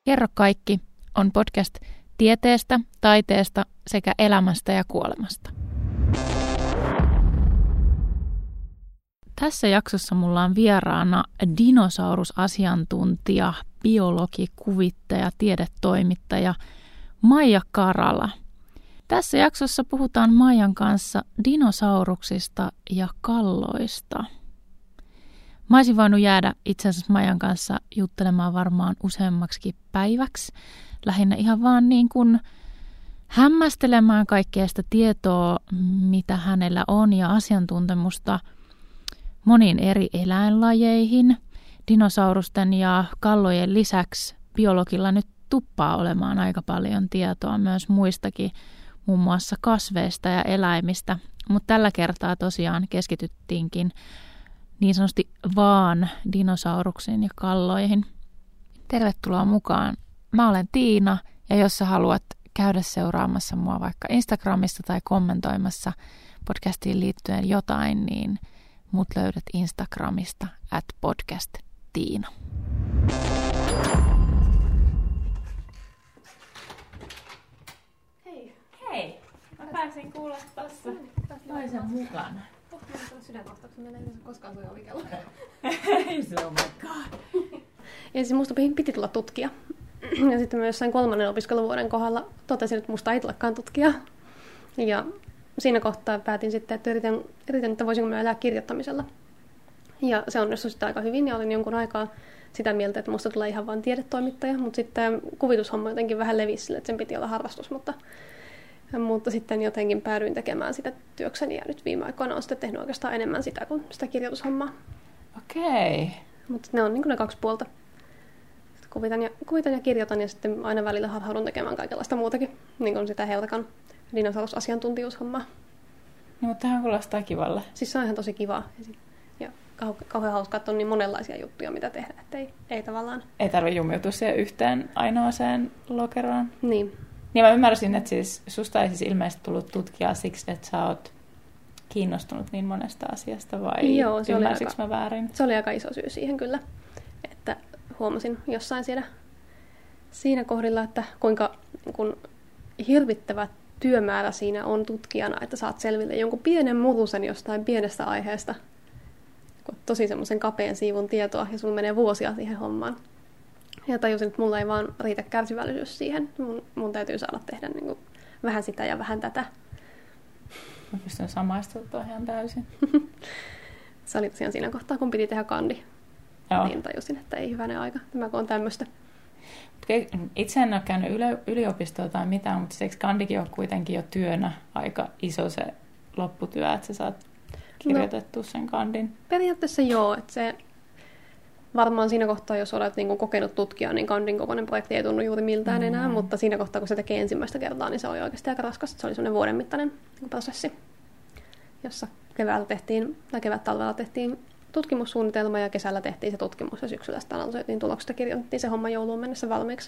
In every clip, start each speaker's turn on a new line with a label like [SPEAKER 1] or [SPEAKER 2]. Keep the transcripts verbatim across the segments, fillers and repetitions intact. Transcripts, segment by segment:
[SPEAKER 1] Kerro kaikki on podcast tieteestä, taiteesta sekä elämästä ja kuolemasta. Tässä jaksossa mulla on vieraana dinosaurusasiantuntija, biologi, kuvittaja, tiedetoimittaja Maija Karala. Tässä jaksossa puhutaan Maijan kanssa dinosauruksista ja kalloista. Mä olisin voinut jäädä itse asiassa Maijan kanssa juttelemaan varmaan useammaksikin päiväksi. Lähinnä ihan vaan niin kuin hämmästelemään kaikkea sitä tietoa, mitä hänellä on ja asiantuntemusta moniin eri eläinlajeihin. Dinosaurusten ja kallojen lisäksi biologilla nyt tuppaa olemaan aika paljon tietoa myös muistakin, muun muassa kasveista ja eläimistä. Mutta tällä kertaa tosiaan keskityttiinkin niin sanotusti vaan dinosauruksiin ja kalloihin. Tervetuloa mukaan. Mä olen Tiina ja jos sä haluat käydä seuraamassa mua vaikka Instagramissa tai kommentoimassa podcastiin liittyen jotain, niin mut löydät Instagramista at podcast Tiina.
[SPEAKER 2] Hei.
[SPEAKER 1] Hei, mä pääsin kuulla tossa toisen mukana.
[SPEAKER 2] Sydänkohtauksen menee yleensä koskaan soi ovikello.
[SPEAKER 1] Ei se, oh my god.
[SPEAKER 2] Ja siis musta piti tulla tutkija. Ja sitten mä jossain kolmannen opiskeluvuoden kohdalla totesin, että musta ei tulekaan tutkija. Ja siinä kohtaa päätin sitten, että yritän, yritän että voisinko mä elää kirjoittamisella. Ja se onnistui sitten aika hyvin ja olin jonkun aikaa sitä mieltä, että musta tulee ihan vain tiedetoimittaja. Mutta sitten kuvitushomma jotenkin vähän levisi sille, että sen piti olla harrastus, mutta Mutta sitten jotenkin päädyin tekemään sitä työkseni ja nyt viime aikoina on sitten tehnyt oikeastaan enemmän sitä kuin sitä kirjoitushommaa.
[SPEAKER 1] Okei. Okay.
[SPEAKER 2] Mutta ne on niin kuin ne kaksi puolta. Kuvitan ja, kuvitan ja kirjoitan ja sitten aina välillä harhaudun tekemään kaikenlaista muutakin. Niin kuin sitä Heurakan dinosaurusasiantuntijuushommaa.
[SPEAKER 1] No, mutta tähän kuulostaa kivalle.
[SPEAKER 2] Siis se on ihan tosi kivaa. Ja kau- kauhean hauskaa, että on niin monenlaisia juttuja, mitä tehdä. Että ei, ei tavallaan...
[SPEAKER 1] Ei tarvitse jumiutua siihen yhteen ainoaseen lokeroon.
[SPEAKER 2] Niin.
[SPEAKER 1] Niin mä ymmärsin, että siis susta ei siis ilmeisesti tullut tutkijaa siksi, että sä oot kiinnostunut niin monesta asiasta, vai
[SPEAKER 2] Joo, se
[SPEAKER 1] ymmärsikö
[SPEAKER 2] aika,
[SPEAKER 1] mä väärin?
[SPEAKER 2] Se oli aika iso syy siihen kyllä, että huomasin jossain siellä, siinä kohdilla, että kuinka kun hirvittävä työmäärä siinä on tutkijana, että saat selville jonkun pienen murusen jostain pienestä aiheesta, kun tosi semmoisen kapean siivun tietoa, ja sulla menee vuosia siihen hommaan. Ja tajusin, että mulla ei vaan riitä kärsivällisyys siihen. Mun, mun täytyy saada tehdä niin kuin vähän sitä ja vähän tätä.
[SPEAKER 1] Mä pystyn samaistumaan tuohon ihan täysin.
[SPEAKER 2] Se oli tosiaan siinä kohtaa, kun piti tehdä kandi.
[SPEAKER 1] Joo.
[SPEAKER 2] Niin tajusin, että ei hyvänen aika. Tämä kun on tämmöistä.
[SPEAKER 1] Itse en ole käynyt yliopistoa tai mitään, mutta eikö kandikin ole kuitenkin jo työnä aika iso se lopputyö, että sä saat kirjoitettua no, sen kandin?
[SPEAKER 2] Periaatteessa joo, että se... Varmaan siinä kohtaa, jos olet niin kuin kokenut tutkija, niin kandin kokoinen projekti ei tunnu juuri miltään mm. enää, mutta siinä kohtaa, kun se tekee ensimmäistä kertaa, niin se oli oikeasti aika raskas. Se oli semmoinen vuoden mittainen niin prosessi, jossa keväällä tehtiin, tai kevät-talvella tehtiin tutkimussuunnitelma ja kesällä tehtiin se tutkimus ja syksyllä sitä analysoitiin tulokset ja kirjoitettiin se homma jouluun mennessä valmiiksi.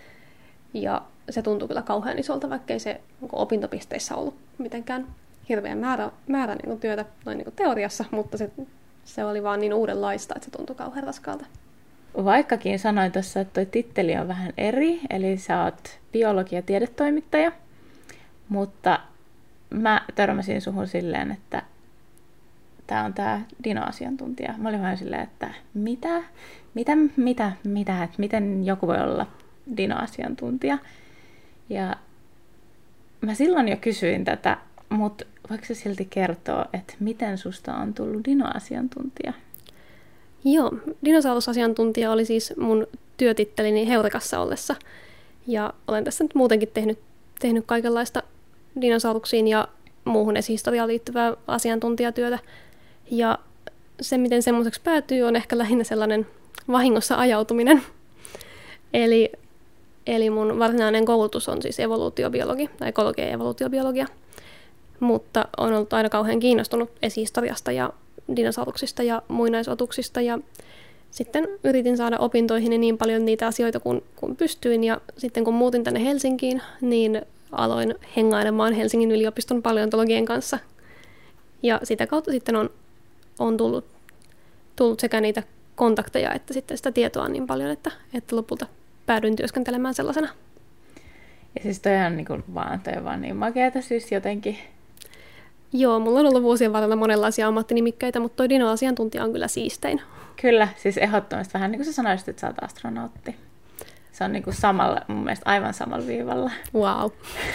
[SPEAKER 2] Ja se tuntui kyllä kauhean isolta, vaikkei se niin kuin opintopisteissä ollut mitenkään hirveän määrä, määrä niin kuin työtä noin niin kuin teoriassa, mutta se Se oli vaan niin uudenlaista, että se tuntui kauhean raskaalta.
[SPEAKER 1] Vaikkakin sanoin tuossa, että toi titteli on vähän eri, eli sä oot biologi- ja tiedetoimittaja, mutta mä törmäsin suhun silleen, että tää on tää dinoasiantuntija. Mä olin vähän silleen, että mitä, mitä, mitä, mitä, että miten joku voi olla dinoasiantuntija. Ja mä silloin jo kysyin tätä, mutta voiko se silti kertoa, että miten susta on tullut dinoasiantuntija?
[SPEAKER 2] Joo, dinosaurusasiantuntija oli siis mun työtittelini Heurakassa ollessa. Ja olen tässä nyt muutenkin tehnyt, tehnyt kaikenlaista dinosauruksiin ja muuhun esihistoriaan liittyvää asiantuntijatyötä. Ja se, miten semmoiseksi päätyy, on ehkä lähinnä sellainen vahingossa ajautuminen. Eli, eli mun varsinainen koulutus on siis evoluutiobiologi, tai ekologia ja evoluutiobiologia. Mutta olen ollut aina kauhean kiinnostunut esihistoriasta ja dinosauruksista ja muinaisotuksista. Ja sitten yritin saada opintoihin niin paljon niitä asioita kuin, kuin pystyin. Ja sitten kun muutin tänne Helsinkiin, niin aloin hengailemaan Helsingin yliopiston paleontologien kanssa. Ja sitä kautta sitten on, on tullut, tullut sekä niitä kontakteja että sitten sitä tietoa niin paljon, että, että lopulta päädyin työskentelemään sellaisena.
[SPEAKER 1] Ja siis toi on niin kuin vaan, toi on vaan niin makeata siis jotenkin.
[SPEAKER 2] Joo, mulla on ollut vuosien varrella monenlaisia ammattinimikkeitä, mutta toi dino-asiantuntija on kyllä siistein.
[SPEAKER 1] Kyllä, siis ehdottomasti vähän niin kuin sä sanoisit, että sä oot astronautti. Se on niin kuin samalla, mun mielestä aivan samalla viivalla.
[SPEAKER 2] Wow.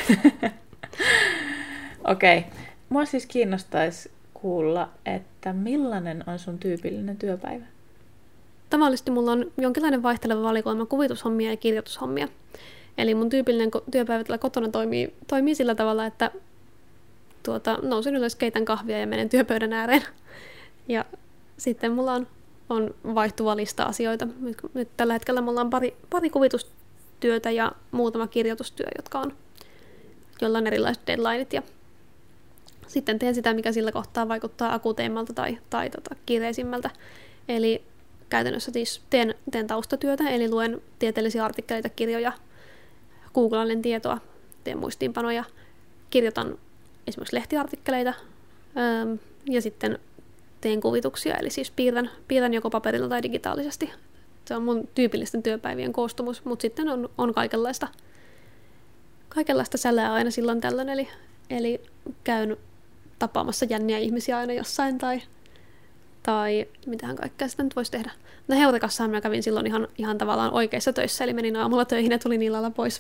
[SPEAKER 1] Okei. Okay. Mua siis kiinnostaisi kuulla, että millainen on sun tyypillinen työpäivä?
[SPEAKER 2] Tavallisesti mulla on jonkinlainen vaihteleva valikoima kuvitushommia ja kirjoitushommia. Eli mun tyypillinen työpäivä tällä kotona toimii, toimii sillä tavalla, että tuota, nousen ylös, keitän kahvia ja menen työpöydän ääreen. Ja sitten mulla on, on vaihtuva lista asioita. Nyt, nyt tällä hetkellä mulla on pari, pari kuvitustyötä ja muutama kirjoitustyö, jotka on, jolla on erilaiset deadlineit. Ja sitten teen sitä, mikä sillä kohtaa vaikuttaa akuuteimmalta tai, tai tota, kiireisimmältä. Eli käytännössä siis teen, teen taustatyötä, eli luen tieteellisiä artikkeleita, kirjoja, googlailen tietoa, teen muistiinpanoja, kirjoitan esimerkiksi lehtiartikkeleita ja sitten teen kuvituksia, eli siis piirrän, piirrän joko paperilla tai digitaalisesti. Se on mun tyypillisten työpäivien koostumus, mutta sitten on, on kaikenlaista, kaikenlaista sälää aina silloin tällöin, eli, eli käyn tapaamassa jänniä ihmisiä aina jossain, tai, tai mitähän kaikkea sitä nyt voisi tehdä. No Heurekassahan mä kävin silloin ihan, ihan tavallaan oikeissa töissä, eli menin aamulla töihin ja tulin illalla pois.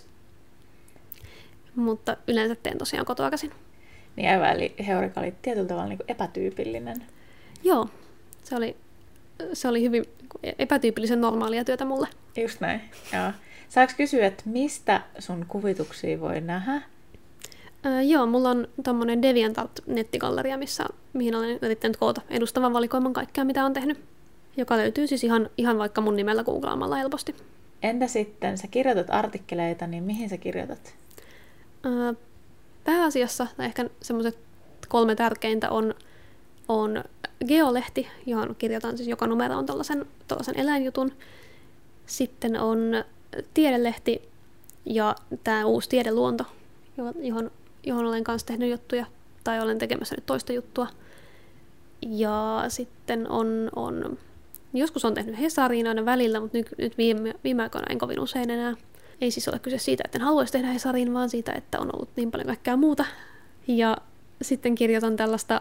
[SPEAKER 2] Mutta yleensä teen tosiaan kotoa käsin.
[SPEAKER 1] Niin aivan, eli Heureka oli tietyllä tavalla niin kuin epätyypillinen.
[SPEAKER 2] Joo, se oli, se oli hyvin epätyypillisen normaalia työtä mulle.
[SPEAKER 1] Just näin, joo. Saanko kysyä, että mistä sun kuvituksia voi nähdä?
[SPEAKER 2] Öö, joo, mulla on tommonen DeviantArt-nettigalleria, missä, mihin olen yrittänyt koota edustavan valikoiman kaikkea, mitä on tehnyt. Joka löytyy siis ihan, ihan vaikka mun nimellä googlaamalla helposti.
[SPEAKER 1] Entä sitten, sä kirjoitat artikkeleita, niin mihin sä kirjoitat?
[SPEAKER 2] Öö, pääasiassa, tai ehkä semmoiset kolme tärkeintä on, on Geolehti, johon kirjoitan siis joka numero on tollasen, tollasen eläinjutun. Sitten on Tiedelehti ja tämä uusi Tiedeluonto, johon, johon olen kanssa tehnyt juttuja, tai olen tekemässä nyt toista juttua. Ja sitten on, on joskus on tehnyt Hesariin aina välillä, mutta nyt, nyt viime, viime aikoina en kovin usein enää. Ei siis ole kyse siitä, että en haluaisi tehdä Hesariin, vaan siitä, että on ollut niin paljon kaikkea muuta. Ja sitten kirjoitan tällaista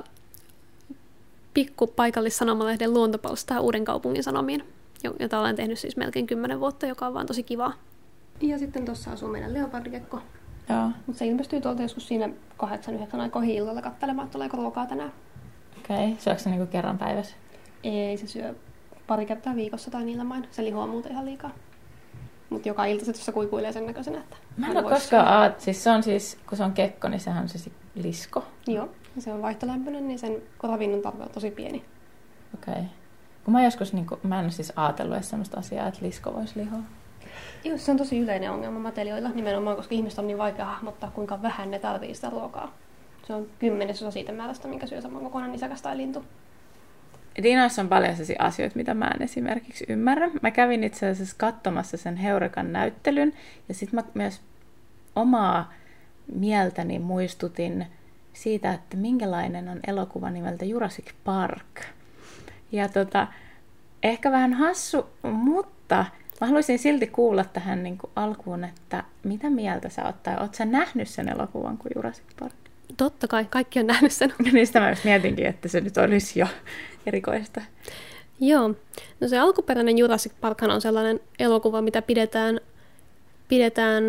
[SPEAKER 2] pikku paikallisanomalehden luontopalstaa Uuden kaupungin sanomiin, jota olen tehnyt siis melkein kymmenen vuotta, joka on vaan tosi kivaa. Ja sitten tuossa asuu meidän leopardikekko.
[SPEAKER 1] Joo.
[SPEAKER 2] Mutta se ilmestyy tuolta joskus siinä kahdeksan yhdeksän aikoihin illalla katselemaan, että tuleeko ruokaa tänään.
[SPEAKER 1] Okei, okay. Syökö se niinku kerran päivässä?
[SPEAKER 2] Ei, se syö pari kertaa viikossa tai niillä main. Se lihoaa muuten ihan liikaa. Mutta joka ilta se tuossa kuikuilee sen näköisenä, että...
[SPEAKER 1] Mä en ole koskaan aat... Siis se on siis, kun se on kekko, niin sehän on se lisko.
[SPEAKER 2] Joo, se on vaihtolämpöinen, niin sen ravinnon tarve on tosi pieni.
[SPEAKER 1] Okei. Okay. Kun mä joskus, niin kun, mä en ole siis ajatellut edes sellaista asiaa, että lisko voisi lihoa.
[SPEAKER 2] Joo, se on tosi yleinen ongelma matelioilla nimenomaan, koska ihmiset on niin vaikea hahmottaa, kuinka vähän ne tarvitsee sitä ruokaa. Se on kymmenesosa siitä määrästä, minkä syö saman kokonaan nisäkäs tai lintu.
[SPEAKER 1] Dinoissa on paljon sellaisia asioita, mitä mä en esimerkiksi ymmärrä. Mä kävin itse asiassa katsomassa sen Heurekan näyttelyn, ja sitten mä myös omaa mieltäni muistutin siitä, että minkälainen on elokuva nimeltä Jurassic Park. Ja tota, ehkä vähän hassu, mutta mä haluaisin silti kuulla tähän niin kuin alkuun, että mitä mieltä sä oot, tai oot sä nähnyt sen elokuvan kuin Jurassic Park?
[SPEAKER 2] Totta kai, kaikki on nähnyt sen.
[SPEAKER 1] Niistä mä just mietinkin, että se nyt olisi jo erikoista.
[SPEAKER 2] Joo, no se alkuperäinen Jurassic Parkhan on sellainen elokuva, mitä pidetään, pidetään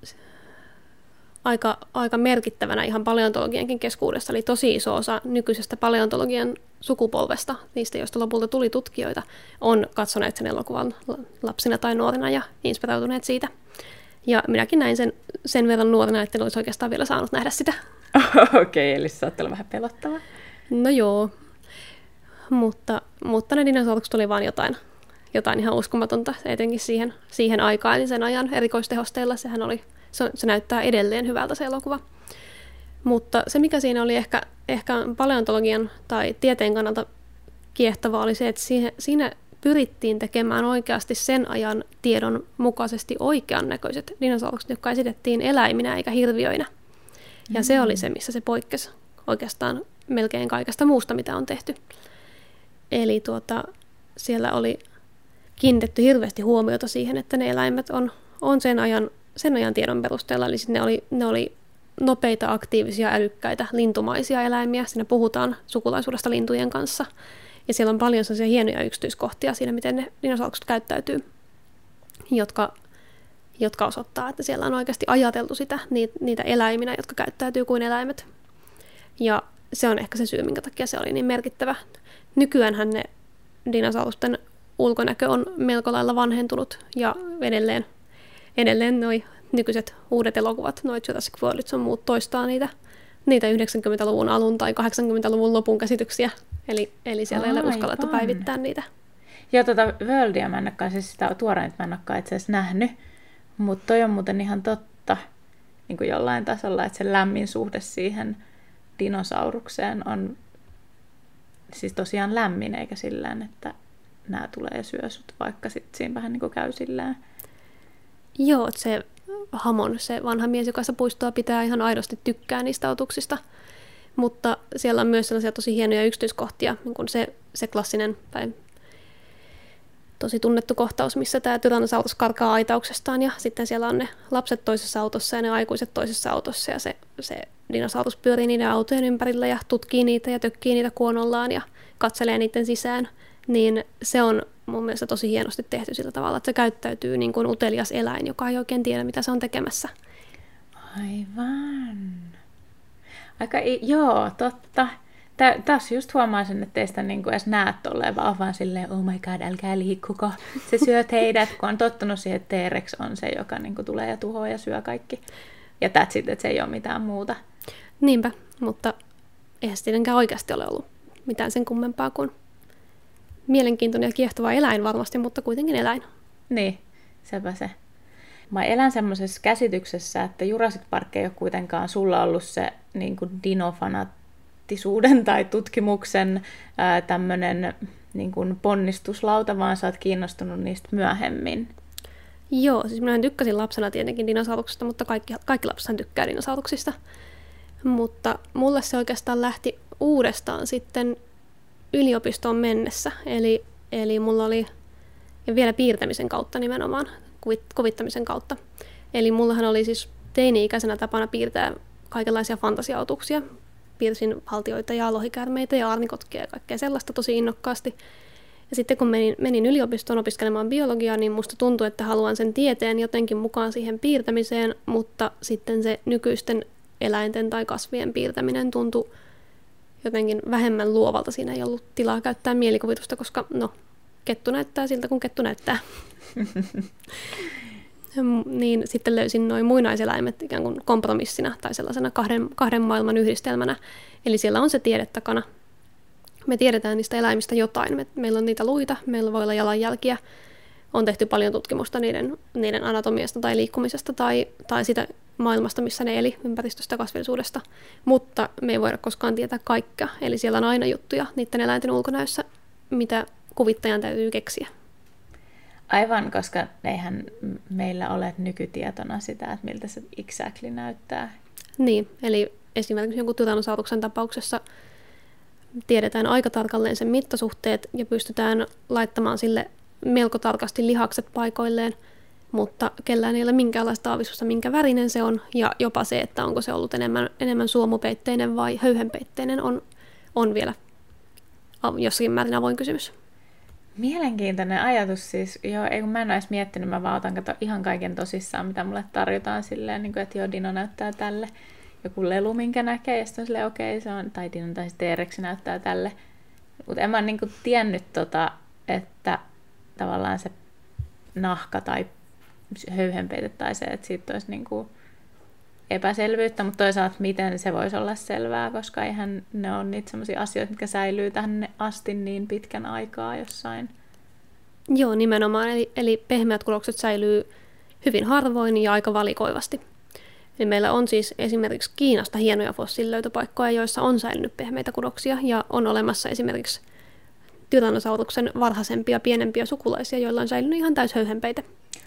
[SPEAKER 2] aika, aika merkittävänä ihan paleontologiankin keskuudessa. Eli tosi iso osa nykyisestä paleontologian sukupolvesta, niistä joista lopulta tuli tutkijoita, on katsoneet sen elokuvan lapsina tai nuorina ja inspiroituneet siitä. Ja minäkin näin sen sen verran nuorena, että en olisi oikeastaan vielä saanut nähdä sitä.
[SPEAKER 1] Okei, okay, eli se saattaa olla vähän pelottavaa.
[SPEAKER 2] No joo, mutta, mutta ne dinosaurukset oli vaan jotain, jotain ihan uskomatonta, etenkin siihen, siihen aikaan, eli sen ajan erikoistehosteilla. Sehän oli, se, se näyttää edelleen hyvältä se elokuva. Mutta se, mikä siinä oli ehkä, ehkä paleontologian tai tieteen kannalta kiehtovaa, oli se, että siihen, siinä pyrittiin tekemään oikeasti sen ajan tiedon mukaisesti oikean näköiset dinosaurukset, jotka esitettiin eläiminä eikä hirviöinä. Ja mm-hmm. se oli se, missä se poikkesi oikeastaan melkein kaikesta muusta, mitä on tehty. Eli tuota, siellä oli kiinnitetty hirveästi huomiota siihen, että ne eläimet on, on sen ajan, sen ajan tiedon perusteella. Eli ne oli, ne oli nopeita, aktiivisia, älykkäitä, lintumaisia eläimiä. Siinä puhutaan sukulaisuudesta lintujen kanssa. Ja siellä on paljon sellaisia hienoja yksityiskohtia siinä, miten ne dinosaurukset käyttäytyy, jotka, jotka osoittaa, että siellä on oikeasti ajateltu sitä, niitä eläiminä, jotka käyttäytyy kuin eläimet. Ja se on ehkä se syy, minkä takia se oli niin merkittävä. Nykyäänhän ne dinosaurusten ulkonäkö on melko lailla vanhentunut ja edelleen, edelleen noi nykyiset uudet elokuvat, noi Jurassic Worldit sun muut toistaa niitä, niitä yhdeksänkymmentäluvun alun tai kahdeksankymmentäluvun lopun käsityksiä. Eli, eli siellä ei ole uskallettu päivittää niitä.
[SPEAKER 1] Joo, tota Worldia mä en olekaan, siis sitä tuoreinta mä en olekaan itse asiassa nähnyt, mutta toi on muuten ihan totta niin kuin jollain tasolla, että se lämmin suhde siihen dinosaurukseen on siis tosiaan lämmin, eikä sillään, että nämä tulee ja syö sut, vaikka sitten siinä vähän niin kuin käy sillään.
[SPEAKER 2] Joo, se Hamon, se vanha mies, joka sitä puistoa pitää, ihan aidosti tykkää niistä otuksista. Mutta siellä on myös sellaisia tosi hienoja yksityiskohtia, niin kuin se, se klassinen tai tosi tunnettu kohtaus, missä tämä Tyrannosaurus karkaa aitauksestaan ja sitten siellä on ne lapset toisessa autossa ja ne aikuiset toisessa autossa ja se, se dinosaurus pyörii niiden autojen ympärillä ja tutkii niitä ja tökkii niitä kuonollaan ja katselee niiden sisään. Niin se on mun mielestä tosi hienosti tehty sillä tavalla, että se käyttäytyy niin kuin utelias eläin, joka ei oikein tiedä, mitä se on tekemässä.
[SPEAKER 1] Aivan. Aika, joo, totta. Tässä just huomaisin, että teistä niin edes näet tolleen, vaan vaan silleen, oh my god, älkää liikkuko. Se syö teidät, kun on tottunut siihen, että T-Rex on se, joka niin kuin tulee ja tuhoaa ja syö kaikki. Ja that's it, että se ei ole mitään muuta.
[SPEAKER 2] Niinpä, mutta eihän se tietenkään oikeasti ole ollut mitään sen kummempaa kuin mielenkiintoinen ja kiehtova eläin varmasti, mutta kuitenkin eläin.
[SPEAKER 1] Niin, sepä se. Mä elän semmoisessa käsityksessä, että Jurassic Park ei ole kuitenkaan sulla ollut se niin kuin dinofanattisuuden tai tutkimuksen tämmöinen niin kuin ponnistuslauta, vaan sä oot kiinnostunut niistä myöhemmin.
[SPEAKER 2] Joo, siis minä tykkäsin lapsena tietenkin dinosauruksista, mutta kaikki, kaikki lapsethan tykkää dinosauruksista. Mutta mulle se oikeastaan lähti uudestaan sitten yliopistoon mennessä, eli, eli mulla oli, ja vielä piirtämisen kautta nimenomaan, kuvittamisen kautta. Eli mullahan oli siis teini-ikäisenä tapana piirtää kaikenlaisia fantasiautuksia. Piirsin haltioita ja lohikäärmeitä ja aarnikotkia ja kaikkea sellaista tosi innokkaasti. Ja sitten kun menin, menin yliopistoon opiskelemaan biologiaa, niin musta tuntui, että haluan sen tieteen jotenkin mukaan siihen piirtämiseen, mutta sitten se nykyisten eläinten tai kasvien piirtäminen tuntui jotenkin vähemmän luovalta. Siinä ei ollut tilaa käyttää mielikuvitusta, koska no, kettu näyttää siltä, kun kettu näyttää. Niin sitten löysin noin muinaiseläimet ikään kuin kompromissina tai sellaisena kahden, kahden maailman yhdistelmänä. Eli siellä on se tiede takana. Me tiedetään niistä eläimistä jotain. Me, meillä on niitä luita, meillä voi olla jalanjälkiä. On tehty paljon tutkimusta niiden, niiden anatomiasta tai liikkumisesta tai, tai sitä maailmasta, missä ne eli, ympäristöstä, kasvillisuudesta. Mutta me ei voida koskaan tietää kaikkea. Eli siellä on aina juttuja niiden eläinten ulkonäössä, mitä kuvittajan täytyy keksiä.
[SPEAKER 1] Aivan, koska eihän meillä ole nykytietona sitä, että miltä se exactly näyttää.
[SPEAKER 2] Niin, eli esimerkiksi jonkun tyrannosauruksen tapauksessa tiedetään aika tarkalleen sen mittasuhteet ja pystytään laittamaan sille melko tarkasti lihakset paikoilleen, mutta kellään ei ole minkäänlaista aavistusta, minkä värinen se on, ja jopa se, että onko se ollut enemmän, enemmän suomupeitteinen vai höyhenpeitteinen, on, on vielä jossakin määrin avoin kysymys.
[SPEAKER 1] Mielenkiintoinen ajatus siis. Joo, ei kun mä en ole edes miettinyt, mä vaan otan kato ihan kaiken tosissaan, mitä mulle tarjotaan silleen, niin kuin, että joo, dino näyttää tälle. Joku lelu, minkä näkee, ja sitten on silleen, okei, okay, se on, tai dino tai T-Rex näyttää tälle. Mutta en mä niin kuin tiennyt, tota, että tavallaan se nahka tai höyhenpeite tai se, että siitä olisi niin kuin epäselvyyttä, mutta toisaalta miten se voisi olla selvää, koska eihän ne ole niitä sellaisia asioita, mitkä säilyy tähän asti niin pitkän aikaa jossain.
[SPEAKER 2] Joo, nimenomaan. Eli, eli pehmeät kudokset säilyy hyvin harvoin ja aika valikoivasti. Eli meillä on siis esimerkiksi Kiinasta hienoja fossiililöytöpaikkoja, joissa on säilynyt pehmeitä kudoksia, ja on olemassa esimerkiksi tyrannosauruksen varhaisempia, pienempiä sukulaisia, joilla on säilynyt ihan täyshöyhenpeite.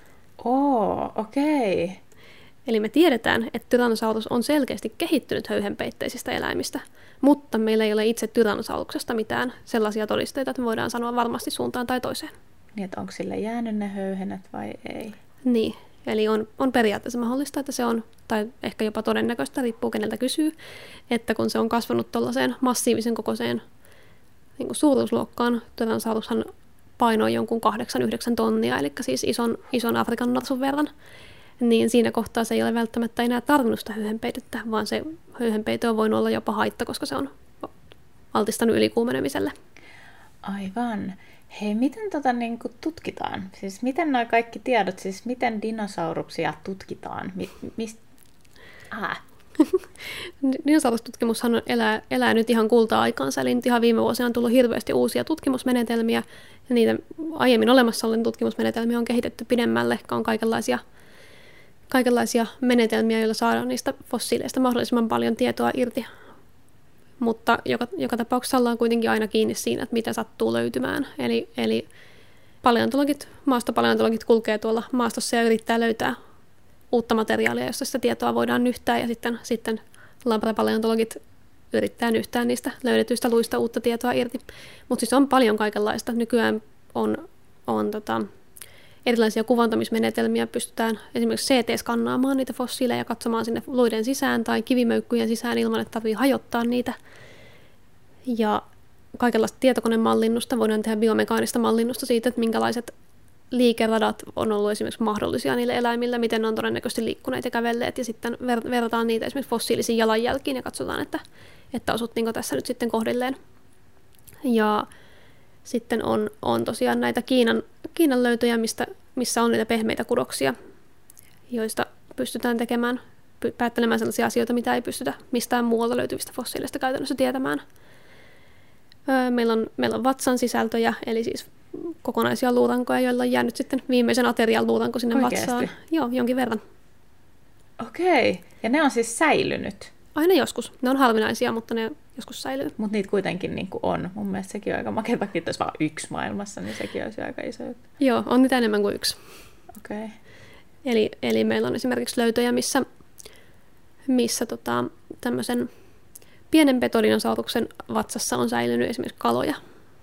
[SPEAKER 1] Oo, okei. Okay.
[SPEAKER 2] Eli me tiedetään, että tyrannosaurus on selkeästi kehittynyt höyhenpeitteisistä eläimistä, mutta meillä ei ole itse tyrannosauruksesta mitään sellaisia todisteita, että me voidaan sanoa varmasti suuntaan tai toiseen.
[SPEAKER 1] Niin, että onko sille jäänyt ne höyhenet vai ei?
[SPEAKER 2] Niin, Eli on, on periaatteessa mahdollista, että se on, tai ehkä jopa todennäköistä, riippuu keneltä kysyy, että kun se on kasvanut tuollaiseen massiivisen kokoiseen niin kuin suuruusluokkaan, Tyrannosaurushan painoi jonkun kahdeksan yhdeksän tonnia, eli siis ison, ison Afrikan narsun verran, niin siinä kohtaa se ei ole välttämättä enää tarvinnut sitä höyhenpeitettä, vaan se höyhenpeite on voinut olla jopa haitta, koska se on altistanut ylikuumenemiselle.
[SPEAKER 1] Aivan. Hei, miten tota niin kuin tutkitaan? Siis miten nämä kaikki tiedot, siis miten dinosauruksia tutkitaan? Mi- mist... ah.
[SPEAKER 2] Dinosaurustutkimushan elää, elää nyt ihan kulta-aikaansa, eli nyt ihan viime vuosina on tullut hirveästi uusia tutkimusmenetelmiä, ja niitä aiemmin olemassa olevia tutkimusmenetelmiä on kehitetty pidemmälle, on kaikenlaisia, kaikenlaisia menetelmiä, joilla saadaan niistä fossiileista mahdollisimman paljon tietoa irti. Mutta joka, joka tapauksessa ollaan kuitenkin aina kiinni siinä, että mitä sattuu löytymään. Eli, eli paleontologit, maastopaleontologit kulkee tuolla maastossa ja yrittää löytää uutta materiaalia, josta sitä tietoa voidaan nyhtää, ja sitten, sitten labrapaleontologit yrittää nyhtää niistä löydetyistä luista uutta tietoa irti. Mutta siis on paljon kaikenlaista. Nykyään on, on tota, erilaisia kuvantamismenetelmiä, pystytään esimerkiksi C T-skannaamaan niitä fossiileja ja katsomaan sinne luiden sisään tai kivimöykkyjen sisään ilman, että tarvitsee hajottaa niitä. Ja kaikenlaista tietokonemallinnusta, voidaan tehdä biomekaanista mallinnusta siitä, että minkälaiset liikeradat on ollut esimerkiksi mahdollisia niille eläimille, miten ne on todennäköisesti liikkuneet ja kävelleet, ja sitten ver- verrataan niitä esimerkiksi fossiilisiin jalanjälkiin ja katsotaan, että, että osuttiinko tässä nyt sitten kohdilleen. Ja sitten on, on tosiaan näitä Kiinan, Kiinan löytöjä, mistä, missä on niitä pehmeitä kudoksia, joista pystytään tekemään, päättelemään sellaisia asioita, mitä ei pystytä mistään muualta löytyvistä fossiileista käytännössä tietämään. Öö, meillä, on, meillä on vatsan sisältöjä, eli siis kokonaisia luurankoja, joilla on jäänyt sitten viimeisen aterian luuranko sinne
[SPEAKER 1] Oikeasti?
[SPEAKER 2] vatsaan. Joo, jonkin verran.
[SPEAKER 1] Okei, ja ne on siis säilynyt?
[SPEAKER 2] Aina joskus. Ne on harvinaisia, mutta ne joskus säilyy.
[SPEAKER 1] Mutta niitä kuitenkin niin kuin on. Mun mielestä sekin on aika makeatakin, että olisi vaan yksi maailmassa, niin sekin olisi aika iso juttu.
[SPEAKER 2] Joo, on niitä enemmän kuin yksi.
[SPEAKER 1] Okei.
[SPEAKER 2] Eli, eli meillä on esimerkiksi löytöjä, missä, missä tota, tämmöisen pienen petodinosauruksen vatsassa on säilynyt esimerkiksi kaloja.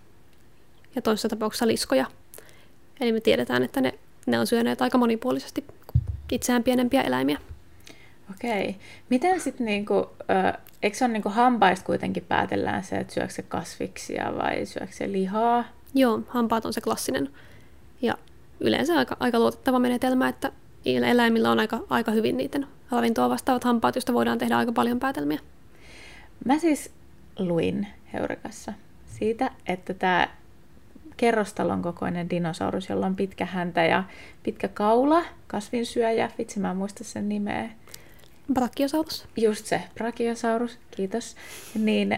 [SPEAKER 2] Ja toisessa tapauksessa liskoja. Eli me tiedetään, että ne, ne on syöneet aika monipuolisesti itseään pienempiä eläimiä.
[SPEAKER 1] Okei. Miten sitten, niinku, eikö se ole niinku hampaista kuitenkin päätellään se, että syökö se kasviksia vai syökö se lihaa?
[SPEAKER 2] Joo, hampaat on se klassinen. Ja yleensä aika, aika luotettava menetelmä, että eläimillä on aika, aika hyvin niiden ravintoa vastaavat hampaat, joista voidaan tehdä aika paljon päätelmiä.
[SPEAKER 1] Mä siis luin Heurekassa siitä, että tämä kerrostalon kokoinen dinosaurus, jolla on pitkä häntä ja pitkä kaula, kasvinsyöjä, vitsi mä en muista sen nimeä.
[SPEAKER 2] Brachiosaurus.
[SPEAKER 1] Just se, Brachiosaurus, kiitos. Niin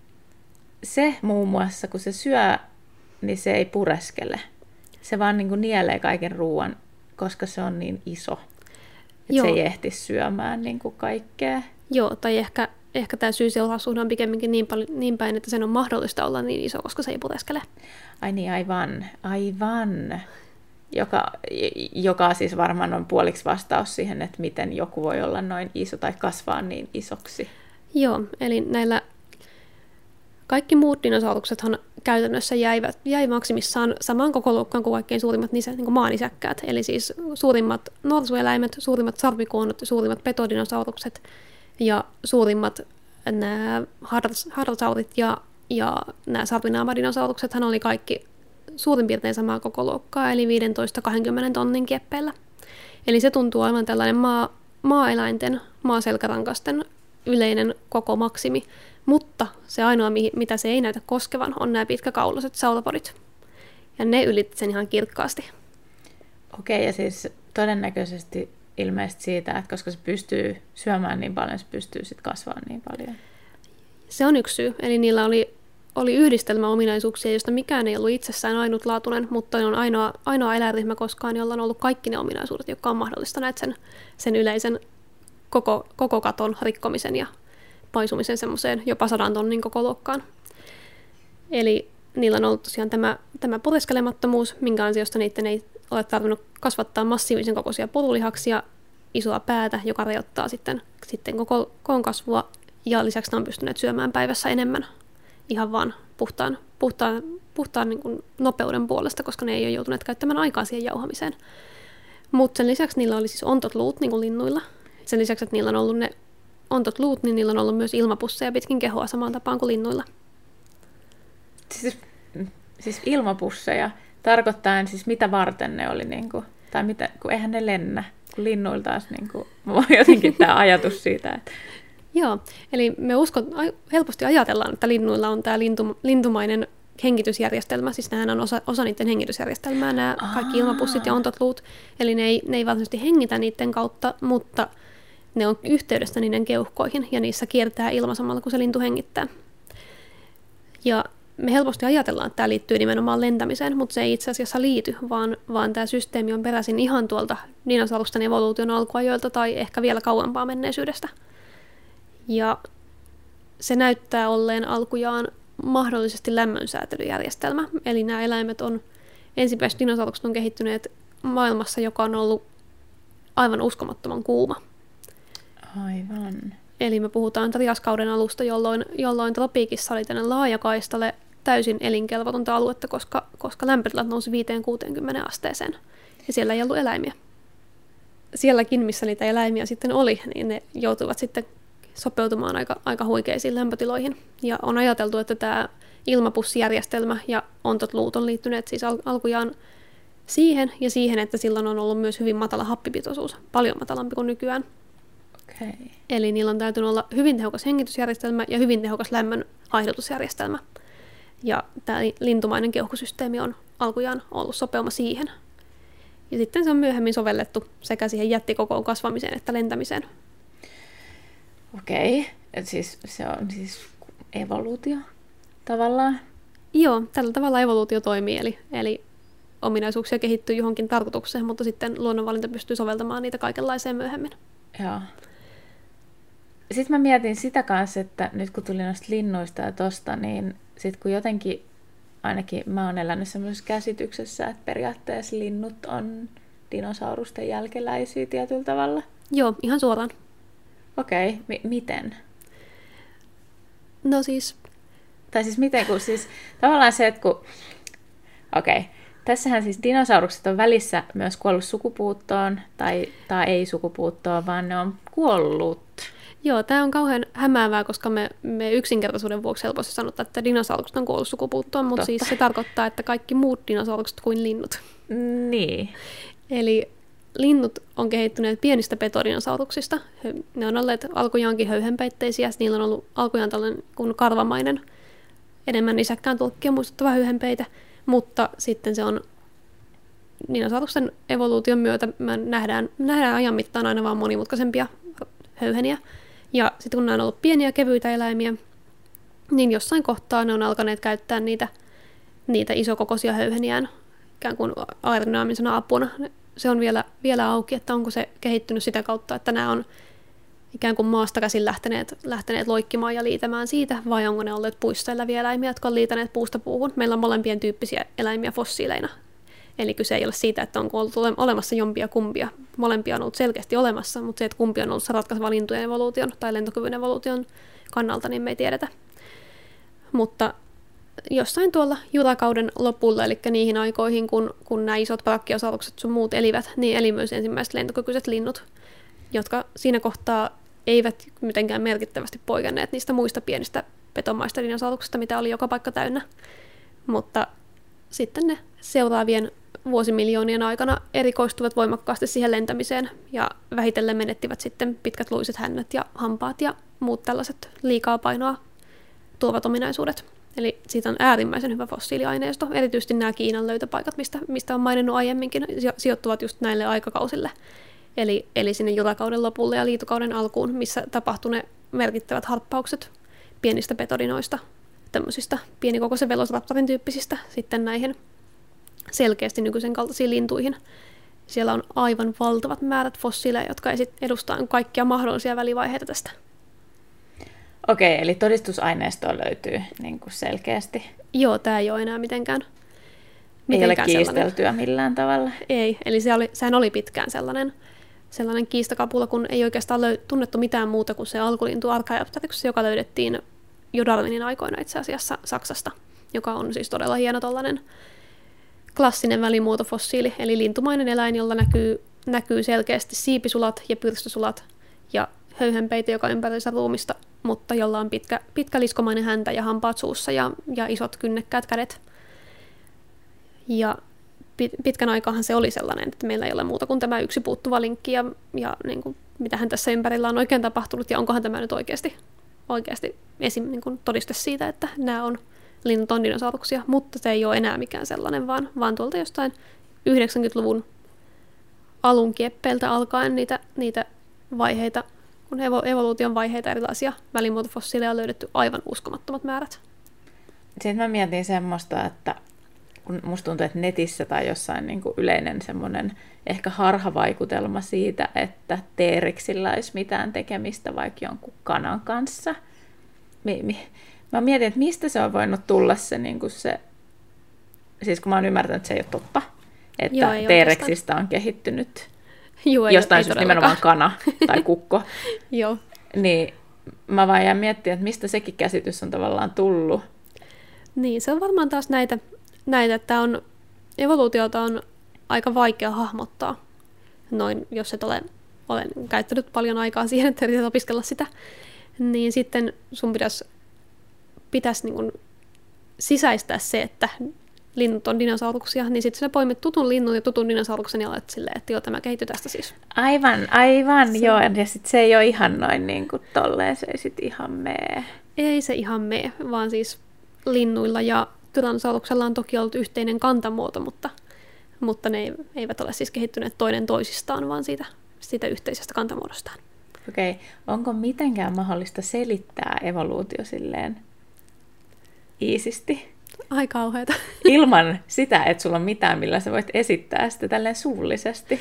[SPEAKER 1] se muun muassa, kun se syö, niin se ei pureskele. Se vaan niin kuin nielee kaiken ruoan, koska se on niin iso, että Joo. se ei ehti syömään niin kuin kaikkea.
[SPEAKER 2] Joo, tai ehkä, ehkä tämä syy-seuraussuhde on pikemminkin niin, paljon, niin päin, että sen on mahdollista olla niin iso, koska se ei pureskele.
[SPEAKER 1] Ai niin, aivan, aivan. Joka, joka siis varmaan on puoliksi vastaus siihen, että miten joku voi olla noin iso tai kasvaa niin isoksi.
[SPEAKER 2] Joo, eli näillä kaikki muut dinosauruksethan käytännössä jäivät, jäi maksimissaan samaan kokoluokkaan kuin kaikkein suurimmat nisä, niin kuin maanisäkkäät. Eli siis suurimmat norsueläimet, suurimmat sarvikuonot, suurimmat petodinosaurukset ja suurimmat nämä hadrosaurit ja, ja nämä sarvinaamadinosauruksethan oli kaikki suurin piirtein samaa kokoluokkaa, eli viisitoista kaksikymmentä tonnin kieppeillä. Eli se tuntuu aivan tällainen maa, maaeläinten, maaselkärankasten yleinen koko maksimi, mutta se ainoa, mitä se ei näytä koskevan, on nämä pitkäkaulaiset sauropodit. Ja ne ylitti sen ihan kirkkaasti.
[SPEAKER 1] Okei, ja siis todennäköisesti ilmeisesti siitä, että koska se pystyy syömään niin paljon, se pystyy sitten kasvamaan niin paljon.
[SPEAKER 2] Se on yksi syy, eli niillä oli oli yhdistelmäominaisuuksia, joista mikään ei ollut itsessään ainutlaatuinen, mutta on ainoa, ainoa eläinryhmä koskaan, jolla on ollut kaikki ne ominaisuudet, jotka on mahdollistaneet sen, sen yleisen koko, koko katon rikkomisen ja paisumisen semmoiseen jopa sadan tonnin kokoluokkaan. Eli niillä on ollut tosiaan tämä, tämä pureskelemattomuus, minkä ansiosta niiden ei ole tarvinnut kasvattaa massiivisen kokoisia polulihaksia, isoa päätä, joka rajoittaa sitten, sitten koko koon kasvua, ja lisäksi ne on pystyneet syömään päivässä enemmän ihan vaan puhtaan, puhtaan, puhtaan niin kuin nopeuden puolesta, koska ne ei ole joutuneet käyttämään aikaa siihen jauhamiseen. Mutta sen lisäksi niillä oli siis ontot luut, niin kuin linnuilla. Sen lisäksi, että niillä on ollut ne ontot luut, niin niillä on ollut myös ilmapusseja pitkin kehoa samaan tapaan kuin linnuilla.
[SPEAKER 1] Siis, siis ilmapusseja tarkoittaa siis mitä varten ne oli, niin kuin, tai mitä, kun eihän ne lennä, kun linnuilla taas niin kuin, jotenkin tämä ajatus siitä, että...
[SPEAKER 2] Joo, eli me uskon, helposti ajatellaan, että linnuilla on tämä lintu, lintumainen hengitysjärjestelmä, siis nämähän on osa, osa niiden hengitysjärjestelmää, nämä kaikki ilmapussit ja ontot luut, eli ne ei, ne ei varsinaisesti hengitä niiden kautta, mutta ne on yhteydessä niiden keuhkoihin, ja niissä kiertää ilma samalla, kun se lintu hengittää. Ja me helposti ajatellaan, että tämä liittyy nimenomaan lentämiseen, mutta se ei itse asiassa liity, vaan, vaan tämä systeemi on peräisin ihan tuolta dinosaurusten evoluution alkuajoilta tai ehkä vielä kauempaa menneisyydestä. Ja se näyttää olleen alkujaan mahdollisesti lämmönsäätelyjärjestelmä. Eli nämä eläimet on, ensimmäiset dinosaurukset on kehittyneet maailmassa, joka on ollut aivan uskomattoman kuuma.
[SPEAKER 1] Aivan.
[SPEAKER 2] Eli me puhutaan triaskauden alusta, jolloin, jolloin tropiikissa oli tänne laajakaistalle täysin elinkelvotonta aluetta, koska, koska lämpötilat nousi viiteen kuuteenkymmeneen asteeseen. Ja siellä ei ollut eläimiä. Sielläkin, missä niitä eläimiä sitten oli, niin ne joutuivat sitten sopeutumaan aika, aika huikeisiin lämpötiloihin. Ja on ajateltu, että tämä ilmapussijärjestelmä ja ontot luut on liittyneet siis al- alkujaan siihen ja siihen, että silloin on ollut myös hyvin matala happipitoisuus, paljon matalampi kuin nykyään.
[SPEAKER 1] Okay.
[SPEAKER 2] Eli niillä on täytynyt olla hyvin tehokas hengitysjärjestelmä ja hyvin tehokas lämmön aiheutusjärjestelmä. Ja tämä lintumainen keuhkosysteemi on alkujaan ollut sopeuma siihen. Ja sitten se on myöhemmin sovellettu sekä siihen jättikokoon kasvamiseen että lentämiseen.
[SPEAKER 1] Okei, okay. Siis se on siis evoluutio tavallaan?
[SPEAKER 2] Joo, tällä tavalla evoluutio toimii, eli, eli ominaisuuksia kehittyy johonkin tarkoitukseen, mutta sitten luonnonvalinta pystyy soveltamaan niitä kaikenlaiseen myöhemmin.
[SPEAKER 1] Joo. Sitten mä mietin sitä kanssa, että nyt kun tuli noista linnuista ja tosta, niin sitten kun jotenkin, ainakin mä oon elänyt semmoisessa käsityksessä, että periaatteessa linnut on dinosaurusten jälkeläisiä tietyllä tavalla.
[SPEAKER 2] Joo, ihan suoraan.
[SPEAKER 1] Okei, okay. M- miten?
[SPEAKER 2] No siis...
[SPEAKER 1] Tai siis miten, kun siis tavallaan se, että kun... Okei, okay. Tässähän siis dinosaurukset on välissä myös kuollut sukupuuttoon, tai, tai ei sukupuuttoon, vaan ne on kuollut.
[SPEAKER 2] Joo, tämä on kauhean hämäävää, koska me, me yksinkertaisuuden vuoksi helposti sanotaan, että dinosaurukset on kuollut sukupuuttoon, mutta siis se tarkoittaa, että kaikki muut dinosaurukset kuin linnut.
[SPEAKER 1] Niin.
[SPEAKER 2] Eli linnut on kehittyneet pienistä petodinosaurauksista. Ne on olleet alkujaankin höyhenpeitteisiä, niillä on ollut alkujaan tällainen kuin karvamainen, enemmän nisäkkään tulkkia muistuttava höyhenpeite, mutta sitten se on dinosaurusten evoluution myötä me nähdään, nähdään ajan mittaan aina vaan monimutkaisempia höyheniä. Ja sitten kun ne on ollut pieniä, kevyitä eläimiä, niin jossain kohtaa ne on alkaneet käyttää niitä, niitä isokokoisia höyheniään ikään kuin aerodynaamisena apuna. Se on vielä, vielä auki, että onko se kehittynyt sitä kautta, että nämä on ikään kuin maasta käsin lähteneet, lähteneet loikkimaan ja liitämään siitä, vai onko ne olleet puissa eläviä eläimiä, jotka on liitäneet puusta puuhun. Meillä on molempien tyyppisiä eläimiä fossiileina. Eli kyse ei ole siitä, että onko ollut olemassa jompia kumpia. Molempia on ollut selkeästi olemassa, mutta se, että kumpi on ollut se ratkaiseva lintujen evoluution tai lentokyvyn evoluution kannalta, niin me ei tiedetä. Mutta jossain tuolla jurakauden lopulla, eli niihin aikoihin, kun, kun nämä isot brakkiosaurukset sun muut elivät, niin eli myös ensimmäiset lentokykyiset linnut, jotka siinä kohtaa eivät mitenkään merkittävästi poikanneet niistä muista pienistä petomaista dinosauruksista, mitä oli joka paikka täynnä. Mutta sitten ne seuraavien vuosimiljoonien aikana erikoistuvat voimakkaasti siihen lentämiseen ja vähitellen menettivät sitten pitkät luiset hännät ja hampaat ja muut tällaiset liikaa painoa tuovat ominaisuudet. Eli siitä on äärimmäisen hyvä fossiiliaineisto. Erityisesti nämä Kiinan löytöpaikat, mistä, mistä on maininnut aiemminkin, sijoittuvat just näille aikakausille. Eli, eli sinne jurakauden lopulle ja liitokauden alkuun, missä tapahtui ne merkittävät harppaukset pienistä petodinoista, tämmöisistä pienikokoisen velociraptorin tyyppisistä, sitten näihin selkeästi nykyisen kaltaisiin lintuihin. Siellä on aivan valtavat määrät fossiileja, jotka edustaa kaikkia mahdollisia välivaiheita tästä.
[SPEAKER 1] Okei, eli todistusaineistoa löytyy niin kuin selkeästi.
[SPEAKER 2] Joo, tämä ei ole enää mitenkään,
[SPEAKER 1] mitenkään ei ole kiisteltyä sellainen. Millään tavalla.
[SPEAKER 2] Ei, eli se oli, sehän oli pitkään sellainen, sellainen kiistakapula, kun ei oikeastaan löy- tunnettu mitään muuta kuin se alkulintu Archaeopteryx, joka löydettiin jo Darwinin aikoina itse asiassa Saksasta, joka on siis todella hieno tollainen klassinen välimuotofossiili, eli lintumainen eläin, jolla näkyy näkyy selkeästi siipisulat ja pyrstösulat ja höyhenpeite, joka ympäriinsä ruumista, mutta jolla on pitkä, pitkä liskomainen häntä ja hampaat suussa ja, ja isot kynnekkäät kädet. Ja pitkän aikaahan se oli sellainen, että meillä ei ole muuta kuin tämä yksi puuttuva linkki ja, ja niin kuin, mitähän tässä ympärillä on oikein tapahtunut ja onkohan tämä nyt oikeasti, oikeasti esim. Niin kuin todiste siitä, että nämä on linnut on dinosauruksia, mutta se ei ole enää mikään sellainen, vaan, vaan tuolta jostain yhdeksänkymmentäluvun alun kieppeiltä alkaen niitä, niitä vaiheita, kun evo, evoluution vaiheita, erilaisia välimuotofossiileja on löydetty aivan uskomattomat määrät.
[SPEAKER 3] Sitten mä mietin semmoista, että kun musta tuntuu, että netissä tai jossain niin kuin yleinen semmoinen ehkä harhavaikutelma siitä, että T-rexillä olisi mitään tekemistä vaikka jonkun kanan kanssa. Mä mietin, että mistä se on voinut tulla se, niin kuin se siis kun mä oon ymmärtänyt, että se ei ole totta, että Joo, T-rexistä on kehittynyt Joo, ei, jostain syystä nimenomaan kana tai kukko.
[SPEAKER 2] Joo.
[SPEAKER 3] Niin mä vaan jään miettimään, että mistä sekin käsitys on tavallaan tullut.
[SPEAKER 2] Niin, se on varmaan taas näitä, näitä että on, evoluutiota on aika vaikea hahmottaa, noin, jos et ole, ole käyttänyt paljon aikaa siihen, että yrität opiskella sitä, niin sitten sun pitäisi, pitäisi niin kuin sisäistää se, että linnut on dinosauruksia, niin sitten sinä poimit tutun linnun ja tutun dinosauruksen ja olet silleen, että joo, tämä kehittyi tästä siis.
[SPEAKER 3] Aivan, aivan, se, joo, ja sitten se ei ole ihan noin niin kuin tolleen, se ei sitten ihan mee.
[SPEAKER 2] Ei se ihan mee, vaan siis linnuilla ja tyrannosauruksella on toki ollut yhteinen kantamuoto, mutta, mutta ne eivät ole siis kehittyneet toinen toisistaan, vaan siitä, siitä yhteisestä kantamuodostaan.
[SPEAKER 3] Okei, okay. Onko mitenkään mahdollista selittää evoluutio silleen iisisti?
[SPEAKER 2] Ai kauheeta.
[SPEAKER 3] Ilman sitä, että sulla on mitään, millä sä voit esittää sitä tälleen suullisesti.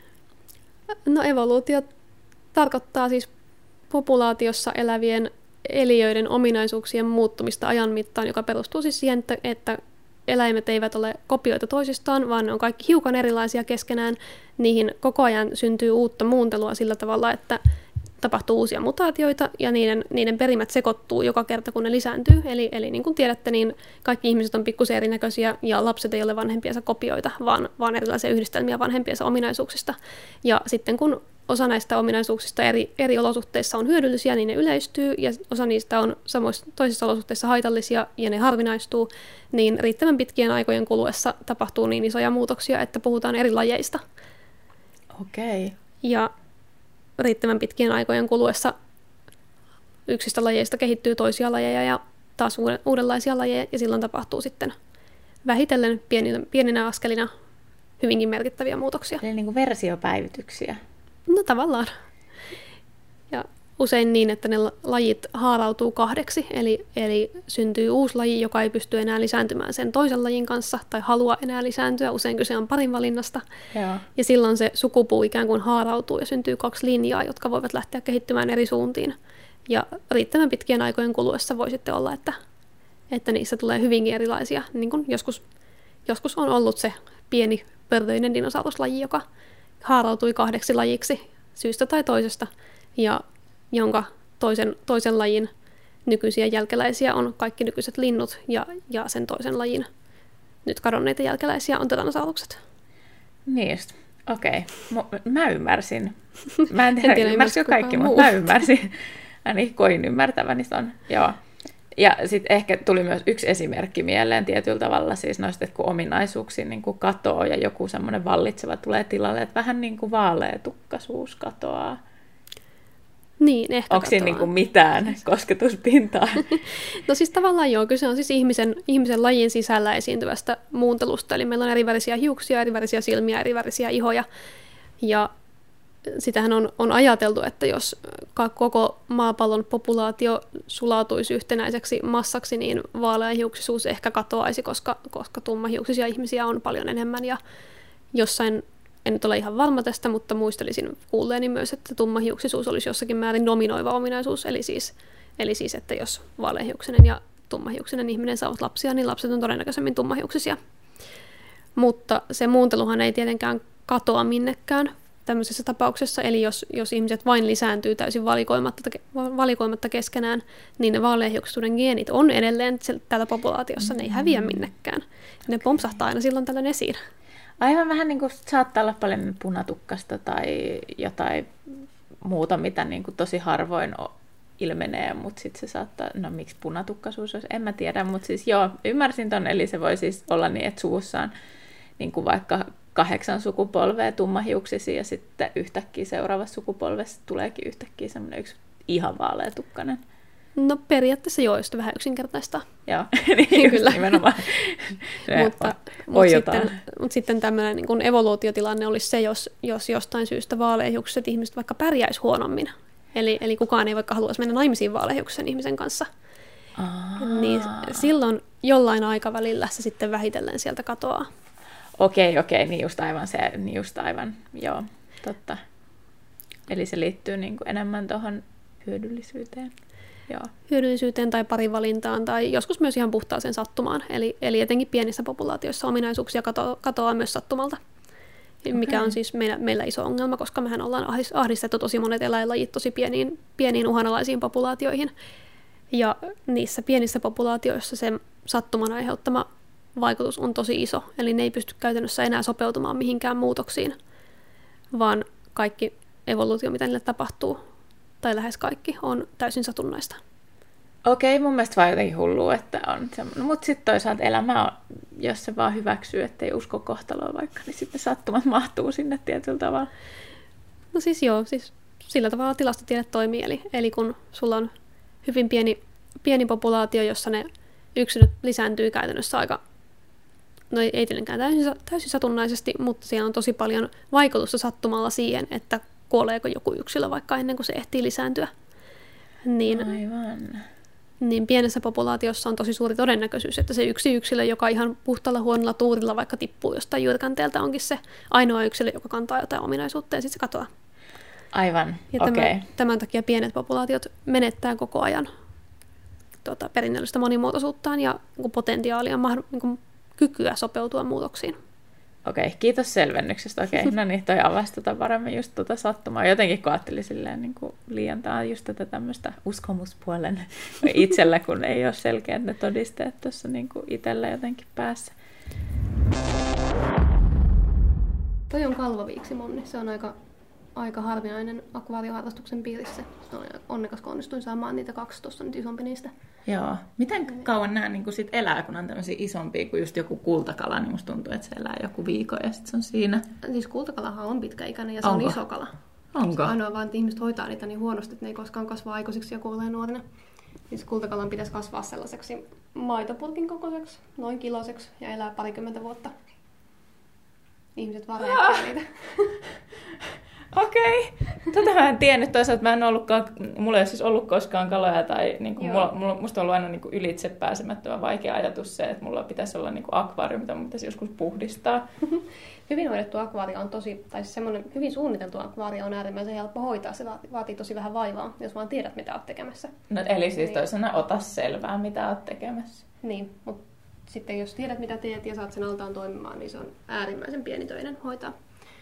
[SPEAKER 2] No evoluutio tarkoittaa siis populaatiossa elävien eliöiden ominaisuuksien muuttumista ajan mittaan, joka perustuu siis siihen, että, että eläimet eivät ole kopioita toisistaan, vaan ne on kaikki hiukan erilaisia keskenään. Niihin koko ajan syntyy uutta muuntelua sillä tavalla, että tapahtuu uusia mutaatioita ja niiden, niiden perimät sekoittuu joka kerta, kun ne lisääntyy. Eli, eli niin kuin tiedätte, niin kaikki ihmiset on pikkusen erinäköisiä ja lapset ei ole vanhempiensa kopioita, vaan, vaan erilaisia yhdistelmiä vanhempiensa ominaisuuksista. Ja sitten kun osa näistä ominaisuuksista eri, eri olosuhteissa on hyödyllisiä, niin ne yleistyy ja osa niistä on samoissa toisissa olosuhteissa haitallisia ja ne harvinaistuu, niin riittävän pitkien aikojen kuluessa tapahtuu niin isoja muutoksia, että puhutaan eri lajeista.
[SPEAKER 3] Okei. Okay.
[SPEAKER 2] Ja riittävän pitkien aikojen kuluessa yksistä lajeista kehittyy toisia lajeja ja taas uudenlaisia lajeja, ja silloin tapahtuu sitten vähitellen pieninä, pieninä askelina hyvinkin merkittäviä muutoksia.
[SPEAKER 3] Eli niin kuin versiopäivityksiä.
[SPEAKER 2] No tavallaan. Ja usein niin, että ne lajit haarautuu kahdeksi, eli, eli syntyy uusi laji, joka ei pysty enää lisääntymään sen toisen lajin kanssa, tai halua enää lisääntyä. Usein kyse on parinvalinnasta.
[SPEAKER 3] Joo.
[SPEAKER 2] Ja silloin se sukupuu ikään kuin haarautuu ja syntyy kaksi linjaa, jotka voivat lähteä kehittymään eri suuntiin. Ja riittävän pitkien aikojen kuluessa voi sitten olla, että, että niissä tulee hyvinkin erilaisia. Niin kuin joskus, joskus on ollut se pieni pördöinen dinosauruslaji, joka haarautui kahdeksi lajiksi syystä tai toisesta, ja jonka toisen, toisen lajin nykyisiä jälkeläisiä on kaikki nykyiset linnut, ja, ja sen toisen lajin nyt kadonneita jälkeläisiä on tyrannosaurukset.
[SPEAKER 3] Niin just. Okei. Okay. Mä ymmärsin. Mä en tiedä,
[SPEAKER 2] en tiedä
[SPEAKER 3] ymmärsikö kaikki, mutta mä ymmärsin. Ainakin koin ymmärtäväni ton. Joo. Ja sitten ehkä tuli myös yksi esimerkki mieleen tietyllä tavalla siis noista, että kun ominaisuuksia niin kuin katoaa ja joku semmoinen vallitseva tulee tilalle, että vähän niin kuin vaaleatukkaisuus katoaa.
[SPEAKER 2] Niin, ehkä
[SPEAKER 3] onko siinä niin kuin mitään kosketuspintaa?
[SPEAKER 2] No siis tavallaan joo, kyse on siis ihmisen, ihmisen lajin sisällä esiintyvästä muuntelusta. Eli meillä on erivärisiä hiuksia, erivärisiä silmiä, erivärisiä ihoja. Ja sitähän on, on ajateltu, että jos koko maapallon populaatio sulautuisi yhtenäiseksi massaksi, niin vaaleahiuksisuus ehkä katoaisi, koska, koska tummahiuksisia ihmisiä on paljon enemmän. Ja jossain, en nyt ole ihan varma tästä, mutta muistelisin kuulleeni myös, että tummahiuksisuus olisi jossakin määrin dominoiva ominaisuus. Eli siis, eli siis että jos vaaleahiuksinen ja tummahiuksinen ihminen saavat lapsia, niin lapset on todennäköisemmin tummahiuksisia. Mutta se muunteluhan ei tietenkään katoa minnekään tämmöisessä tapauksessa, eli jos, jos ihmiset vain lisääntyy täysin valikoimatta, valikoimatta keskenään, niin ne vaaleahiuksisuuden geenit on edelleen täällä populaatiossa, ne ei häviä minnekään. Ne pompsahtaa aina silloin tällöin esiin.
[SPEAKER 3] Aivan vähän niin kuin saattaa olla paljon punatukkasta tai jotain muuta, mitä niin kuin tosi harvoin ilmenee, mutta sitten se saattaa, no miksi punatukkaisuus olisi, en mä tiedä, mutta siis joo, ymmärsin ton, eli se voi siis olla niin, että suvussa on niin kuin vaikka kahdeksan sukupolvea tummahiuksisia ja sitten yhtäkkiä seuraavassa sukupolvessa tuleekin yhtäkkiä semmoinen yksi ihan vaaleatukkainen.
[SPEAKER 2] No periaatteessa joo, jos vähän yksinkertaista.
[SPEAKER 3] Joo, niin kyllä. Nimenomaan.
[SPEAKER 2] mutta, mutta, sitten, mutta sitten tämmöinen niin kuin evoluutiotilanne olisi se, jos, jos jostain syystä vaaleahiukset ihmiset vaikka pärjäisi huonommin. Eli, eli kukaan ei vaikka haluaisi mennä naimisiin vaaleahiuksen ihmisen kanssa.
[SPEAKER 3] Aa.
[SPEAKER 2] Niin silloin jollain aikavälillä se sitten vähitellen sieltä katoaa.
[SPEAKER 3] Okei, okei, niin just aivan se, niin just aivan, joo, totta. Eli se liittyy niin kuin enemmän tuohon hyödyllisyyteen. Joo.
[SPEAKER 2] Hyödyllisyyteen tai parivalintaan tai joskus myös ihan puhtaaseen sattumaan. Eli, eli etenkin pienissä populaatioissa ominaisuuksia kato, katoaa myös sattumalta, okay. Mikä on siis meillä, meillä iso ongelma, koska mehän ollaan ahdistettu tosi monet eläinlajit tosi pieniin, pieniin uhanalaisiin populaatioihin. Ja niissä pienissä populaatioissa se sattuman aiheuttama vaikutus on tosi iso, eli ne ei pysty käytännössä enää sopeutumaan mihinkään muutoksiin, vaan kaikki evoluutio, mitä niille tapahtuu, tai lähes kaikki, on täysin satunnaista.
[SPEAKER 3] Okei, mun mielestä vaan jotenkin hullua, että on semmoinen. Mutta sitten toisaalta elämä on, jos se vaan hyväksyy, ettei usko kohtaloa vaikka, niin sitten sattumat mahtuu sinne tietyllä tavalla.
[SPEAKER 2] No siis joo, siis sillä tavalla tilastotiede toimii, eli, eli kun sulla on hyvin pieni, pieni populaatio, jossa ne yksilöt lisääntyy käytännössä aika, no ei, ei tietenkään täysin, täysin satunnaisesti, mutta siellä on tosi paljon vaikutusta sattumalla siihen, että kuoleeko joku yksilö vaikka ennen kuin se ehtii lisääntyä. Niin,
[SPEAKER 3] aivan.
[SPEAKER 2] Niin pienessä populaatiossa on tosi suuri todennäköisyys, että se yksi yksilö, joka ihan puhtaalla huonolla tuurilla vaikka tippuu jostain jyrkänteeltä, onkin se ainoa yksilö, joka kantaa jotain ominaisuutta ja sitten se katoaa.
[SPEAKER 3] Aivan,
[SPEAKER 2] ja
[SPEAKER 3] okei.
[SPEAKER 2] tämän, tämän takia pienet populaatiot menettää koko ajan tuota, perinnöllistä monimuotoisuuttaan ja niin potentiaalia, niin kykyä sopeutua muutoksiin.
[SPEAKER 3] Okei, kiitos selvennyksestä. Okei, no niin, toi avasi tota paremmin just tuota sattumaa. Jotenkin kun ajattelin silleen niin kuin liiantaa just tätä tämmöistä uskomuspuolen itsellä, kun ei ole selkeät ne todisteet tuossa niin kuin itsellä jotenkin päässä.
[SPEAKER 2] Toi on kalvoviiksimonni. Se on aika, aika harvinainen akvaarioharrastuksen piirissä. Se on onnekas, kun onnistuin saamaan niitä kaksi. Tuossa nyt isompi niistä.
[SPEAKER 3] Joo. Miten kauan nämä niin sit elää, kun on tämmöisiä isompia kuin just joku kultakala, niin musta tuntuu, että se elää joku viikon ja sitten se on siinä.
[SPEAKER 2] Siis kultakalahan on pitkäikäinen ja se
[SPEAKER 3] Onko?
[SPEAKER 2] on iso kala.
[SPEAKER 3] Onko?
[SPEAKER 2] Ainoa vaan, että ihmiset hoitaa niitä niin huonosti, että ne ei koskaan kasva aikuisiksi ja kuolee nuorina. Siis kultakalan pitäisi kasvaa sellaiseksi maitopurkin kokoiseksi, noin kiloiseksi ja elää parikymmentä vuotta. Ihmiset vaan räjähtää niitä.
[SPEAKER 3] Okei. Tota mä en tiennyt. Toisaalta mä en ollutkaan, mulla ei ole siis ollut koskaan kaloja tai niinku, mulla, mulla, musta on ollut aina niinku ylitse pääsemättömän vaikea ajatus se, että mulla pitäisi olla niinku akvaariumi, mitä mun pitäisi joskus puhdistaa.
[SPEAKER 2] Hyvin hoidettu akvaario on tosi, tai siis semmoinen hyvin suunniteltu akvaario on äärimmäisen helppo hoitaa. Se vaatii, vaatii tosi vähän vaivaa, jos vaan tiedät, mitä olet tekemässä.
[SPEAKER 3] No, eli siis
[SPEAKER 2] niin.
[SPEAKER 3] Toisena ota selvää, mitä olet tekemässä.
[SPEAKER 2] Niin, mutta sitten jos tiedät, mitä teet ja saat sen altaan toimimaan, niin se on äärimmäisen pienitöinen hoitaa.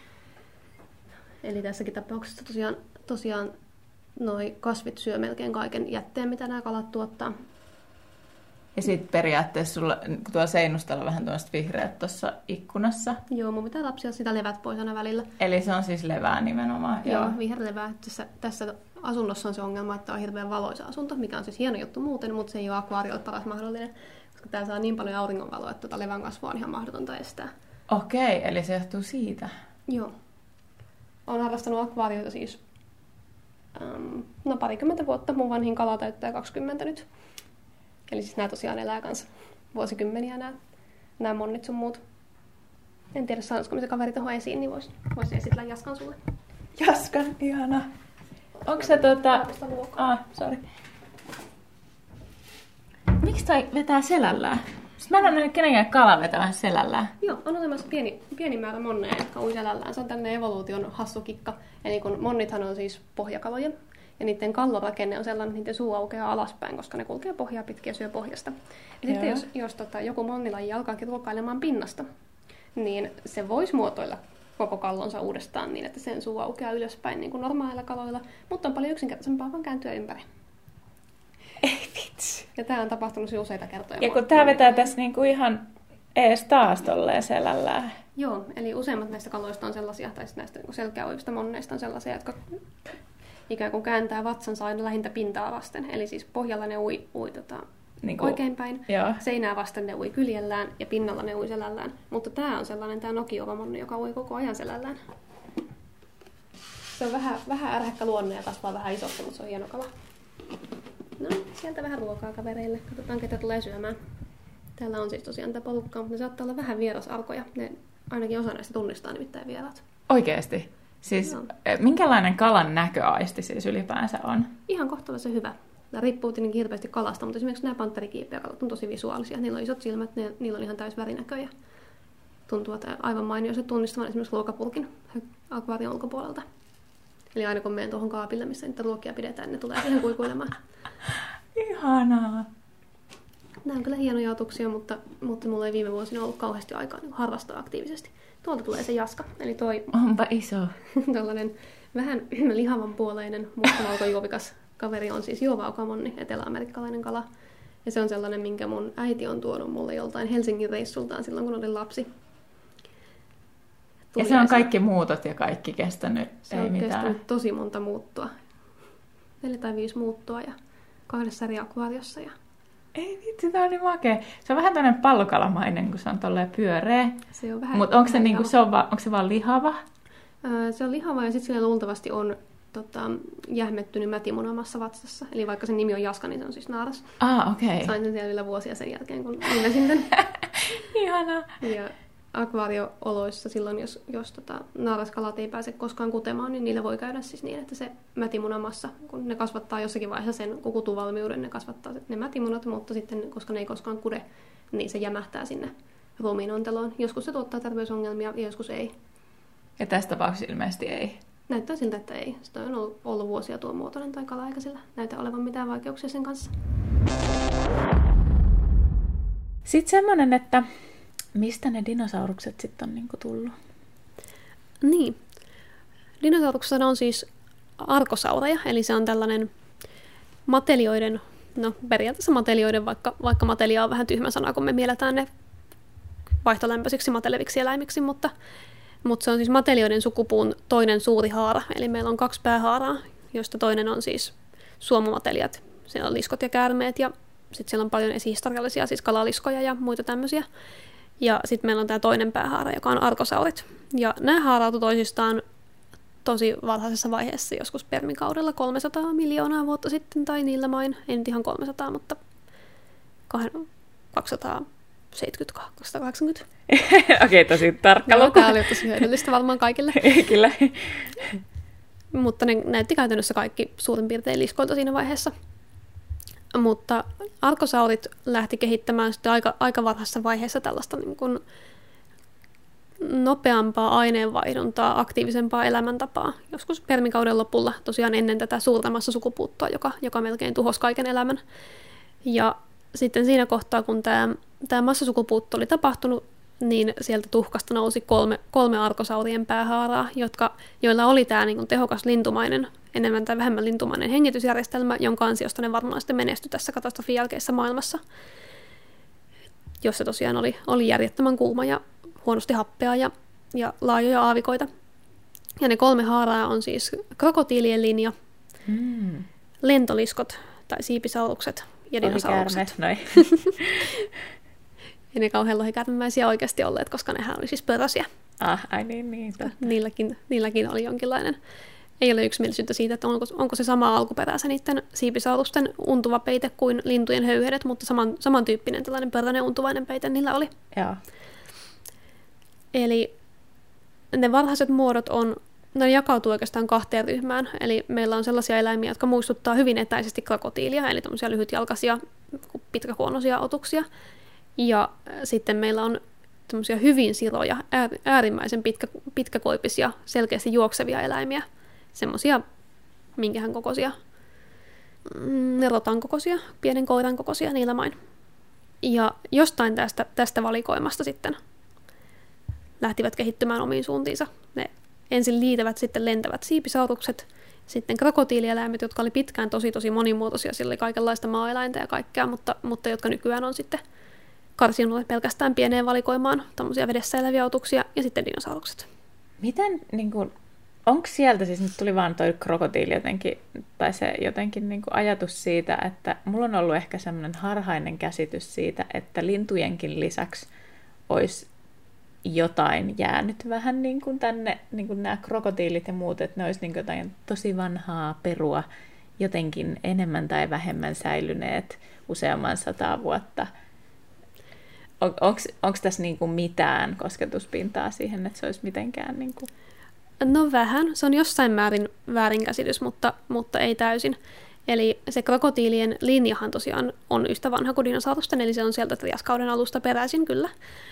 [SPEAKER 2] Eli tässäkin tapauksessa tosiaan, tosiaan noi kasvit syö melkein kaiken jätteen, mitä nämä kalat tuottaa.
[SPEAKER 3] Ja sitten periaatteessa sulla, kun tuolla seinustalla on vähän tuosta vihreät tuossa ikkunassa.
[SPEAKER 2] Joo, mun pitää lapsia sitä levät pois aina välillä.
[SPEAKER 3] Eli se on siis levää nimenomaan.
[SPEAKER 2] Joo, joo. Viherlevää. Tässä, tässä asunnossa on se ongelma, että on hirveän valoisa asunto, mikä on siis hieno juttu muuten, mutta se ei ole akvaariolle paras mahdollinen, koska tää saa niin paljon auringonvaloa, että tuota levän kasvua on ihan mahdotonta estää.
[SPEAKER 3] Okei, eli se johtuu siitä.
[SPEAKER 2] Joo. Olen harrastanut akvaarioita siis um, no parikymmentä vuotta. Mun vanhin kala täyttää kaksikymmentä nyt. Eli siis nämä tosiaan elää kanssa vuosikymmeniä nämä, nämä monnit sun muut. En tiedä, saanko se kaveri tuohon esiin, niin voisi vois esitellä Jaskan sulle.
[SPEAKER 3] Jaskan, ihana. Onko se tota... Ah, sori. Miksi toi vetää selällään? Sitten mä en ole nähnyt kenenkään kalan vetävän selällään.
[SPEAKER 2] Joo, on olemassa pieni, pieni määrä monneja, jotka ui selällään. Se on tämmöinen evoluution hassu kikka. Eli kun monnithan on siis pohjakaloja, ja niiden kallorakenne on sellainen, että niiden suu aukeaa alaspäin, koska ne kulkee pohjaa pitkin ja syö pohjasta. Ja sitten jos, jos tota, joku monnilaji alkaakin ruokailemaan pinnasta, niin se voisi muotoilla koko kallonsa uudestaan niin, että sen suu aukeaa ylöspäin niin kuin normaaleilla kaloilla, mutta on paljon yksinkertaisempaa vaan kääntyä ympäri.
[SPEAKER 3] Ei vitsi.
[SPEAKER 2] Ja tämä on tapahtunut useita kertoja.
[SPEAKER 3] Ja kun tämä vetää tässä niinku ihan ees taas tolleen selällään.
[SPEAKER 2] Joo, eli useimmat näistä kaloista on sellaisia, tai näistä niin selkeäuivista monneista on sellaisia, jotka ikään kuin kääntää vatsansa aina lähintä pintaa vasten. Eli siis pohjalla ne ui, ui tota, niin kuin, oikeinpäin, joo. Seinää vasten ne ui kyljellään ja pinnalla ne ui selällään. Mutta tämä on sellainen tämä nokiovamonne, joka ui koko ajan selällään. Se on vähän, vähän ärhäkkä luonne ja kasvaa vähän isoksi, mutta se on hieno kala. No, sieltä vähän ruokaa kavereille. Katsotaan, ketä tulee syömään. Täällä on siis tosiaan tätä porukkaa, mutta ne saattaa olla vähän vierasarkoja. Ne ainakin osa näistä tunnistaa nimittäin vieraat.
[SPEAKER 3] Oikeesti? Siis no. Minkälainen kalan näköaisti siis ylipäänsä on? Ihan
[SPEAKER 2] kohtalaisen hyvä. Tämä riippuu tietenkin hirveästi kalasta, mutta esimerkiksi nämä pantterikiipeäkalat on tosi visuaalisia. Niillä on isot silmät, ne, niillä on ihan täys värinäkö ja tuntuu, että aivan mainiosti tunnistamaan esimerkiksi ruokapulkin akvaarion ulkopuolelta. Eli aina kun menen tuohon kaapille, missä niitä ruokia pidetään, ne tulee siihen kuikuilemaan.
[SPEAKER 3] Ihanaa!
[SPEAKER 2] Nämä on kyllä hienoja otuksia, mutta, mutta mulla ei viime vuosina ollut kauheasti aikaa niin harrastaa aktiivisesti. Tuolta tulee se jaska, eli toi...
[SPEAKER 3] Onpa iso.
[SPEAKER 2] Tällainen vähän lihavan puoleinen mustavalkojuovikas kaveri on siis juovaukamonni, eteläamerikkalainen kala. Ja se on sellainen, minkä mun äiti on tuonut mulle joltain Helsingin reissultaan silloin, kun olin lapsi.
[SPEAKER 3] Tuli ja se on kaikki muutot ja kaikki kestänyt,
[SPEAKER 2] se
[SPEAKER 3] ei
[SPEAKER 2] on
[SPEAKER 3] mitään.
[SPEAKER 2] kestänyt tosi monta muuttua. Neljä tai viisi muuttua ja kahdessa eri akvaariossa. Ja...
[SPEAKER 3] Ei vitsi, tää on niin makea. Se on vähän tämmöinen pallokalamainen, kun se on tolleen pyöreä.
[SPEAKER 2] Se on vähän.
[SPEAKER 3] Mutta onko se, niinku, se, on va, onko se vaan lihava?
[SPEAKER 2] Öö, se on lihava ja sitten sillä luultavasti on tota, jähmettynyt mätimunamassa vatsassa. Eli vaikka sen nimi on Jaska, niin se on siis naaras.
[SPEAKER 3] Ah, okei. Okay.
[SPEAKER 2] Sain sen siellä vielä vuosia sen jälkeen, kun nimesin sen.
[SPEAKER 3] Ihanaa.
[SPEAKER 2] Ja akvaariooloissa silloin, jos, jos tota, naaraskalat ei pääse koskaan kutemaan, niin niillä voi käydä siis niin, että se mätimunamassa, kun ne kasvattaa jossakin vaiheessa sen kukutuvalmiuden, ne kasvattaa ne mätimunat, mutta sitten, koska ne ei koskaan kude, niin se jämähtää sinne ruumiinonteloon. Joskus se tuottaa terveysongelmia ja joskus ei.
[SPEAKER 3] Ja tässä tapauksessa ilmeisesti ei?
[SPEAKER 2] Näyttää siltä, että ei. Sitä on ollut, ollut vuosia tuon muotoinen tai kala, eikä sillä näytä olevan mitään vaikeuksia sen kanssa.
[SPEAKER 3] Sitten semmoinen, että mistä ne dinosaurukset sitten on niinku tullut?
[SPEAKER 2] Niin. Dinosauruksessa on siis arkosaureja, eli se on tällainen matelioiden, no periaatteessa matelioiden, vaikka, vaikka matelia on vähän tyhmä sana, kun me mielletään ne vaihtolämpöisiksi mateleviksi eläimiksi, mutta, mutta se on siis matelioiden sukupuun toinen suuri haara, eli meillä on kaksi päähaaraa, joista toinen on siis suomumatelijat, siellä on liskot ja käärmeet ja sitten siellä on paljon esihistoriallisia, siis kalaliskoja ja muita tämmöisiä. Ja sitten meillä on tämä toinen päähaara, joka on arkosaurit. Ja nämä haarautuivat toisistaan tosi varhaisessa vaiheessa, joskus permikaudella kolmesataa miljoonaa vuotta sitten, tai niillä main, en ihan kolmesataa, mutta kaksisataaseitsemänkymmentä, kaksisataakahdeksankymmentä.
[SPEAKER 3] Okei, tosi tarkka luku.
[SPEAKER 2] Tämä oli tosi hyödyllistä varmaan kaikille.
[SPEAKER 3] Kyllä.
[SPEAKER 2] Mutta ne näytti käytännössä kaikki suurin piirtein liskoilta siinä vaiheessa. Mutta arkosaurit lähti kehittämään sitten aika, aika varhaisessa vaiheessa tällaista niin kuin nopeampaa aineenvaihduntaa, aktiivisempaa elämäntapaa. Joskus permikauden lopulla tosiaan ennen tätä suurta massasukupuuttoa, joka, joka melkein tuhosi kaiken elämän. Ja sitten siinä kohtaa, kun tämä, tämä massasukupuutto oli tapahtunut, niin sieltä tuhkasta nousi kolme, kolme arkosaurien päähaaraa, jotka, joilla oli tämä niin kuin tehokas lintumainen, enemmän tai vähemmän lintumainen hengitysjärjestelmä, jonka ansiosta ne varmaan sitten menestyi tässä katastrofin jälkeisessä maailmassa, jossa tosiaan oli, oli järjettömän kuuma ja huonosti happea ja, ja laajoja aavikoita. Ja ne kolme haaraa on siis krokotiilien linja, mm. lentoliskot tai siipisaurukset ja dinosaurukset. Ja ne kauhean lohikärmemäisiä oikeasti olleet, koska nehän oli siis pörösiä.
[SPEAKER 3] Ah, ai niin, niin.
[SPEAKER 2] Niilläkin, niilläkin oli jonkinlainen. Ei ole yksimielisyyttä siitä, että onko, onko se sama alkuperä se niiden siipisaurusten untuva peite kuin lintujen höyhenet, mutta saman, samantyyppinen tällainen pörröinen untuvainen peite niillä oli.
[SPEAKER 3] Joo.
[SPEAKER 2] Eli ne varhaiset muodot on, ne jakautuu oikeastaan kahteen ryhmään. Eli meillä on sellaisia eläimiä, jotka muistuttaa hyvin etäisesti krokotiilia, eli tämmöisiä lyhytjalkaisia, pitkäkuonoisia otuksia. Ja sitten meillä on tämmöisiä hyvin siroja, äärimmäisen pitkä, pitkäkoipisia, selkeästi juoksevia eläimiä. Semmoisia minkähän kokoisia, rotan kokoisia, pienen koiran kokoisia, niillä main. Ja jostain tästä, tästä valikoimasta sitten lähtivät kehittymään omiin suuntiinsa. Ne ensin liitävät, sitten lentävät siipisaurukset, sitten krokotiilieläimet, jotka oli pitkään tosi tosi monimuotoisia, sillä oli kaikenlaista maaeläintä ja kaikkea, mutta, mutta jotka nykyään on sitten karsinulle pelkästään pieneen valikoimaan tämmöisiä vedessä eläviä otuksia ja sitten dinosaurukset.
[SPEAKER 3] Miten, niin kuin, onko sieltä, siis nyt tuli vaan toi krokotiili jotenkin, tai se jotenkin niin kuin ajatus siitä, että mulla on ollut ehkä semmoinen harhainen käsitys siitä, että lintujenkin lisäksi olisi jotain jäänyt vähän niin kuin tänne, niin kuin nämä krokotiilit ja muut, että ne olisi niin kuin jotain tosi vanhaa perua, jotenkin enemmän tai vähemmän säilyneet useamman sataa vuotta. On, onko tässä niin kuin mitään kosketuspintaa siihen, että se olisi mitenkään... Niin kuin...
[SPEAKER 2] No vähän. Se on jossain määrin väärinkäsitys, mutta, mutta ei täysin. Eli se krokotiilien linjahan tosiaan on yhtä vanha kuin dinosaurusten, eli se on sieltä triaskauden alusta peräisin kyllä.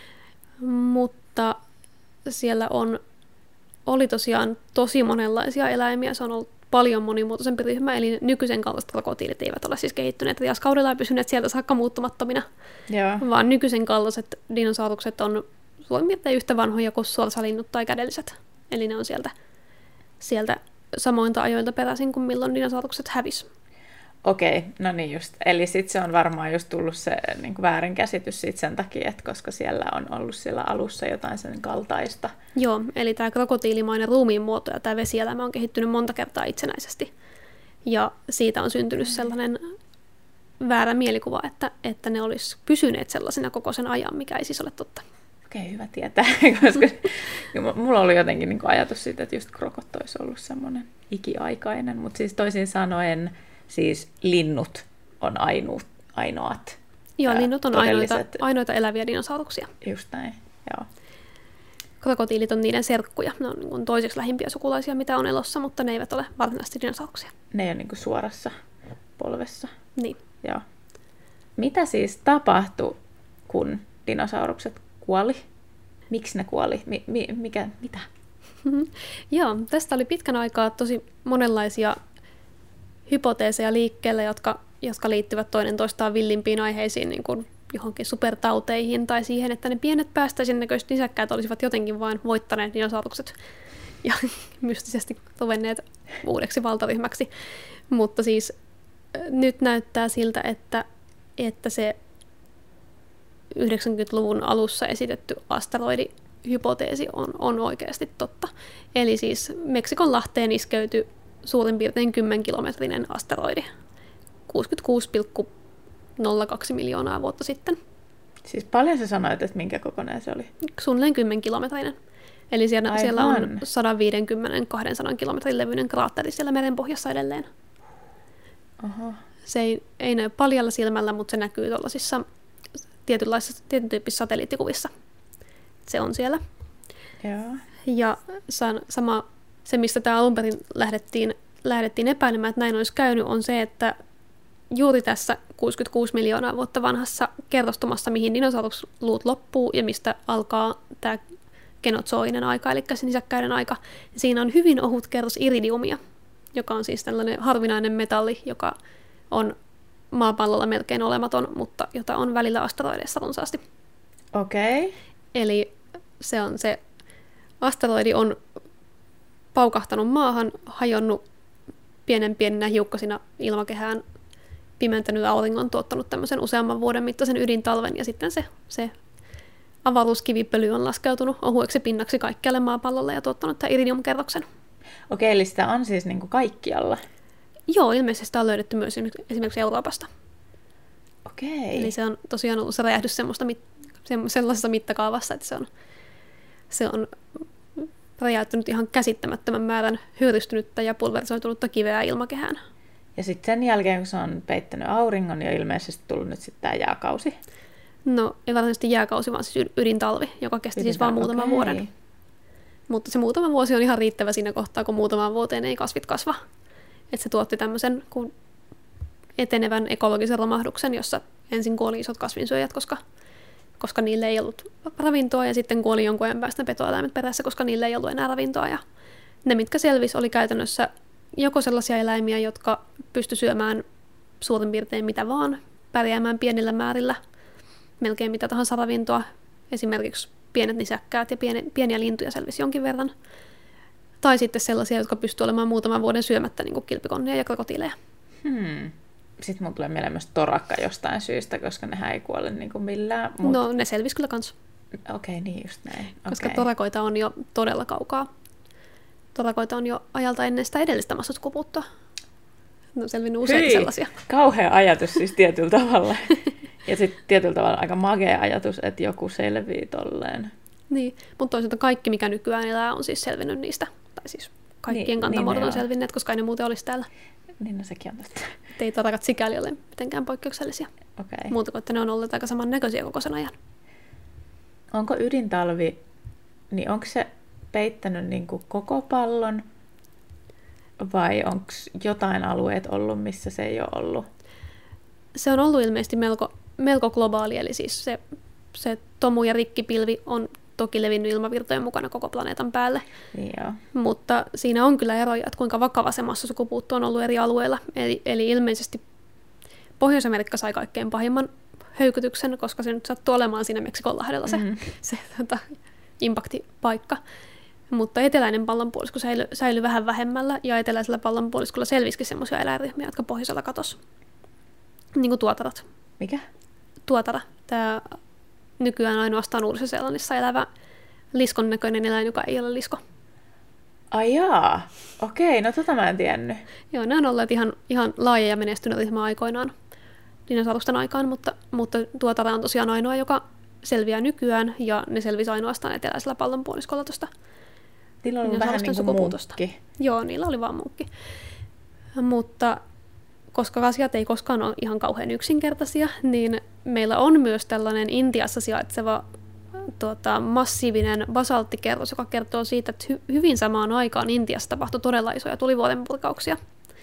[SPEAKER 2] Mutta siellä on, oli tosiaan tosi monenlaisia eläimiä, se on ollut paljon monimuotoisempi ryhmä, eli nykyisen kaltaiset krokotiilit eivät ole siis kehittyneet triaskaudella ja pysyneet sieltä saakka muuttumattomina, Joo. vaan nykyisen kaltaiset dinosaurukset on suurin piirtein yhtä vanhoja kuin suorsalinnut tai kädelliset. Eli ne on sieltä, sieltä samoilta ajoilta peräisin kuin milloin dinosaurukset hävisi.
[SPEAKER 3] Okei, no niin just. Eli sitten se on varmaan just tullut se niin kuin väärinkäsitys siitä sen takia, että koska siellä on ollut siellä alussa jotain sen kaltaista.
[SPEAKER 2] Joo, eli tämä krokotiilimainen ruumiin muoto ja tämä vesielämä on kehittynyt monta kertaa itsenäisesti. Ja siitä on syntynyt sellainen väärä mielikuva, että, että ne olisi pysyneet sellaisena koko sen ajan, mikä ei siis ole totta.
[SPEAKER 3] Okei, hyvä tietää, koska mulla oli jotenkin niin kuin ajatus siitä, että just krokot olisi ollut semmoinen ikiaikainen, mutta siis toisin sanoen siis linnut on ainu, ainoat.
[SPEAKER 2] Joo, linnut on ainoita, ainoita eläviä dinosauruksia.
[SPEAKER 3] Just näin, joo.
[SPEAKER 2] Krokotiilit on niiden serkkuja. Ne on niin kuin toiseksi lähimpiä sukulaisia, mitä on elossa, mutta ne eivät ole varsinaisesti dinosauruksia.
[SPEAKER 3] Ne ei ole niin kuin suorassa polvessa.
[SPEAKER 2] Niin.
[SPEAKER 3] Joo. Mitä siis tapahtui, kun dinosaurukset kuoli? Miksi ne kuoli? Mi- mi- mikä, mitä?
[SPEAKER 2] Joo, tästä oli pitkän aikaa tosi monenlaisia hypoteeseja liikkeelle, jotka, jotka liittyvät toinen toistaan villimpiin aiheisiin, niin kuin johonkin supertauteihin tai siihen, että ne pienet päästäisin näköiset nisäkkäät olisivat jotenkin vain voittaneet dinosaurukset ja mystisesti ruvenneet uudeksi valtaryhmäksi. Mutta siis nyt näyttää siltä, että, että se yhdeksänkymmentäluvun alussa esitetty asteroidihypoteesi on, on oikeasti totta. Eli siis Meksikon lahteen iskeytyi suurin piirtein kymmenkilometrinen asteroidi kuusikymmentäkuusi pilkku nolla kaksi miljoonaa vuotta sitten.
[SPEAKER 3] Siis paljon sä sanoit, että minkä kokoinen se oli?
[SPEAKER 2] Suunnilleen kymmenkilometrinen. Eli siellä, siellä on sata viisikymmentä kaksisataa kilometrin levyinen kraatteri siellä merenpohjassa edelleen.
[SPEAKER 3] Oho.
[SPEAKER 2] Se ei, ei näy paljalla silmällä, mutta se näkyy tuollaisissa tietynlaisissa, tietyn tyyppisissä satelliittikuvissa. Se on siellä.
[SPEAKER 3] Joo.
[SPEAKER 2] Ja sama, se, mistä tämä alun perin lähdettiin, lähdettiin epäilemään, että näin olisi käynyt, on se, että juuri tässä kuusikymmentäkuusi miljoonaa vuotta vanhassa kerrostumassa, mihin dinosaurusluut loppuu ja mistä alkaa tämä genozoinen aika, eli se nisäkkäiden aika, siinä on hyvin ohut kerros iridiumia, joka on siis tällainen harvinainen metalli, joka on maapallolla melkein olematon, mutta jota on välillä asteroideissa runsaasti.
[SPEAKER 3] Okei. Okay.
[SPEAKER 2] Eli se on se asteroidi on paukahtanut maahan, hajonnut pienen pieninä hiukkasina ilmakehään, pimentänyt auringon, tuottanut tämmöisen useamman vuoden mittaisen ydintalven, ja sitten se, se avaruuskivipöly on laskeutunut ohueksi pinnaksi kaikkialle maapallolle ja tuottanut tämän iridiumkerroksen.
[SPEAKER 3] Okei, eli sitä on siis niin kuin kaikkialla?
[SPEAKER 2] Joo, ilmeisesti sitä on löydetty myös esimerkiksi Euroopasta.
[SPEAKER 3] Okei.
[SPEAKER 2] Eli se on tosiaan ollut se räjähdys semmoista mit, sellaisessa mittakaavassa, että se on, se on räjäyttänyt ihan käsittämättömän määrän hyyristynyttä ja pulverisoitunutta kiveä ilmakehään.
[SPEAKER 3] Ja sitten sen jälkeen, kun se on peittänyt auringon, niin on ilmeisesti tullut nyt sitten tämä jääkausi.
[SPEAKER 2] No, ei varsinaisesti jääkausi, vaan siis ydintalvi, joka kesti Ydintalvi. siis vain muutaman okay. vuoden. Mutta se muutama vuosi on ihan riittävä siinä kohtaa, kun muutamaan vuoteen ei kasvit kasva. Että se tuotti tämmöisen kuin etenevän ekologisen romahduksen, jossa ensin kuoli isot kasvinsyöjät, koska, koska niille ei ollut ravintoa, ja sitten kuoli jonkun ajan päästä petoeläimet perässä, koska niille ei ollut enää ravintoa. Ja ne, mitkä selvisi, oli käytännössä joko sellaisia eläimiä, jotka pysty syömään suurin piirtein mitä vaan, pärjäämään pienillä määrillä, melkein mitä tahansa ravintoa. Esimerkiksi pienet nisäkkäät ja pieni, pieniä lintuja selvisi jonkin verran. Tai sitten sellaisia, jotka pystyvät olemaan muutaman vuoden syömättä, niin kuin kilpikonnia ja krokotiileja.
[SPEAKER 3] Hmm. sitten mun tulee mieleen myös torakka jostain syystä, koska nehän ei kuole niin kuin millään. Mut...
[SPEAKER 2] No ne selvisi kyllä kans.
[SPEAKER 3] Okei, okay, niin just näin.
[SPEAKER 2] Koska
[SPEAKER 3] okay.
[SPEAKER 2] torakoita on jo todella kaukaa. Torakoita on jo ajalta ennen sitä edellistä massasukupuuttoa. No selvinnyt useita
[SPEAKER 3] Hyi,
[SPEAKER 2] sellaisia.
[SPEAKER 3] Kauhea ajatus siis tietyllä tavalla. Ja sitten tietyllä tavalla aika magea ajatus, että joku selvii tolleen.
[SPEAKER 2] Niin, mutta toisaalta kaikki, mikä nykyään elää, on siis selvinnyt niistä. Tai siis kaikkien
[SPEAKER 3] niin,
[SPEAKER 2] kantamuodot
[SPEAKER 3] niin
[SPEAKER 2] on selvinneet, koska ei ne muuten olisi täällä.
[SPEAKER 3] Niin, no sekin on totta.
[SPEAKER 2] Et ei torakat sikäli ole mitenkään poikkeuksellisia.
[SPEAKER 3] Okay.
[SPEAKER 2] Muuta kuin, että ne on olleet aika samannäköisiä koko sen ajan.
[SPEAKER 3] Onko ydintalvi, niin onko se peittänyt niin kuin koko pallon, vai onko jotain alueet ollut, missä se ei ole ollut?
[SPEAKER 2] Se on ollut ilmeisesti melko, melko globaali, eli siis se, se tomu- ja rikkipilvi on toki levinnyt ilmavirtojen mukana koko planeetan päälle.
[SPEAKER 3] Niin joo.
[SPEAKER 2] Mutta siinä on kyllä eroja, että kuinka vakava se massasukupuutto on ollut eri alueilla. Eli, eli ilmeisesti Pohjois-Amerikka sai kaikkein pahimman höykytyksen, koska se nyt sattuu olemaan siinä Meksikonlahdella se, mm-hmm. se tota, impaktipaikka. Mutta eteläinen pallonpuolisko säilyi, säilyi vähän vähemmällä, ja eteläisellä pallonpuoliskolla selvisikin semmoisia eläinryhmiä, jotka pohjoisella katosi. Niin kuin tuotarat.
[SPEAKER 3] Mikä?
[SPEAKER 2] Tuotara. Tämä nykyään ainoastaan Uudessa-Seelannissa elävä liskon näköinen eläin, joka ei ole lisko.
[SPEAKER 3] Ai jaa, okei, no tota mä en tiennyt.
[SPEAKER 2] Joo, ne on olleet ihan, ihan laaja ja menestynyt ryhmä aikoinaan dinosaurusten aikaan, mutta, mutta tuotara on tosiaan ainoa, joka selviää nykyään, ja ne selvisi ainoastaan eteläisellä pallonpuoliskolla tuosta.
[SPEAKER 3] Niillä on ollut vähän niin kuin munkki.
[SPEAKER 2] Joo, niillä oli vaan munkki. Mutta koska asiat ei koskaan ole ihan kauhean yksinkertaisia, niin meillä on myös tällainen Intiassa sijaitseva tuota, massiivinen basalttikerros, joka kertoo siitä, että hy- hyvin samaan aikaan Intiassa tapahtui todella isoja tulivuorenpurkauksia.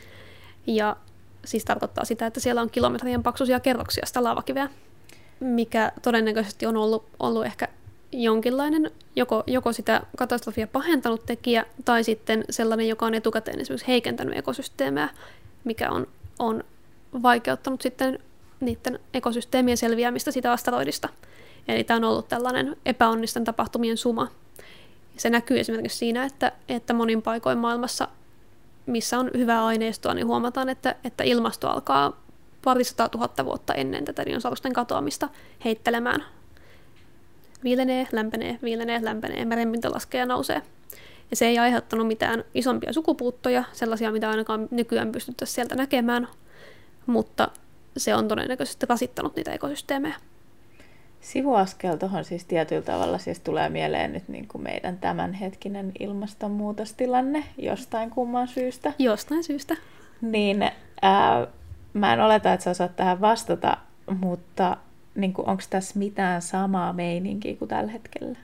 [SPEAKER 2] Ja siis tarkoittaa sitä, että siellä on kilometrien paksuisia kerroksia sitä laavakiveä, mikä todennäköisesti on ollut, ollut ehkä jonkinlainen, joko, joko sitä katastrofia pahentanut tekijä, tai sitten sellainen, joka on etukäteen esimerkiksi heikentänyt ekosysteemejä, mikä on, on vaikeuttanut sitten niiden ekosysteemien selviämistä sitä asteroidista. Eli tämä on ollut tällainen epäonnisten tapahtumien suma. Se näkyy esimerkiksi siinä, että, että monin paikoin maailmassa, missä on hyvää aineistoa, niin huomataan, että, että ilmasto alkaa parisataa tuhatta vuotta ennen tätä dinosaurusten katoamista heittelemään. Viilenee, lämpenee, viilenee, lämpenee, merenpinta laskee ja nousee. Ja se ei aiheuttanut mitään isompia sukupuuttoja, sellaisia, mitä ainakaan nykyään pystyttäisiin sieltä näkemään, mutta se on todennäköisesti rasittanut niitä ekosysteemejä.
[SPEAKER 3] Sivuaskel tuohon siis tietyllä tavalla siis tulee mieleen nyt niin kuin meidän tämänhetkinen ilmastonmuutostilanne jostain kumman syystä.
[SPEAKER 2] Jostain syystä.
[SPEAKER 3] Niin ää, mä en oleta, että sä osaat tähän vastata, mutta niin kuin, onko tässä mitään samaa meininkiä kuin tällä hetkellä?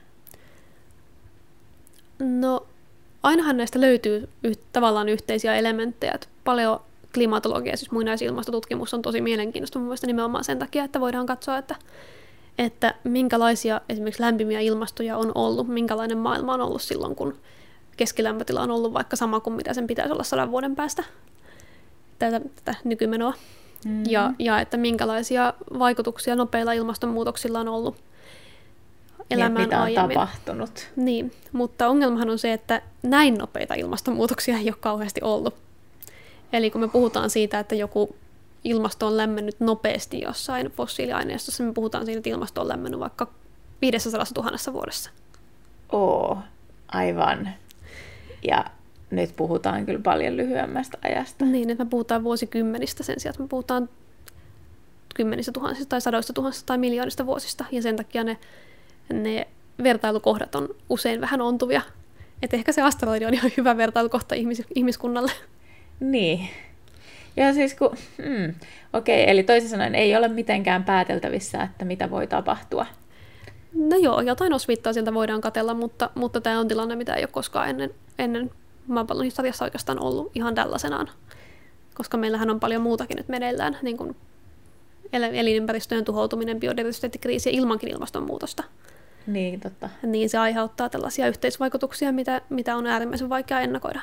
[SPEAKER 2] No, ainahan näistä löytyy yh- tavallaan yhteisiä elementtejä. Paleoklimatologia, siis muinaisilmastotutkimus on tosi mielenkiintoista mun mielestä nimenomaan sen takia, että voidaan katsoa, että, että minkälaisia esimerkiksi lämpimiä ilmastoja on ollut, minkälainen maailma on ollut silloin, kun keskilämpötila on ollut vaikka sama kuin mitä sen pitäisi olla sadan vuoden päästä tätä, tätä nykymenoa. Mm-hmm. Ja, ja että minkälaisia vaikutuksia nopeilla ilmastonmuutoksilla on ollut elämään
[SPEAKER 3] mitä on
[SPEAKER 2] aiemmin.
[SPEAKER 3] tapahtunut.
[SPEAKER 2] Niin, mutta ongelmahan on se, että näin nopeita ilmastonmuutoksia ei ole kauheasti ollut. Eli kun me puhutaan siitä, että joku ilmasto on lämmennyt nopeasti jossain fossiiliaineistossa, me puhutaan siitä, että ilmasto on lämmennyt vaikka viisisataatuhatta vuodessa.
[SPEAKER 3] Oo, aivan. Ja nyt puhutaan kyllä paljon lyhyemmästä ajasta.
[SPEAKER 2] Niin, että me puhutaan vuosikymmenistä sen sijaan, että me puhutaan kymmenistä tuhansista tai sadoista tuhansista tai miljoonista vuosista. Ja sen takia ne, ne vertailukohdat on usein vähän ontuvia. Että ehkä se asteroidi on ihan hyvä vertailukohta ihmis, ihmiskunnalle.
[SPEAKER 3] Niin. Ja siis kun, hmm, okei, eli toisin sanoen ei ole mitenkään pääteltävissä, että mitä voi tapahtua.
[SPEAKER 2] No joo, jotain osviittaa sieltä voidaan katsella, mutta, mutta tämä on tilanne, mitä ei ole koskaan ennen, ennen maapallon historiassa oikeastaan ollut ihan tällaisenaan. Koska meillähän on paljon muutakin nyt meneillään, niin kuin elinympäristöjen tuhoutuminen, biodiversiteettikriisi ja ilmankin ilmastonmuutosta.
[SPEAKER 3] Niin, totta.
[SPEAKER 2] Niin se aiheuttaa tällaisia yhteisvaikutuksia, mitä, mitä on äärimmäisen vaikea ennakoida.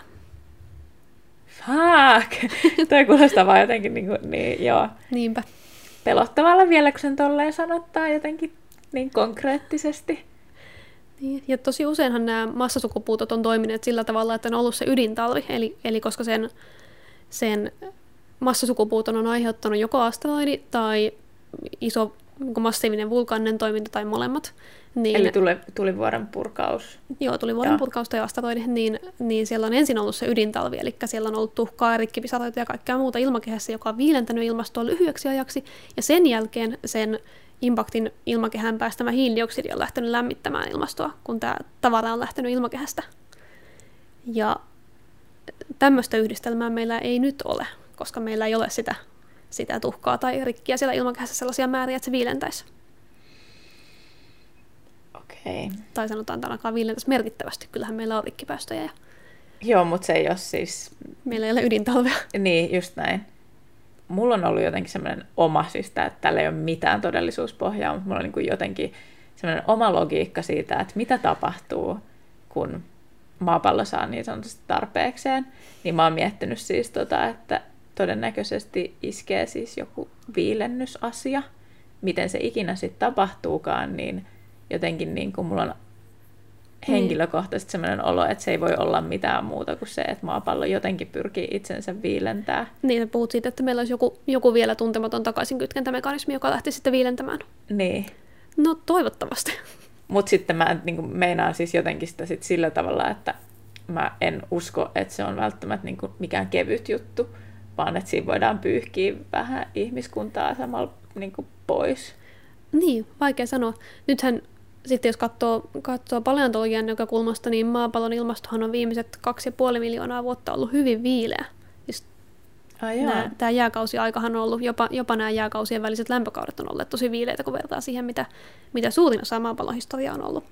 [SPEAKER 3] Fuck! Toi kuulostaa vaan jotenkin niin, kuin, niin joo.
[SPEAKER 2] Niinpä.
[SPEAKER 3] Pelottavalla vielä, kun sen tolleen sanottaa jotenkin niin konkreettisesti.
[SPEAKER 2] Niin, ja tosi useinhan nämä massasukupuutot on toimineet sillä tavalla, että on ollut se ydintalvi, eli, eli koska sen, sen massasukupuuton on aiheuttanut joko asteroidi tai iso massiivinen vulkaaninen toiminta tai molemmat. Niin,
[SPEAKER 3] Eli tuli, tulivuoren purkaus.
[SPEAKER 2] Joo, tulivuoren purkaus tai asteroidi, niin, niin siellä on ensin ollut se ydintalvi, eli siellä on ollut tuhkaa, rikkipisaroita ja kaikkea muuta ilmakehässä, joka on viilentänyt ilmastoa lyhyeksi ajaksi, ja sen jälkeen sen impaktin ilmakehään päästämä hiilidioksidi on lähtenyt lämmittämään ilmastoa, kun tämä tavara on lähtenyt ilmakehästä. Ja tämmöistä yhdistelmää meillä ei nyt ole, koska meillä ei ole sitä, sitä tuhkaa tai rikkiä siellä ilmakehässä sellaisia määriä, että se viilentäisi.
[SPEAKER 3] Okei.
[SPEAKER 2] Tai sanotaan, että ainakaan viilentäisi merkittävästi. Kyllähän meillä on rikkipäästöjä. Ja
[SPEAKER 3] Joo, mutta se ei ole siis...
[SPEAKER 2] meillä ei ole ydintalvea.
[SPEAKER 3] Niin, just näin. Mulla on ollut jotenkin semmoinen oma, siis tää, että tällä ei ole mitään todellisuuspohjaa, mutta mulla on niin jotenkin semmoinen oma logiikka siitä, että mitä tapahtuu, kun maapallo saa niin sanotusti tarpeekseen. Niin mä oon miettinyt siis, tota, että todennäköisesti iskee siis joku viilennysasia. Miten se ikinä sitten tapahtuukaan, niin jotenkin niin kuin mulla on henkilökohtaisesti sellainen olo, että se ei voi olla mitään muuta kuin se, että maapallo jotenkin pyrkii itsensä viilentää.
[SPEAKER 2] Niin, puhut siitä, että meillä olisi joku, joku vielä tuntematon takaisinkytkentämekanismi, joka lähti sitten viilentämään.
[SPEAKER 3] Niin.
[SPEAKER 2] No toivottavasti.
[SPEAKER 3] Mutta sitten mä niin kuin meinaan siis jotenkin sitä sit sillä tavalla, että mä en usko, että se on välttämättä niin kuin mikään kevyt juttu, vaan että siinä voidaan pyyhkiä vähän ihmiskuntaa samalla niin kuin pois.
[SPEAKER 2] Niin, vaikea sanoa. Nythän sitten jos katsoo, katsoo paleontologian näkökulmasta, niin maapallon ilmastohan on viimeiset kaksi ja puoli miljoonaa vuotta ollut hyvin viileä. Siis tämä jääkausiaikahan on ollut, jopa, jopa nämä jääkausien väliset lämpökaudet on olleet tosi viileitä, kun vertaa siihen, mitä, mitä suurin osa maapallon historiaa on ollut.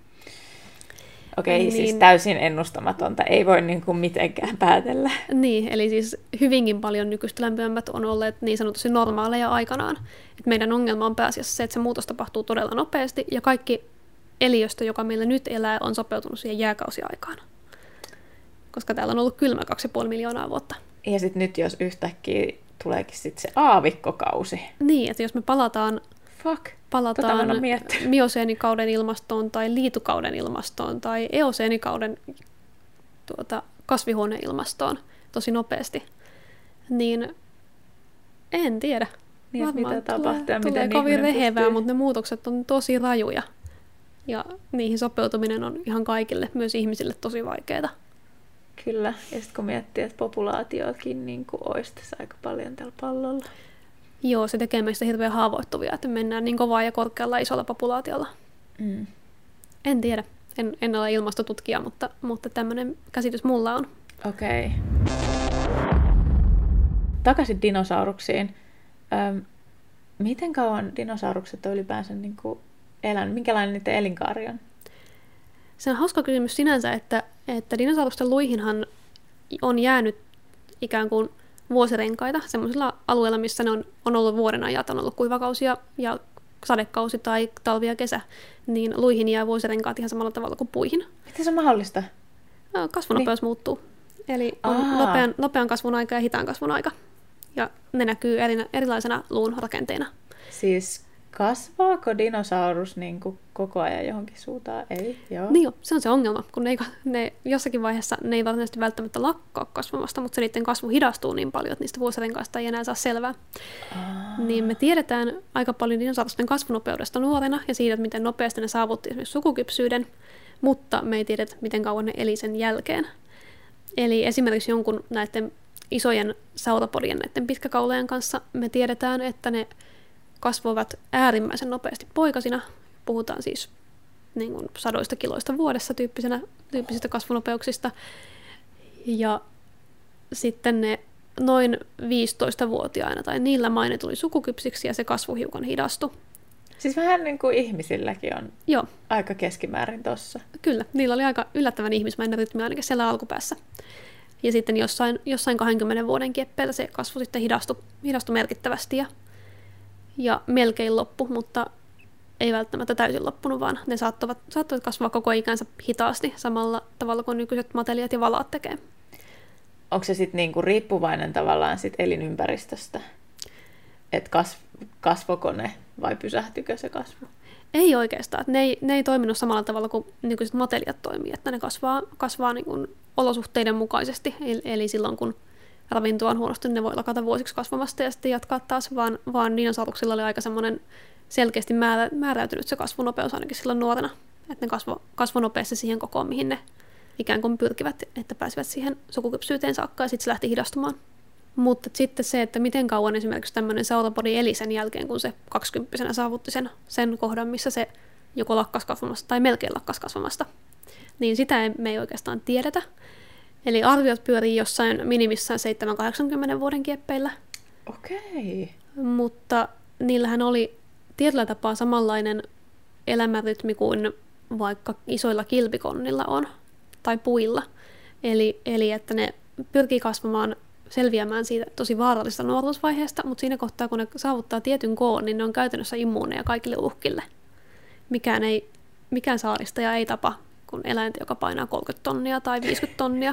[SPEAKER 3] Okei, niin, siis täysin ennustamatonta, ei voi niin kuin mitenkään päätellä.
[SPEAKER 2] Niin, eli siis hyvinkin paljon nykyistä lämpimämmät on olleet niin sanotusti normaaleja aikanaan. Et meidän ongelma on pääasiassa se, että se muutos tapahtuu todella nopeasti, ja kaikki eliöstö, joka meillä nyt elää, on sopeutunut siihen jääkausiaikaan. Koska täällä on ollut kylmä kaksi ja puoli miljoonaa vuotta.
[SPEAKER 3] Ja sitten nyt jos yhtäkkiä tuleekin sit se aavikkokausi.
[SPEAKER 2] Niin, että jos me palataan...
[SPEAKER 3] Fuck.
[SPEAKER 2] Palataan mioseenikauden ilmastoon tai liitukauden ilmastoon tai eoseenikauden tuota, kasvihuoneilmastoon tosi nopeasti, niin en tiedä.
[SPEAKER 3] Niin, mitä tapahtuu ja
[SPEAKER 2] tulee, tulee kovin rehevää, pystyy. Mutta ne muutokset on tosi rajuja. Ja niihin sopeutuminen on ihan kaikille, myös ihmisille, tosi vaikeaa.
[SPEAKER 3] Kyllä, ja sitten kun miettii, että populaatiokin niin olisi tässä aika paljon tällä pallolla.
[SPEAKER 2] Joo, se tekee meistä hirveän haavoittuvia, että mennään niin kovaa ja korkealla isolla populaatiolla. Mm. En tiedä. En, en ole ilmastotutkija, mutta, mutta tämmöinen käsitys mulla on.
[SPEAKER 3] Okei. Okay. Takaisin dinosauruksiin. Öm, miten kauan dinosaurukset on ylipäänsä niin kuin elänyt? Minkälainen niiden elinkaari on?
[SPEAKER 2] Se on hauska kysymys sinänsä, että, että dinosaurusten luihinhan on jäänyt ikään kuin vuosirenkaita semmoisilla alueilla, missä ne on, on ollut vuoden ajat, on ollut kuivakausia ja sadekausi tai talvi ja kesä, niin luihin jää vuosirenkaat ihan samalla tavalla kuin puihin.
[SPEAKER 3] Miten se on mahdollista?
[SPEAKER 2] No, kasvunopeus niin. muuttuu. Eli on nopean, nopean kasvun aika ja hitaan kasvun aika. Ja ne näkyy eri, erilaisena luun rakenteina.
[SPEAKER 3] Siis kasvaako dinosaurus niin kuin koko ajan johonkin suuntaan? Ei, joo.
[SPEAKER 2] Niin jo, se on se ongelma, kun ne, ei, ne jossakin vaiheessa ne ei varsinaisesti välttämättä lakkaa kasvamasta, mutta se niiden kasvu hidastuu niin paljon, että niistä vuosirenkaista ei enää saa selvää. Aa. Niin me tiedetään aika paljon dinosaurusten kasvunopeudesta nuorena ja siitä, miten nopeasti ne saavutti esimerkiksi sukukypsyyden, mutta me ei tiedetä, miten kauan ne eli sen jälkeen. Eli esimerkiksi jonkun näiden isojen sauropodien, näiden pitkäkaulejen kanssa me tiedetään, että ne kasvoivat äärimmäisen nopeasti poikasina. Puhutaan siis niin kuin sadoista kiloista vuodessa tyyppisenä, tyyppisistä kasvunopeuksista. Ja sitten ne noin viisitoistavuotiaina tai niillä maine tuli sukukypsiksi ja se kasvu hiukan hidastui.
[SPEAKER 3] Siis vähän niin kuin ihmisilläkin on
[SPEAKER 2] Joo.
[SPEAKER 3] aika keskimäärin tossa.
[SPEAKER 2] Kyllä, niillä oli aika yllättävän ihmismäinen rytmi ainakin siellä alkupäässä. Ja sitten jossain, jossain kahdenkymmenen vuoden kieppeillä se kasvu sitten hidastui, hidastui merkittävästi ja, ja melkein loppu, mutta ei välttämättä täysin loppunut, vaan ne saattavat, saattavat kasvaa koko ikänsä hitaasti samalla tavalla kuin nykyiset matelijat ja valaat tekee.
[SPEAKER 3] Onko se sitten niinku riippuvainen tavallaan sit elinympäristöstä? Että kasv, kasvoko ne vai pysähtyykö se kasvu?
[SPEAKER 2] Ei oikeastaan. Ne ei, ne ei toiminut samalla tavalla kuin nykyiset matelijat toimii, että ne kasvaa, kasvaa niin kuin olosuhteiden mukaisesti. Eli silloin kun, ravintoa on huonosti, niin ne voi lakata vuosiksi kasvamasta ja sitten jatkaa taas, vaan, vaan dinosauruksilla oli aika semmoinen selkeästi määrä, määräytynyt se kasvunopeus ainakin silloin nuorena, että ne kasvo, kasvo nopeasti siihen kokoon, mihin ne ikään kuin pyrkivät, että pääsivät siihen sukukypsyyteen saakka ja sitten se lähti hidastumaan. Mutta sitten se, että miten kauan esimerkiksi tämmöinen sauropodi eli sen jälkeen, kun se kaksikymppisenä saavutti sen, sen kohdan, missä se joko lakkas kasvamasta tai melkein lakkas kasvamasta, niin sitä ei, me ei oikeastaan tiedetä. Eli arviot pyörii jossain minimissään seitsemän kahdeksankymmentä vuoden kieppeillä.
[SPEAKER 3] Okei.
[SPEAKER 2] Mutta niillähän oli tietyllä tapaa samanlainen elämänrytmi kuin vaikka isoilla kilpikonnilla on, tai puilla. Eli, eli että ne pyrkii kasvamaan, selviämään siitä tosi vaarallisesta nuoruusvaiheesta, mutta siinä kohtaa, kun ne saavuttaa tietyn koon, niin ne on käytännössä immuuneja kaikille uhkille. Mikään, ei, mikään saaristaja ei tapa, kun eläintä, joka painaa kolmekymmentä tonnia tai viisikymmentä tonnia.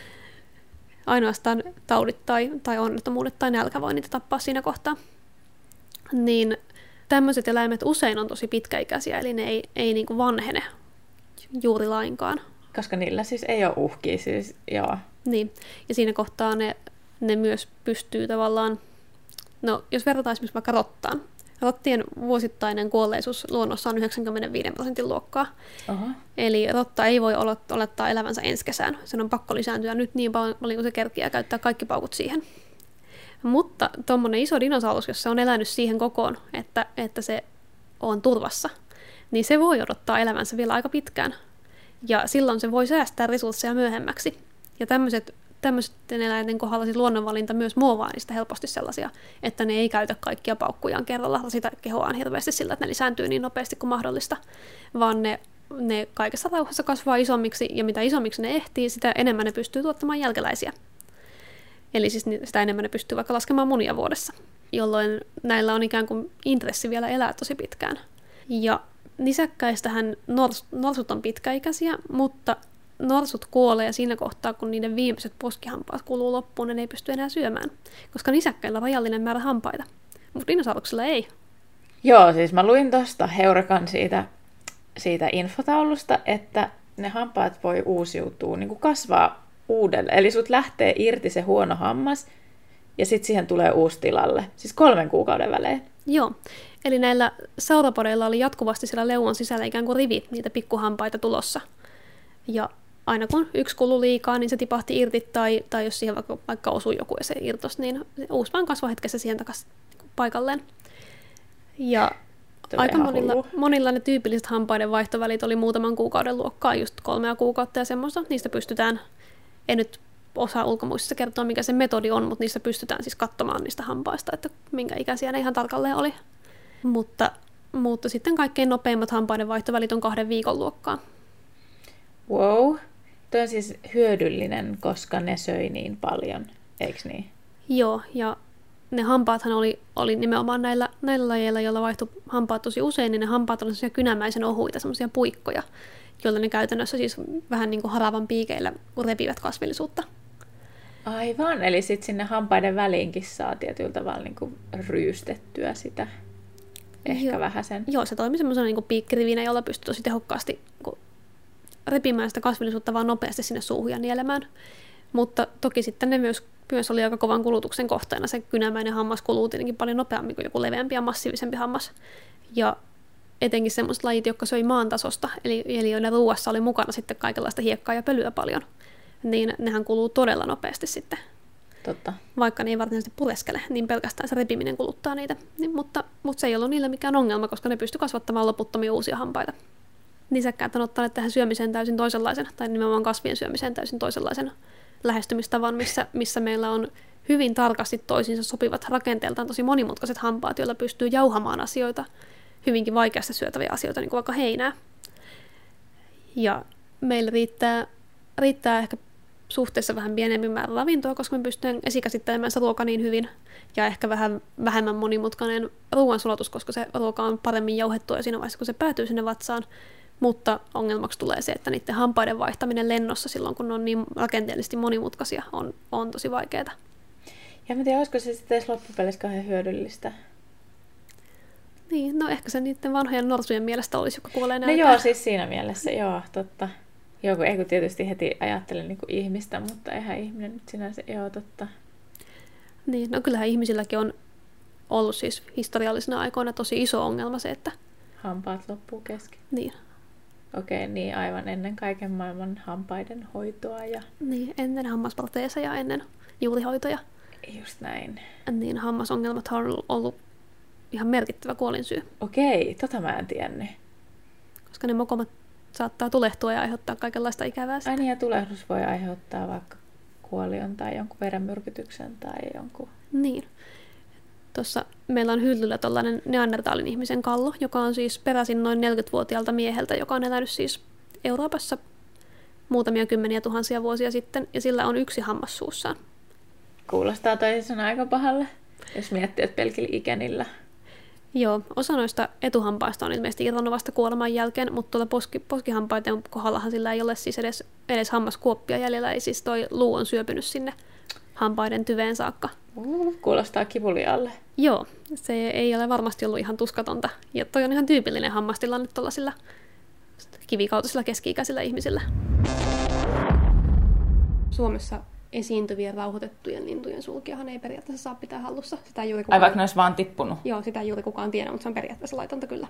[SPEAKER 2] Ainoastaan taudit tai, tai onnettomuudet tai nälkä voi niitä tappaa siinä kohtaa. Niin tämmöiset eläimet usein on tosi pitkäikäisiä, eli ne ei, ei niin kuin vanhene juuri lainkaan.
[SPEAKER 3] Koska niillä siis ei ole uhkia, siis joo.
[SPEAKER 2] Niin, ja siinä kohtaa ne, ne myös pystyy tavallaan, no jos verrataan esimerkiksi vaikka rottaan. Rottien vuosittainen kuolleisuus luonnossa on yhdeksänkymmentäviisi prosentin luokkaa. Aha. Eli rotta ei voi olettaa elävänsä ensi kesään. Sen on pakko lisääntyä nyt niin paljon, kun se kerkiää ja käyttää kaikki paukut siihen. Mutta tuommoinen iso dinosaurus, jos se on elänyt siihen kokoon, että, että se on turvassa, niin se voi odottaa elävänsä vielä aika pitkään. Ja silloin se voi säästää resursseja myöhemmäksi. Ja tämmöiset Tämmöisten eläinten kohdalla siis luonnonvalinta myös muovaa niistä helposti sellaisia, että ne ei käytä kaikkia paukkujaan kerralla, sitä kehoaan hirveästi sillä, että ne lisääntyy niin nopeasti kuin mahdollista, vaan ne, ne kaikessa rauhassa kasvaa isommiksi, ja mitä isommiksi ne ehtii, sitä enemmän ne pystyy tuottamaan jälkeläisiä. Eli siis sitä enemmän ne pystyy vaikka laskemaan munia vuodessa, jolloin näillä on ikään kuin intressi vielä elää tosi pitkään. Ja nisäkkäistähän nors, norsut on pitkäikäisiä, mutta norsut kuolee siinä kohtaa, kun niiden viimeiset poskihampaat kuluu loppuun ja ne ei pysty enää syömään, koska nisäkkäillä on rajallinen määrä hampaita, mutta dinosauruksilla ei.
[SPEAKER 3] Joo, siis mä luin tuosta Heurakan siitä, siitä infotaulusta, että ne hampaat voi uusiutua, niin kuin kasvaa uudelle. Eli sut lähtee irti se huono hammas ja sitten siihen tulee uusi tilalle, siis kolmen kuukauden välein.
[SPEAKER 2] Joo, eli näillä sauropodeilla oli jatkuvasti siellä leuan sisällä ikään kuin rivit niitä pikkuhampaita tulossa. Ja aina kun yksi kulu liikaa, niin se tipahti irti, tai, tai jos siihen vaikka, vaikka osui joku ja se irtos, niin se uusi vaan kasvoi hetkessä siihen takaisin paikalleen. Ja Tulee aika monilla, monilla ne tyypilliset hampaiden vaihtovälit oli muutaman kuukauden luokkaa, just kolmea kuukautta ja semmoista. Niistä pystytään, en nyt osaa ulkomuistissa kertoa, mikä se metodi on, mutta niistä pystytään siis katsomaan niistä hampaista, että minkä ikäisiä ne ihan tarkalleen oli. Mutta, mutta sitten kaikkein nopeimmat hampaiden vaihtovälit on kahden viikon luokkaa.
[SPEAKER 3] Wow. Tuo on siis hyödyllinen, koska ne söi niin paljon, eikö niin?
[SPEAKER 2] Joo, ja ne hampaathan oli, oli nimenomaan näillä, näillä lajeilla, joilla vaihtui hampaat tosi usein, niin ne hampaat oli sellaisia kynämäisen ohuita, semmoisia puikkoja, joilla ne käytännössä siis vähän niin kuin haravan piikeillä repivät kasvillisuutta.
[SPEAKER 3] Aivan, eli sitten sinne hampaiden väliinkin saa tietyllä tavalla niin kuin ryystettyä sitä, ehkä
[SPEAKER 2] Joo.
[SPEAKER 3] vähän sen.
[SPEAKER 2] Joo, se toimi semmoisena niin kuin piikkirivinä, jolla pystyi tosi tehokkaasti repimään sitä kasvillisuutta vaan nopeasti sinne suuhun ja nielemään. Mutta toki sitten ne myös, myös oli aika kovan kulutuksen kohteena. Se kynämäinen hammas kuluu tietenkin paljon nopeammin kuin joku leveämpi ja massiivisempi hammas. Ja etenkin semmoiset lajit, jotka söi maan tasosta, eli, eli joiden ruuassa oli mukana sitten kaikenlaista hiekkaa ja pölyä paljon, niin nehän kuluu todella nopeasti sitten.
[SPEAKER 3] Totta.
[SPEAKER 2] Vaikka ne ei varsinaisesti pureskele, niin pelkästään se repiminen kuluttaa niitä. Niin, mutta, mutta se ei ollut niille mikään ongelma, koska ne pysty kasvattamaan loputtomia uusia hampaita. Nisäkkäät on ottaneet tähän syömiseen täysin toisenlaisen, tai nimenomaan kasvien syömiseen täysin toisenlaisen lähestymistavan, missä, missä meillä on hyvin tarkasti toisiinsa sopivat rakenteeltaan tosi monimutkaiset hampaat, joilla pystyy jauhamaan asioita, hyvinkin vaikeasti syötäviä asioita, niin kuin vaikka heinää. Ja meillä riittää, riittää ehkä suhteessa vähän pienempi määrä ravintoa, koska me pystytään esikäsittelemään se ruoka niin hyvin, ja ehkä vähän vähemmän monimutkainen ruoansulatus, koska se ruoka on paremmin jauhettua jo siinä vaiheessa, kun se päätyy sinne vatsaan. Mutta ongelmaksi tulee se, että niiden hampaiden vaihtaminen lennossa silloin, kun ne on niin rakenteellisesti monimutkaisia, on, on tosi vaikeaa.
[SPEAKER 3] Ja mä tiedän, olisiko se sitten edes loppupeleissä kauhean hyödyllistä?
[SPEAKER 2] Niin, no ehkä se niiden vanhojen norsujen mielestä olisi, joka kuolee
[SPEAKER 3] nälkään. No joo, siis siinä mielessä, joo, totta. Joo, kun ei kun tietysti heti ajattelen niin kuin ihmistä, mutta eihän ihminen nyt sinänsä, joo, totta.
[SPEAKER 2] Niin, no kyllähän ihmisilläkin on ollut siis historiallisena aikoina tosi iso ongelma se, että...
[SPEAKER 3] Hampaat loppuu kesken.
[SPEAKER 2] Niin.
[SPEAKER 3] Okei, niin aivan ennen kaiken maailman hampaiden hoitoa ja...
[SPEAKER 2] Niin, ennen hammasproteeseja ja ennen juurihoitoja.
[SPEAKER 3] Just näin.
[SPEAKER 2] Niin hammasongelmat on ollut ihan merkittävä kuolinsyy.
[SPEAKER 3] Okei, tota mä en tiennyt.
[SPEAKER 2] Koska ne mokomat saattaa tulehtua ja aiheuttaa kaikenlaista ikävää.
[SPEAKER 3] Ai niin, ja tulehdus voi aiheuttaa vaikka kuolion tai jonkun verenmyrkytyksen tai jonkun...
[SPEAKER 2] Niin. Tuossa meillä on hyllyllä tällainen neandertaalin ihmisen kallo, joka on siis peräisin noin neljäkymmentävuotiaalta mieheltä, joka on elänyt siis Euroopassa muutamia kymmeniä tuhansia vuosia sitten, ja sillä on yksi hammas suussaan.
[SPEAKER 3] Kuulostaa toisaalta aika pahalle, jos miettii, että pelkillä ikänillä.
[SPEAKER 2] Joo, osa noista etuhampaista on ilmeisesti irronnut vasta kuoleman jälkeen, mutta tuolla poski, poskihampaiden kohdallahan sillä ei ole siis edes, edes hammaskuoppia jäljellä, eli siis toi luu on syöpynyt sinne hampaiden tyveen saakka.
[SPEAKER 3] Kuulostaa kivuliaalle.
[SPEAKER 2] Joo, se ei ole varmasti ollut ihan tuskatonta. Ja toi on ihan tyypillinen hammastilanne tuollaisilla kivikautisilla keski-ikäisillä ihmisillä. Suomessa esiintyvien rauhoitettujen lintujen sulkiahan ei periaatteessa saa pitää hallussa. Sitä ei juuri kukaan...
[SPEAKER 3] Ai vaikka ne olisi vaan tippunut?
[SPEAKER 2] Joo, sitä ei juuri kukaan tiedä, mutta se on periaatteessa laitonta kyllä.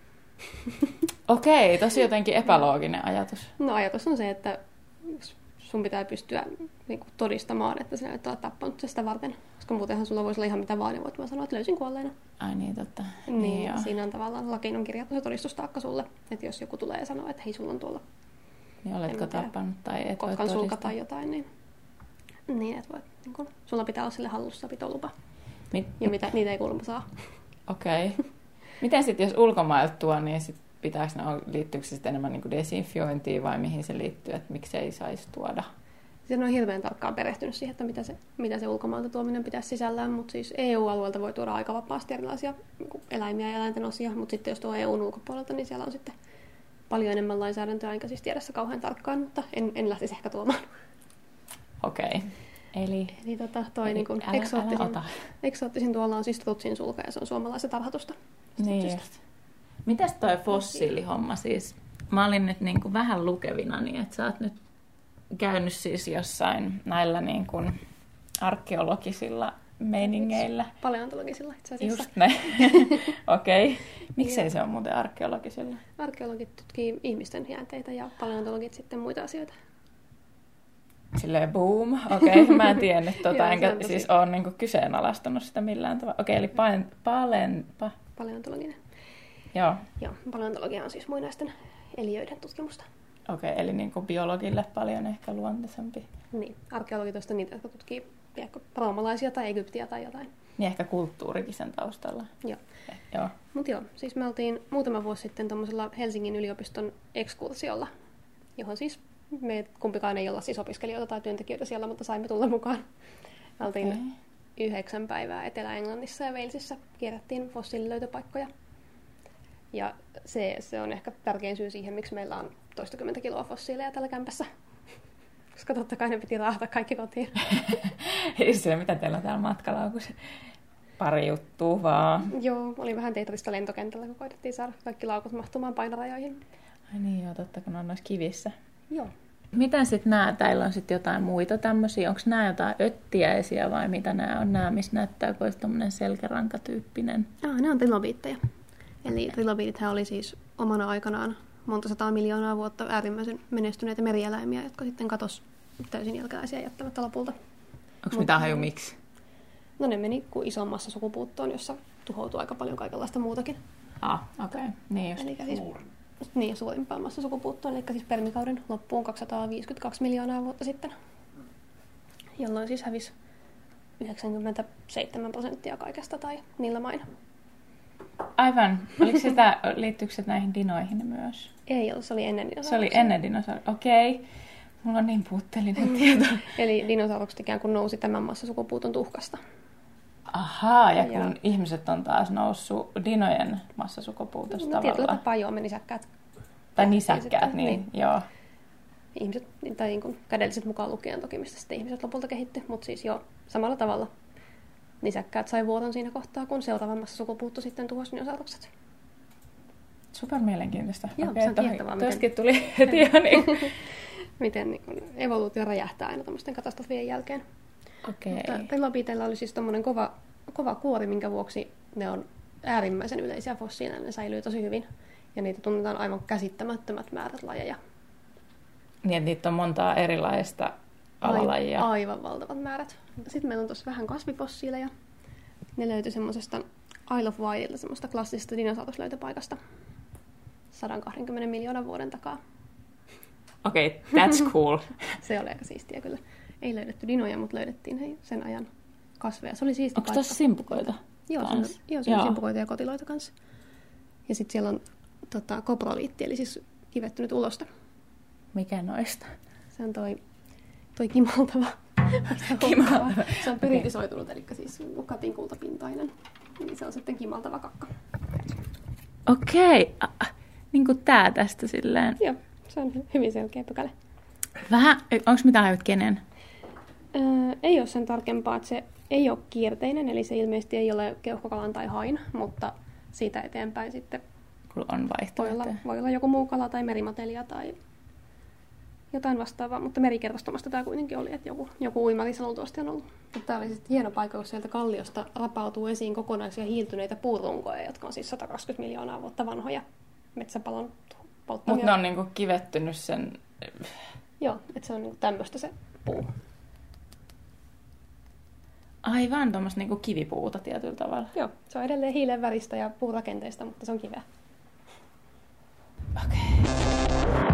[SPEAKER 3] Okei, tosi jotenkin epälooginen ajatus.
[SPEAKER 2] No ajatus on se, että sun pitää pystyä niin kuin, todistamaan, että sinä et ole tappanut sitä varten. Koska muutenhan sulla voisi olla ihan mitä vaan, niin voit vaan sanoa, että löysin kuolleena.
[SPEAKER 3] Ai niin, totta.
[SPEAKER 2] Niin,
[SPEAKER 3] niin
[SPEAKER 2] siinä on tavallaan lakiin on kirjattu se todistustaakka sulle. Että jos joku tulee ja sanoo, että hei, sulla on tuolla...
[SPEAKER 3] Niin oletko tappanut tai et voi
[SPEAKER 2] kotkan
[SPEAKER 3] todistaa.
[SPEAKER 2] sulka tai jotain, niin... Niin, että voit, niin kun, sulla pitää olla sille hallussa pitolupa. Mit... Ja mitä, niitä ei kuulemma saa.
[SPEAKER 3] Okei. Okay. Miten sitten, jos ulkomailta tuo, niin sit pitääkö ne, liittyykö se sitten enemmän niin kuin desinfiointiin vai mihin se liittyy, että miksi ei saisi tuoda?
[SPEAKER 2] Se on hirveän tarkkaan perehtynyt siihen, että mitä se, mitä se ulkomailta tuominen pitäisi sisällään, mutta siis E U-alueelta voi tuoda aika vapaasti erilaisia eläimiä ja eläinten osia, mutta sitten jos tuo E U:n ulkopuolelta, niin siellä on sitten paljon enemmän lainsäädäntöä, enkä siis tiedä se kauhean tarkkaan, mutta en, en lähtisi ehkä tuomaan.
[SPEAKER 3] Okei. Okay. Eli,
[SPEAKER 2] Eli tota, toi
[SPEAKER 3] eli
[SPEAKER 2] niin kuin
[SPEAKER 3] älä,
[SPEAKER 2] eksoottisin,
[SPEAKER 3] älä ota.
[SPEAKER 2] eksoottisin tuolla on siis trutsin sulka ja se on suomalaisen tarhatusta.
[SPEAKER 3] Niin just. Mitäs toi fossiilihomma siis? Mä olin nyt niin kuin vähän lukevina, niin että sä oot nyt käynyt siis jossain näillä niin kuin arkeologisilla meiningeillä.
[SPEAKER 2] Paleontologisilla itse asiassa.
[SPEAKER 3] Just näin. Okei. Okay. Miksei se ole muuten arkeologisilla?
[SPEAKER 2] Arkeologit tutkii ihmisten jäänteitä ja paleontologit sitten muita asioita.
[SPEAKER 3] Silleen boom. Okei, okay. Mä en tiennyt tota,
[SPEAKER 2] Joo,
[SPEAKER 3] enkä
[SPEAKER 2] tosi...
[SPEAKER 3] siis ole niinku kyseenalaistanut sitä millään tavalla. Okei, okay, eli palen, palen, pa...
[SPEAKER 2] paleontologinen.
[SPEAKER 3] Joo.
[SPEAKER 2] Joo, paleontologia on siis muinaisten eliöiden tutkimusta.
[SPEAKER 3] Okei, okay, eli niinku biologille paljon ehkä luontaisempi.
[SPEAKER 2] Niin, arkeologit on niitä, jotka tutkii roomalaisia tai Egyptiä tai jotain.
[SPEAKER 3] Niin ehkä kulttuurikin sen taustalla.
[SPEAKER 2] Joo.
[SPEAKER 3] Eh, joo.
[SPEAKER 2] Mutta joo, siis me oltiin muutama vuosi sitten tuommoisella Helsingin yliopiston ekskursiolla, johon siis me kumpikaan ei olla siis opiskelijoita tai työntekijöitä siellä, mutta saimme tulla mukaan. Me oltiin okay. yhdeksän päivää Etelä-Englannissa ja Walesissa, kierrättiin fossiililöytöpaikkoja. Ja se, se on ehkä tärkein syy siihen, miksi meillä on toistakymmentä kiloa fossiileja tällä kämpässä. Koska totta kai ne piti raahata kaikki kotiin.
[SPEAKER 3] Ei sillä, mitä teillä on täällä matkalaukussa? Pari juttua vaan.
[SPEAKER 2] Joo, oli vähän Tetristä lentokentällä, kun koitettiin saada kaikki laukut mahtumaan painorajoihin.
[SPEAKER 3] Ai niin joo, totta kun on noissa kivissä.
[SPEAKER 2] Joo.
[SPEAKER 3] Miten sitten nämä, täällä on sitten jotain muita tämmöisiä, onko nämä jotain öttiäisiä vai mitä nämä on nämä, missä näyttää, kun olisi tämmöinen selkärankatyyppinen?
[SPEAKER 2] Ah, ne on trilobiitteja. Eli trilobiitithän oli siis omana aikanaan monta sataa miljoonaa vuotta äärimmäisen menestyneitä merieläimiä, jotka sitten katosi täysin jälkeläisiä jättämättä lopulta.
[SPEAKER 3] Onko mitään haju miksi?
[SPEAKER 2] No ne meni kuin isommassa sukupuuttoon, jossa tuhoutui aika paljon kaikenlaista muutakin.
[SPEAKER 3] Ah, okei. Okay. Niin just.
[SPEAKER 2] Eli siis, niin, suurimpaan massa sukupuuttoon, eli siis permikauden loppuun kaksisataaviisikymmentäkaksi miljoonaa vuotta sitten, jolloin siis hävisi yhdeksänkymmentäseitsemän prosenttia kaikesta tai niillä main.
[SPEAKER 3] Aivan. Oliko sitä, liittyykö se näihin dinoihin myös?
[SPEAKER 2] Ei ollut, se oli ennen dinosauruksia.
[SPEAKER 3] Se oli ennen dinosauruksia. Okei. Okay. Mulla on niin puutteellinen mm. tieto.
[SPEAKER 2] Eli dinosaurukset ikään kuin nousi tämän massasukupuuton tuhkasta.
[SPEAKER 3] Ahaa, ja kun ja... ihmiset on taas noussut dinojen massasukupuutosta
[SPEAKER 2] no,
[SPEAKER 3] tavallaan.
[SPEAKER 2] Tietyllä tapaa joo, me nisäkkäät.
[SPEAKER 3] Tai nisäkkäät, sitten, niin,
[SPEAKER 2] niin.
[SPEAKER 3] joo.
[SPEAKER 2] Ihmiset, tai niin kuin kädelliset mukaan lukien toki, mistä sitten ihmiset lopulta kehittyi, mutta siis joo, samalla tavalla nisäkkäät sai vuoron siinä kohtaa, kun seuraavammassa sukupuutto sitten tuhosi dinosaurukset.
[SPEAKER 3] Super mielenkiintoista.
[SPEAKER 2] Joo,
[SPEAKER 3] okei,
[SPEAKER 2] se on kiehtovaa.
[SPEAKER 3] Tuoskin tuli heti jo niin.
[SPEAKER 2] Miten niin kun evoluutio räjähtää aina tämmöisten katastrofien jälkeen.
[SPEAKER 3] Okei.
[SPEAKER 2] Okay. Trilobiteilla oli siis tommonen kova, kova kuori, minkä vuoksi ne on äärimmäisen yleisiä fossiileja. Ne säilyy tosi hyvin. Ja niitä tunnetaan aivan käsittämättömät määrät lajeja.
[SPEAKER 3] Niin, että niitä on montaa erilaista alalajia.
[SPEAKER 2] Aivan, aivan valtavat määrät. Sitten meillä on tuossa vähän kasvifossiileja. Ne löytyi semmoisesta Isle of Wightilta, semmoista klassisesta dinosauruslöytöpaikasta sata kaksikymmentä miljoonan vuoden takaa.
[SPEAKER 3] Okei, okay, that's cool.
[SPEAKER 2] Se oli aika siistiä kyllä. Ei löydetty dinoja, mutta löydettiin hei, sen ajan kasveja. Se oli siisti
[SPEAKER 3] Onko
[SPEAKER 2] paikka.
[SPEAKER 3] tässä simpukoita?
[SPEAKER 2] Joo, se on, joo, se on simpukoita ja kotiloita kanssa. Ja sitten siellä on tota, koproliitti, eli siis kivettynyt ulosta.
[SPEAKER 3] Mikä noista?
[SPEAKER 2] Se on toi, toi kimaltava.
[SPEAKER 3] Kimaltava.
[SPEAKER 2] Se on pyritisoitunut, okay. Eli siis katinkultapintainen. Niin se on sitten kimaltava kakka.
[SPEAKER 3] Okei, okay. Niin kuin tää tästä silleen.
[SPEAKER 2] Joo, se on hyvin selkeä pykälä.
[SPEAKER 3] Vähän, onko mitään hajut kenen?
[SPEAKER 2] Öö, ei ole sen tarkempaa, että se ei ole kierteinen, eli se ilmeisesti ei ole keuhkokalan tai hain, mutta siitä eteenpäin sitten
[SPEAKER 3] on
[SPEAKER 2] voi olla, voi olla joku muu kala tai merimatelia tai jotain vastaavaa, mutta merikerrostomasta tämä kuitenkin oli, että joku, joku uimari se luultavasti on ollut. Tämä oli sitten hieno paikka, kun sieltä kalliosta rapautuu esiin kokonaisia hiiltyneitä puurunkoja, jotka on siis sata kaksikymmentä miljoonaa vuotta vanhoja metsäpalon polttamia.
[SPEAKER 3] Mutta ne on niinku kivettynyt sen...
[SPEAKER 2] Joo, että se on niinku tämmöistä se puu.
[SPEAKER 3] Aivan, tuommoista niinku kivipuuta tietyllä tavalla.
[SPEAKER 2] Joo, se on edelleen hiilen väristä ja puurakenteista, mutta se on kiveä.
[SPEAKER 3] Okei. Okay.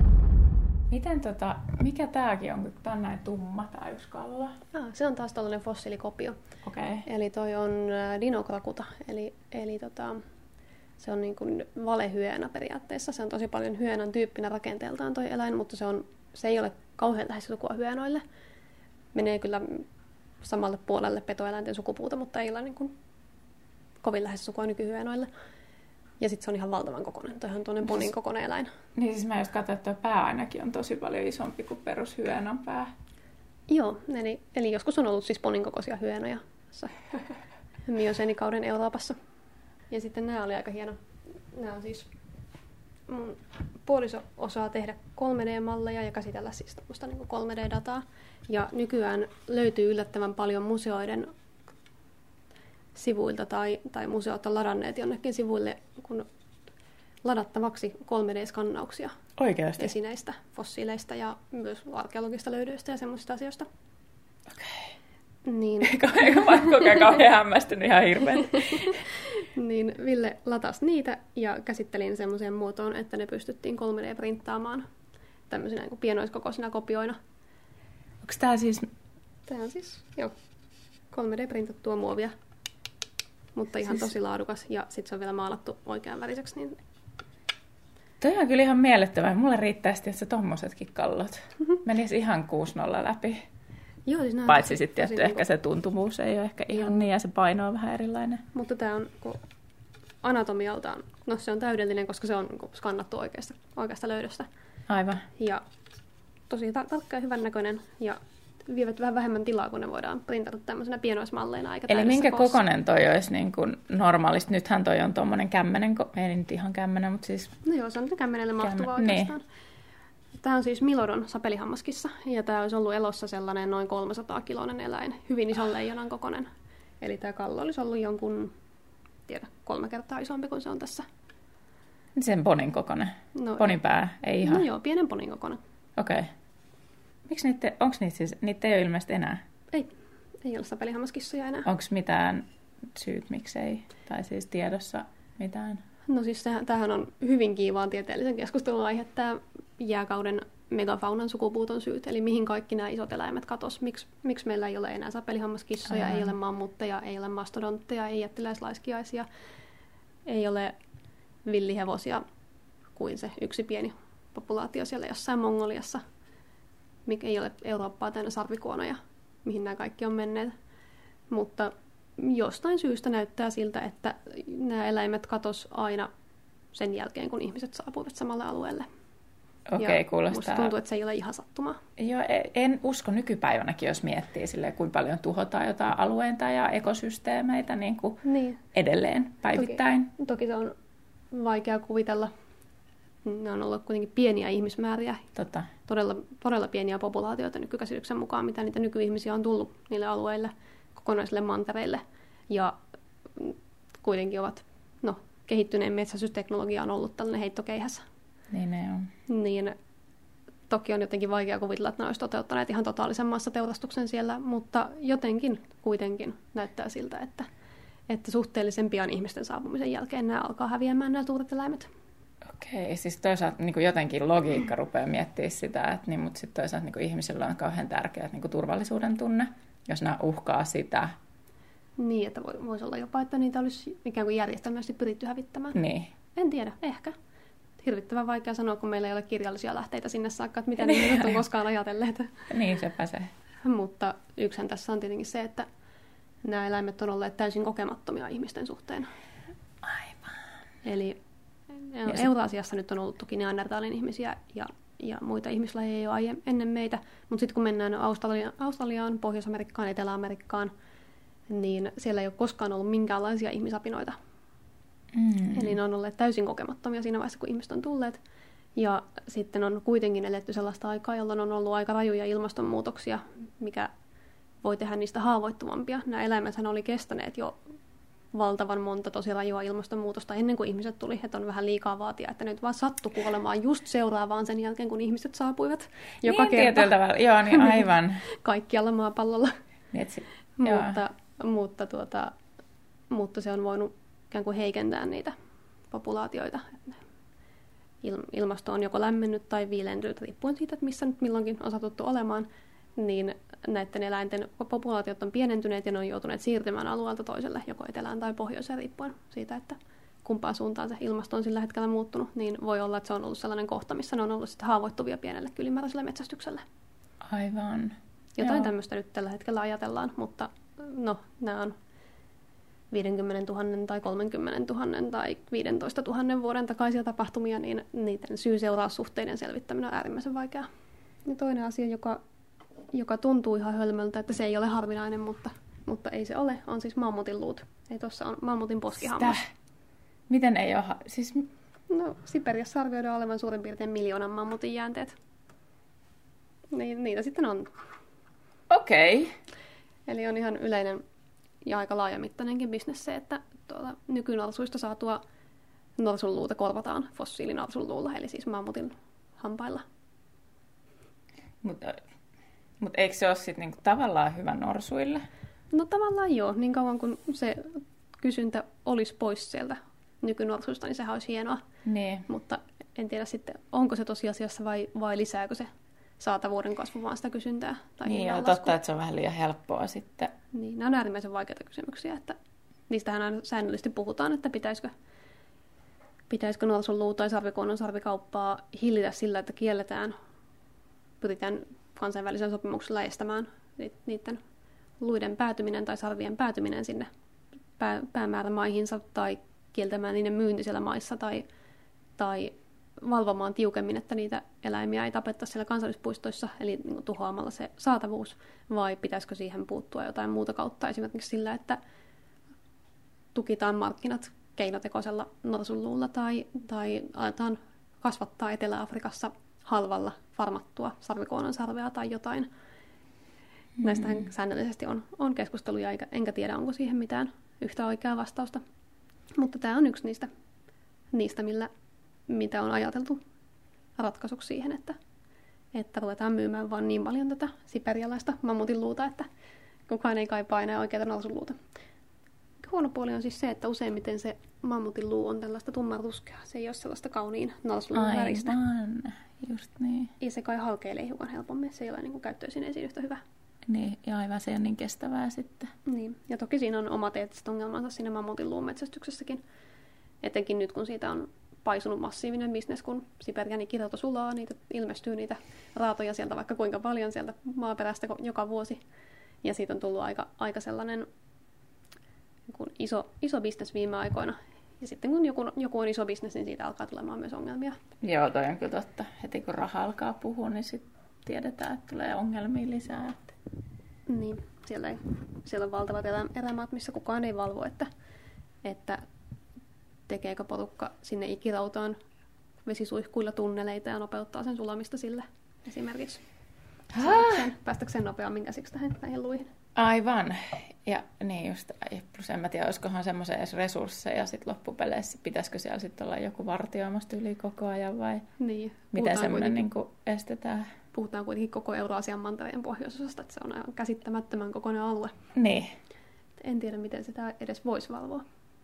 [SPEAKER 3] Miten tota, mikä tääkin on, kun tää on näin tumma tää yksi kalla?
[SPEAKER 2] Ah, se on taas tällainen fossiilikopio.
[SPEAKER 3] Okei. Okay.
[SPEAKER 2] Eli toi on Dinokrakuta, eli, eli tota, se on niin kuin valehyeenä periaatteessa. Se on tosi paljon hyeenan tyyppinen rakenteeltaan toi eläin, mutta se, on, se ei ole kauhean lähes sukua hyenoille. Menee kyllä samalle puolelle petoeläinten sukupuuta, mutta ei ole niin kuin kovin lähes sukua nykyhyenoille. Ja sitten se on ihan valtavan kokoinen. Toihan on tuollainen ponin kokoinen eläin.
[SPEAKER 3] Niin siis mä just katsoin, että tuo pää ainakin on tosi paljon isompi kuin perushyenan pää.
[SPEAKER 2] Joo, eli, eli joskus on ollut siis ponin kokoisia hyenoja mioseenikauden Euroopassa. Ja sitten nämä oli aika hieno. Nämä on siis mun puoliso osaa tehdä kolme D-malleja ja käsitellä siis tämmöistä niin kuin kolme D-dataa. Ja nykyään löytyy yllättävän paljon museoiden sivuilta tai, tai museot on ladanneet jonnekin sivuille kun ladattavaksi kolme D-skannauksia.
[SPEAKER 3] Oikeasti?
[SPEAKER 2] Esineistä, fossiileista ja myös arkeologista löydöistä ja semmoisista asioista.
[SPEAKER 3] Okei.
[SPEAKER 2] Niin.
[SPEAKER 3] Eikä mä koko ajan kauhean hämmästynyt ihan hirveän.
[SPEAKER 2] Niin Ville latasi niitä ja käsittelin semmoiseen muotoon, että ne pystyttiin kolme D-printtaamaan tämmöisinä niin kuin pienoiskokoisina kopioina.
[SPEAKER 3] Onko tää siis...
[SPEAKER 2] Tää on siis, joo, kolme D-printattua muovia, mutta ihan siis... tosi laadukas ja sitten se on vielä maalattu oikean väriseksi. Niin...
[SPEAKER 3] Toi on kyllä ihan miellyttävää. Mulle riittäisi tietysti tommosetkin kallot. Mm-hmm. Menisi ihan kuusi nolla läpi.
[SPEAKER 2] Joo, siis
[SPEAKER 3] paitsi sitten tietty ehkä se tuntuvuus ei ole ehkä ihan joo. Niin ja se paino on vähän erilainen.
[SPEAKER 2] Mutta tämä on anatomialtaan, no se on täydellinen, koska se on skannattu oikeasta, oikeasta löydöstä.
[SPEAKER 3] Aivan.
[SPEAKER 2] Ja tosi tar- tarkka ja hyvän näköinen ja vievät vähän vähemmän tilaa, kun ne voidaan printata tämmöisenä pienoismalleina. Eikä
[SPEAKER 3] eli minkä
[SPEAKER 2] koossa.
[SPEAKER 3] kokoinen toi olisi niin kuin normaalisti? Nythän toi on tuommoinen kämmenen, ei nyt ihan kämmenen, mutta siis...
[SPEAKER 2] No joo, se on kämmenelle mahtuva Kämmen... oikeastaan. Niin. Tämä on siis Milodon sapelihammaskissa, ja tämä olisi ollut elossa sellainen noin kolmesataa kiloinen eläin, hyvin ison leijonan kokoinen. Eli tämä kallo olisi ollut jonkun, tiedä, kolme kertaa isompi kuin se on tässä.
[SPEAKER 3] Sen ponin kokoinen? No, ponin pää, ei ihan?
[SPEAKER 2] No joo, pienen ponin kokoinen.
[SPEAKER 3] Okei. Okay. Miksi niitä, onko niitä siis, niitä ei ole ilmeisesti enää?
[SPEAKER 2] Ei, ei ole sapelihammaskissoja enää.
[SPEAKER 3] Onko mitään syyt, miksei, tai siis tiedossa mitään?
[SPEAKER 2] No siis tämähän on hyvin kiivaan tieteellisen keskustelun aihe, tämä jääkauden megafaunan sukupuuton syyt, eli mihin kaikki nämä isot eläimet katos. Miks, miksi meillä ei ole enää sapelihammaskissoja, Aivan. ei ole mammutteja, ei ole mastodontteja, ei jättiläislaiskiaisia, ei ole villihevosia kuin se yksi pieni populaatio siellä jossain Mongoliassa. Mikä ei ole Eurooppaa täynnä sarvikuonoja, mihin nämä kaikki on menneet. Mutta jostain syystä näyttää siltä, että nämä eläimet katos aina sen jälkeen, kun ihmiset saapuivat samalle alueelle.
[SPEAKER 3] Okei, kuulostaa.
[SPEAKER 2] Musta tuntuu, että se ei ole ihan sattumaa.
[SPEAKER 3] Joo, en usko nykypäivänäkin, jos miettii silleen, kuinka paljon tuhotaan jotain alueita ja ekosysteemeitä niin kuin niin. edelleen päivittäin.
[SPEAKER 2] Toki, toki se on vaikea kuvitella ne on ollut kuitenkin pieniä ihmismääriä.
[SPEAKER 3] Tota.
[SPEAKER 2] Todella, todella pieniä populaatioita nykykäsityksen mukaan, mitä niitä nykyihmisiä on tullut niille alueille, kokonaisille mantereille. Ja kuitenkin ovat, no, kehittyneen metsästysteknologia on ollut tällainen heittokeihässä.
[SPEAKER 3] Niin ne on.
[SPEAKER 2] Niin toki on jotenkin vaikea kuvitella, että ne olisi toteuttaneet ihan totaalisen massateurastuksen siellä, mutta jotenkin kuitenkin näyttää siltä, että, että suhteellisen pian ihmisten saapumisen jälkeen nämä alkaa häviämään nämä suuret eläimet.
[SPEAKER 3] Okei, siis toisaalta niin jotenkin logiikka rupeaa miettimään sitä, että niin, mutta sitten toisaalta niin ihmisillä on kauhean tärkeä niin turvallisuuden tunne, jos nämä uhkaa sitä.
[SPEAKER 2] Niin, että voisi olla jopa, että niitä olisi ikään kuin järjestelmästi pyritty hävittämään.
[SPEAKER 3] Niin.
[SPEAKER 2] En tiedä, ehkä. Hirvittävän vaikea sanoa, kun meillä ei ole kirjallisia lähteitä sinne saakka, että mitä niin on koskaan ajatelleet.
[SPEAKER 3] Niin, sepä se. Mutta
[SPEAKER 2] yksihän tässä on tietenkin se, että nämä eläimet on olleet täysin kokemattomia ihmisten suhteen.
[SPEAKER 3] Aivan.
[SPEAKER 2] Eli Euraasiassa nyt on ollut toki neandertaalin ihmisiä ja, ja muita ihmislajeja jo aie, ennen meitä, mutta sitten kun mennään Australia, Australiaan, Pohjois-Amerikkaan, Etelä-Amerikkaan, niin siellä ei ole koskaan ollut minkäänlaisia ihmisapinoita. Mm. Eli ne on olleet täysin kokemattomia siinä vaiheessa, kun ihmiset on tulleet. Ja sitten on kuitenkin eletty sellaista aikaa, jolloin on ollut aika rajuja ilmastonmuutoksia, mikä voi tehdä niistä haavoittuvampia. Nämä eläimethän oli kestäneet jo valtavan monta tosi rajua ilmastonmuutosta ennen kuin ihmiset tuli. Että on vähän liikaa vaatia, että ne nyt vaan sattu kuolemaan just seuraavaan sen jälkeen, kun ihmiset saapuivat. Joka
[SPEAKER 3] niin,
[SPEAKER 2] kerta.
[SPEAKER 3] Tietyllä tavalla. Joo, niin aivan.
[SPEAKER 2] Kaikkialla maapallolla.
[SPEAKER 3] Niin, si-
[SPEAKER 2] mutta, mutta, tuota, mutta se on voinut ikään kuin heikentää niitä populaatioita. Ilmasto on joko lämmennyt tai viilentynyt, riippuen siitä, että missä nyt milloinkin on satuttu olemaan, niin näiden eläinten populaatiot on pienentyneet ja ne on joutuneet siirtymään alueelta toiselle, joko etelään tai pohjoiseen, riippuen siitä, että kumpaan suuntaan se ilmasto on sillä hetkellä muuttunut, niin voi olla, että se on ollut sellainen kohta, missä ne on ollut sitten haavoittuvia pienelle ylimääräiselle metsästykselle.
[SPEAKER 3] Aivan.
[SPEAKER 2] Jotain tämmöistä nyt tällä hetkellä ajatellaan, mutta no, nämä on viisikymmentätuhatta tai kolmekymmentätuhatta tai viisitoistatuhatta vuoden takaisia tapahtumia, niin niiden syy-seuraussuhteiden selvittäminen on äärimmäisen vaikeaa. Ja toinen asia, joka, joka tuntuu ihan hölmöltä, että se ei ole harvinainen, mutta, mutta ei se ole, on siis mammutin luut. Ei tuossa on mammutin poskihammas.
[SPEAKER 3] Sitä? Miten ei ole? Siis...
[SPEAKER 2] No, Siperiassa arvioidaan olevan suurin piirtein miljoonan mammutin jäänteet. Niin, niitä sitten on.
[SPEAKER 3] Okei. Okay.
[SPEAKER 2] Eli on ihan yleinen ja aika laajamittainenkin bisnes se, että tuolla nykynarsuista saatua norsunluuta korvataan fossiilinarsunluulla, eli siis mammutin hampailla.
[SPEAKER 3] Mutta mut eikö se ole sitten niinku tavallaan hyvä norsuille?
[SPEAKER 2] No tavallaan joo, niin kauan kun se kysyntä olisi pois sieltä nykynorsuista, niin sehän olisi hienoa.
[SPEAKER 3] Niin.
[SPEAKER 2] Mutta en tiedä sitten, onko se tosiasiassa vai, vai lisääkö se saatavuuden kasvu vaan sitä kysyntää. Tai
[SPEAKER 3] niin on totta, että se on vähän liian helppoa sitten.
[SPEAKER 2] Niin, nämä on äärimmäisen vaikeita kysymyksiä, että niistähän aina säännöllisesti puhutaan, että pitäisikö, pitäisikö norsun luu tai sarvikuonon sarvikauppaa hillitä sillä, että kielletään, pyritään kansainvälisellä sopimuksella estämään niiden luiden päätyminen tai sarvien päätyminen sinne pää, päämäärämaihinsa tai kieltämään niiden myynti siellä maissa tai, tai valvomaan tiukemmin, että niitä eläimiä ei tapettaisi siellä kansallispuistoissa, eli niin kuin tuhoamalla se saatavuus, vai pitäisikö siihen puuttua jotain muuta kautta, esimerkiksi sillä, että tukitaan markkinat keinotekoisella norsunluulla tai, tai aletaan kasvattaa Etelä-Afrikassa halvalla farmattua sarvikuonon sarvea tai jotain. Mm. Näistähän säännöllisesti on, on keskusteluja, enkä, enkä tiedä, onko siihen mitään yhtä oikeaa vastausta. Mutta tämä on yksi niistä, niistä millä, mitä on ajateltu ratkaisuksi siihen, että, että ruvetaan myymään vaan niin paljon tätä siperialaista mammutin luuta, että kukaan ei kaipaa enää oikeaa norsunluuta. Huono puoli on siis se, että useimmiten se mammutin luu on tällaista tummanruskeaa. Se ei ole sellaista kauniin norsunluun väristä.
[SPEAKER 3] Aivan, just niin.
[SPEAKER 2] Ja se kai halkeilee hiukan helpommin. Se ei ole niin käyttöisineisiin yhtä hyvä.
[SPEAKER 3] Niin, ja aivan se on niin kestävää sitten.
[SPEAKER 2] Niin, ja toki siinä on omat eettiset ongelmansa siinä mammutin luun metsästyksessäkin. Etenkin nyt, kun siitä on paisunut massiivinen bisnes, kun Siperian ikirauta sulaa, niitä ilmestyy niitä raatoja sieltä vaikka kuinka paljon sieltä maaperästä joka vuosi. Ja siitä on tullut aika, aika sellainen kun iso, iso bisnes viime aikoina. Ja sitten kun joku, joku on iso bisnes, niin siitä alkaa tulemaan myös ongelmia.
[SPEAKER 3] Joo, toi on kyllä totta. Heti kun raha alkaa puhua, niin sitten tiedetään, että tulee ongelmia lisää. Että...
[SPEAKER 2] Niin, siellä, ei, siellä on valtavat erä, erämaat, missä kukaan ei valvo, että, että tekeekö porukka sinne ikirautaan vesisuihkuilla tunneleita ja nopeuttaa sen sulamista sille esimerkiksi. Päästäkseen, päästäkseen nopeammin käsiksi tähän, näihin luihin.
[SPEAKER 3] Aivan. Ja niin just, plus en mä tiedä, olisikohan semmoisia edes resursseja sit loppupeleissä. Pitäisikö siellä sitten olla joku vartioimasta yli koko ajan vai
[SPEAKER 2] niin.
[SPEAKER 3] miten semmoinen niin estetään?
[SPEAKER 2] Puhutaan kuitenkin koko Euraasian mantereen pohjoisosasta, että se on aivan käsittämättömän kokoinen alue.
[SPEAKER 3] Niin.
[SPEAKER 2] En tiedä, miten sitä edes voisi valvoa.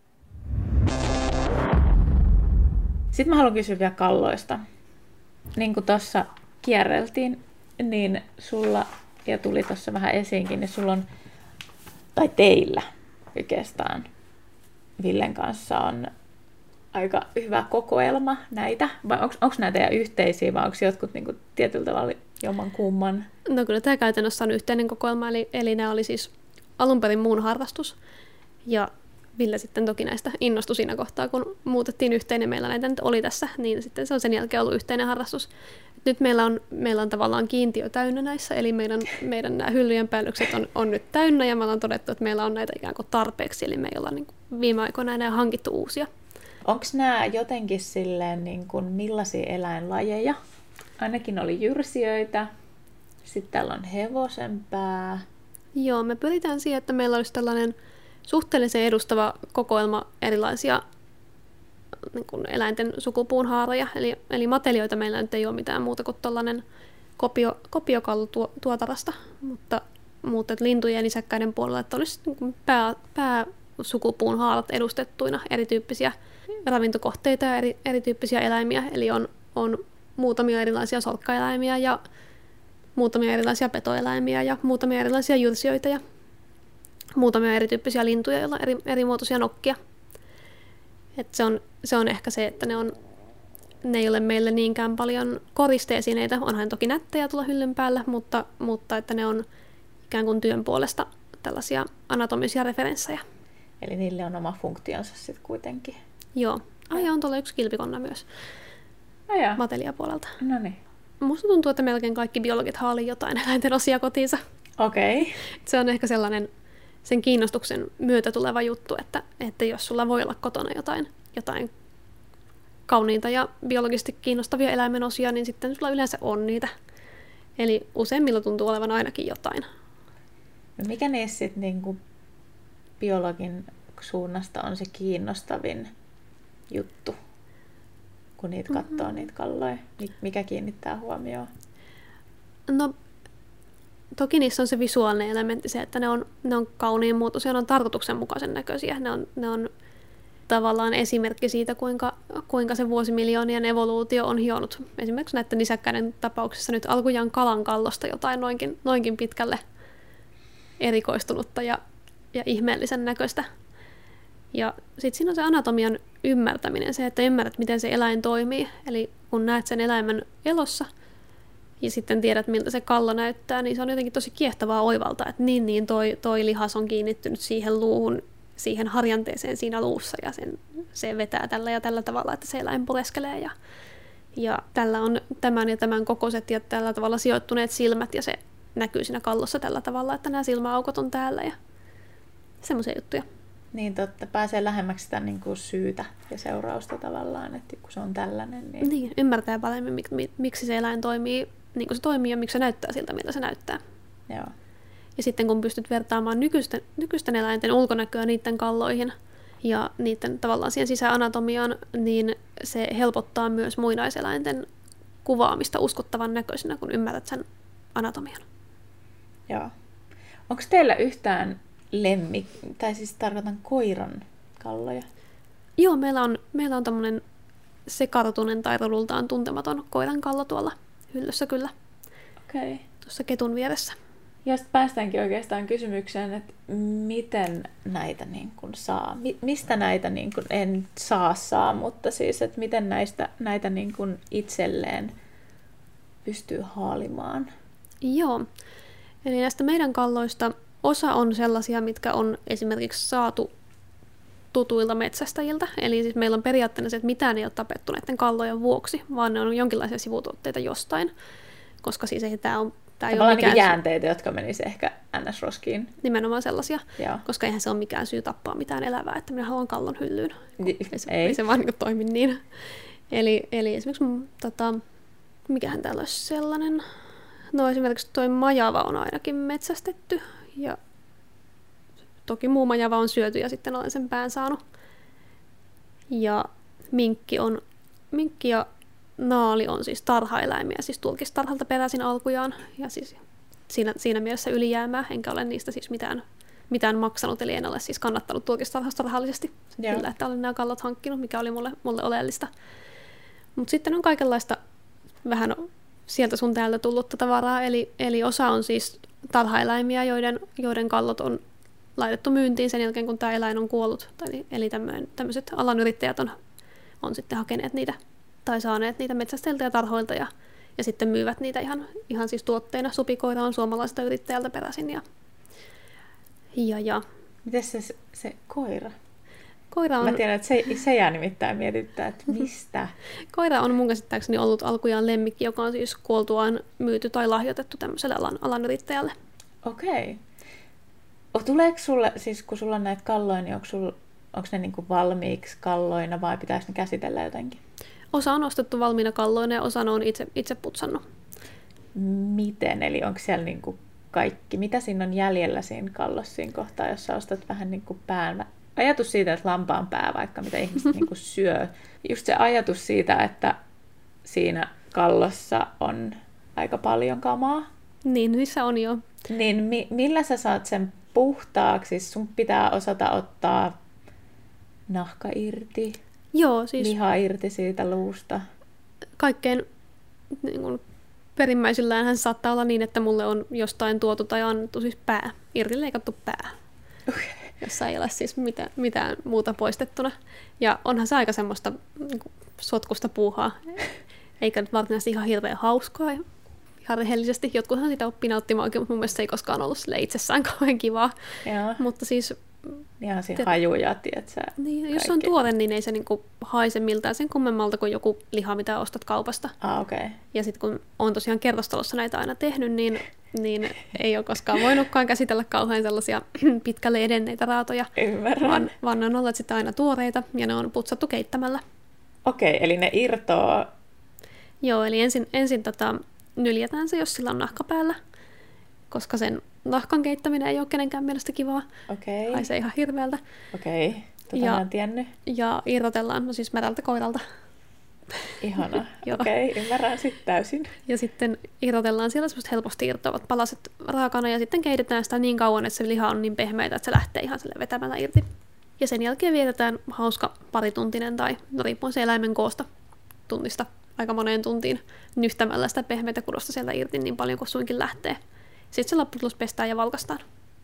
[SPEAKER 3] Sitten mä haluan kysyä vielä kalloista. Niin kuin tuossa kierreltiin, niin sulla, ja tuli tuossa vähän esiinkin, niin sulla on, tai teillä oikeastaan, Villen kanssa on aika hyvä kokoelma näitä. Vai onko nämä teidän yhteisiä, vai onko jotkut niin kuin tietyllä tavalla jomman kumman?
[SPEAKER 2] No kyllä tämä käytännössä on yhteinen kokoelma, eli, eli nämä oli siis alun perin muun harrastus. Ja Ville sitten toki näistä innostui siinä kohtaa, kun muutettiin yhteinen, meillä näitä nyt oli tässä, niin sitten se on sen jälkeen ollut yhteinen harrastus. Nyt meillä on, meillä on tavallaan kiintiö täynnä näissä, eli meidän, meidän nämä hyllyjen päällykset on, on nyt täynnä, ja me ollaan todettu, että meillä on näitä ikään kuin tarpeeksi, eli me ei olla niin kuin viime aikoina enää hankittu uusia.
[SPEAKER 3] Onko nämä jotenkin silleen, niin kuin millaisia eläinlajeja? Ainakin oli jyrsijöitä, sitten täällä on hevosenpää.
[SPEAKER 2] Joo, me pyritään siihen, että meillä olisi tällainen suhteellisen edustava kokoelma erilaisia niin kuin eläinten sukupuunhaaroja. Eli, eli matelioita meillä nyt ei ole mitään muuta kuin tällainen kopio, kopiokallu tuo, tuotarasta, mutta, mutta että lintujen ja nisäkkäiden puolella, että olisi niin kuin pää, pääsukupuunhaarat edustettuina, erityyppisiä ravintokohteita ja eri, erityyppisiä eläimiä. Eli on, on muutamia erilaisia solkkaeläimiä ja muutamia erilaisia petoeläimiä ja muutamia erilaisia jyrsijöitä ja muutamia erityyppisiä lintuja, joilla on eri, eri muotoisia nokkia. Et se, on, se on ehkä se, että ne, on, ne ei ole meille niinkään paljon koristeesineitä. Onhan toki nättejä tulla hyllyn päällä, mutta, mutta että ne on ikään kuin työn puolesta tällaisia anatomisia referenssejä.
[SPEAKER 3] Eli niille on oma funktionsa sitten kuitenkin.
[SPEAKER 2] Joo. Ai, on tuolla yksi kilpikonna myös
[SPEAKER 3] Aja.
[SPEAKER 2] mateliapuolelta.
[SPEAKER 3] No niin.
[SPEAKER 2] Musta tuntuu, että melkein kaikki biologit haalii jotain eläinten osia kotiinsa.
[SPEAKER 3] Okei. Okay.
[SPEAKER 2] Se on ehkä sellainen sen kiinnostuksen myötä tuleva juttu, että, että jos sulla voi olla kotona jotain, jotain kauniita ja biologisesti kiinnostavia eläimen osia, niin sitten sulla yleensä on niitä. Eli useimmilla tuntuu olevan ainakin jotain.
[SPEAKER 3] No mikä niissä sitten niinku biologin suunnasta on se kiinnostavin juttu, kun niitä katsoo, mm-hmm. niitä kalloja? Mikä kiinnittää huomioon?
[SPEAKER 2] No, toki niissä on se visuaalinen elementti, se, että ne on, ne on kauniin muotoisia, ne on tarkoituksenmukaisen näköisiä. Ne on, ne on tavallaan esimerkki siitä, kuinka, kuinka se vuosimiljoonien evoluutio on hionut. Esimerkiksi näiden nisäkkäiden tapauksessa nyt alkujaan kalan kallosta jotain noinkin, noinkin pitkälle erikoistunutta ja, ja ihmeellisen näköistä. Ja sitten siinä on se anatomian ymmärtäminen, se, että ymmärrät, miten se eläin toimii. Eli kun näet sen eläimen elossa ja sitten tiedät, miltä se kallo näyttää, niin se on jotenkin tosi kiehtovaa oivaltaa, että niin, niin toi, toi lihas on kiinnittynyt siihen luuhun, siihen harjanteeseen siinä luussa ja sen, se vetää tällä ja tällä tavalla, että se eläin pureskelee. Ja, ja tällä on tämän ja tämän kokoiset ja tällä tavalla sijoittuneet silmät ja se näkyy siinä kallossa tällä tavalla, että nämä silmäaukot on täällä ja semmoisia juttuja.
[SPEAKER 3] Niin totta, pääsee lähemmäksi sitä niin kuin syytä ja seurausta tavallaan, että kun se on tällainen. Niin,
[SPEAKER 2] niin ymmärtää paremmin, mik, mik, miksi se eläin toimii niin kuin se toimii ja miksi se näyttää siltä, miltä se näyttää.
[SPEAKER 3] Joo.
[SPEAKER 2] Ja sitten kun pystyt vertaamaan nykyisten, nykyisten eläinten ulkonäköä niiden kalloihin ja niiden tavallaan siihen sisäanatomiaan, niin se helpottaa myös muinaiseläinten kuvaamista uskottavan näköisenä, kun ymmärrät sen anatomian.
[SPEAKER 3] Joo. Onko teillä yhtään lemmik, tai siis tarkoitan koiran kalloja?
[SPEAKER 2] Joo, meillä on, meillä on tämmöinen sekartunen tai rodultaan tuntematon koiran kallo tuolla hyllyssä kyllä.
[SPEAKER 3] Okei. Okay.
[SPEAKER 2] Tuossa ketun vieressä.
[SPEAKER 3] Ja sitten päästäänkin oikeastaan kysymykseen, että miten näitä niin kuin saa, Mi- mistä näitä niin kuin en saa saa, mutta siis, että miten näistä, näitä niin kuin itselleen pystyy haalimaan?
[SPEAKER 2] Joo, eli näistä meidän kalloista osa on sellaisia, mitkä on esimerkiksi saatu tutuilta metsästäjiltä. Eli siis meillä on periaatteessa se, että mitään ei ole tapettu näiden kallojen vuoksi, vaan ne on jonkinlaisia sivutuotteita jostain, koska siis ei tämä on Tämä ei
[SPEAKER 3] ole mikään jäänteitä, jotka menisi ehkä N S-roskiin.
[SPEAKER 2] Nimenomaan sellaisia,
[SPEAKER 3] Joo.
[SPEAKER 2] Koska eihän se ole mikään syy tappaa mitään elävää, että minä haluan kallon hyllyyn.
[SPEAKER 3] Ei,
[SPEAKER 2] ei, se, ei. ei se vaan niin toimi niin. Eli, eli esimerkiksi, tota, mikähän täällä olisi sellainen, no esimerkiksi toi majava on ainakin metsästetty, ja toki muu majava on syöty, ja sitten olen sen pään saanut. Ja minkki, on, minkki ja naali on siis tarhaeläimiä, siis turkistarhalta peräisin alkujaan, ja siis siinä, siinä mielessä ylijäämää, enkä ole niistä siis mitään, mitään maksanut, eli en ole siis kannattanut turkistarhasta rahallisesti, sillä että olen nämä kallot hankkinut, mikä oli mulle, mulle oleellista. Mutta sitten on kaikenlaista vähän sieltä sun täältä tullutta tavaraa, eli, eli osa on siis tarhaeläimiä, joiden, joiden kallot on laitettu myyntiin sen jälkeen, kun tämä eläin on kuollut. Eli, eli tämmöiset alan yrittäjät on, on sitten hakeneet niitä tai saaneet niitä metsästäjiltä ja tarhoilta ja, ja sitten myyvät niitä ihan, ihan siis tuotteina. Supikoira on suomalaiselta yrittäjältä peräisin. Ja, ja, ja.
[SPEAKER 3] Miten se, se koira?
[SPEAKER 2] Koira on...
[SPEAKER 3] Mä tiedän, että se, se jää nimittäin mietittää, että mistä.
[SPEAKER 2] Koira on mun käsittääkseni ollut alkujaan lemmikki, joka on siis kuoltuaan myyty tai lahjoitettu tämmöiselle alan, alan yrittäjälle.
[SPEAKER 3] Okei. Tuleeko sulle, siis kun sulla on näitä kalloja, niin onko, sul, onko ne niinku valmiiksi kalloina vai pitäisi ne käsitellä jotenkin?
[SPEAKER 2] Osa on ostettu valmiina kalloina ja osa on itse, itse putsannut.
[SPEAKER 3] Miten? Eli onko siellä niinku kaikki? Mitä siinä on jäljellä siinä kallossa siinä kohtaa, jos sä ostat vähän niinku pään? Ajatus siitä, että lampaan pää vaikka, mitä ihmiset niinku syö. Just se ajatus siitä, että siinä kallossa on aika paljon kamaa.
[SPEAKER 2] Niin, niissä on jo.
[SPEAKER 3] Niin mi- millä sä saat sen puhtaaksi? Sun pitää osata ottaa nahka irti,
[SPEAKER 2] Joo, siis
[SPEAKER 3] liha irti siitä luusta.
[SPEAKER 2] Kaikkein niin kuin, perimmäisillään saattaa olla niin, että mulle on jostain tuotu tai annettu siis pää, irti leikattu pää,
[SPEAKER 3] Okay.
[SPEAKER 2] jossa ei ole siis mitään, mitään muuta poistettuna. Ja onhan se aika semmoista niin kuin, sotkusta puuhaa, eikä nyt varsinaisesti ihan hirveän hauskaa. Ihan rehellisesti. Jotkuthan sitä oppii nauttimaankin, mutta mun mielestä se ei koskaan ollut sille itsessään kauhean kivaa.
[SPEAKER 3] Joo.
[SPEAKER 2] Mutta siis...
[SPEAKER 3] Ihan siinä te... hajuja, tietsä.
[SPEAKER 2] Niin, jos se on tuore, niin ei se niinku haise miltään sen kummemmalta kuin joku liha, mitä ostat kaupasta.
[SPEAKER 3] Ah, okei. Okay.
[SPEAKER 2] Ja sitten kun on tosiaan kerrostalossa näitä aina tehnyt, niin, niin ei ole koskaan voinutkaan käsitellä kauhean sellaisia pitkälle edenneitä raatoja.
[SPEAKER 3] Ymmärrän.
[SPEAKER 2] Vaan, vaan ne on olleet sitten aina tuoreita ja ne on putsattu keittämällä.
[SPEAKER 3] Okei, okay, eli ne irtoaa...
[SPEAKER 2] Joo, eli ensin, ensin tota, nyljetään se, jos sillä on nahka päällä, koska sen nahkan keittäminen ei ole kenenkään mielestä kivaa.
[SPEAKER 3] Okei. Okay.
[SPEAKER 2] Haisee ihan hirveältä.
[SPEAKER 3] Okei, okay. tota mä en tiennyt.
[SPEAKER 2] Ja irrotellaan, no siis märältä koiralta.
[SPEAKER 3] Ihana, okei, okay, ymmärrän sitten täysin.
[SPEAKER 2] Ja sitten irrotellaan siellä semmoiset helposti irtoavat palaset raakana ja sitten keitetään sitä niin kauan, että se liha on niin pehmeitä, että se lähtee ihan sille vetämällä irti. Ja sen jälkeen vietetään hauska parituntinen tai no riippuen se eläimen koosta tunnista aika moneen tuntiin nyhtämällä sitä pehmeitä kudosta sieltä irti niin paljon kuin suinkin lähtee. Sitten se lopputulos pestään ja valkastaan.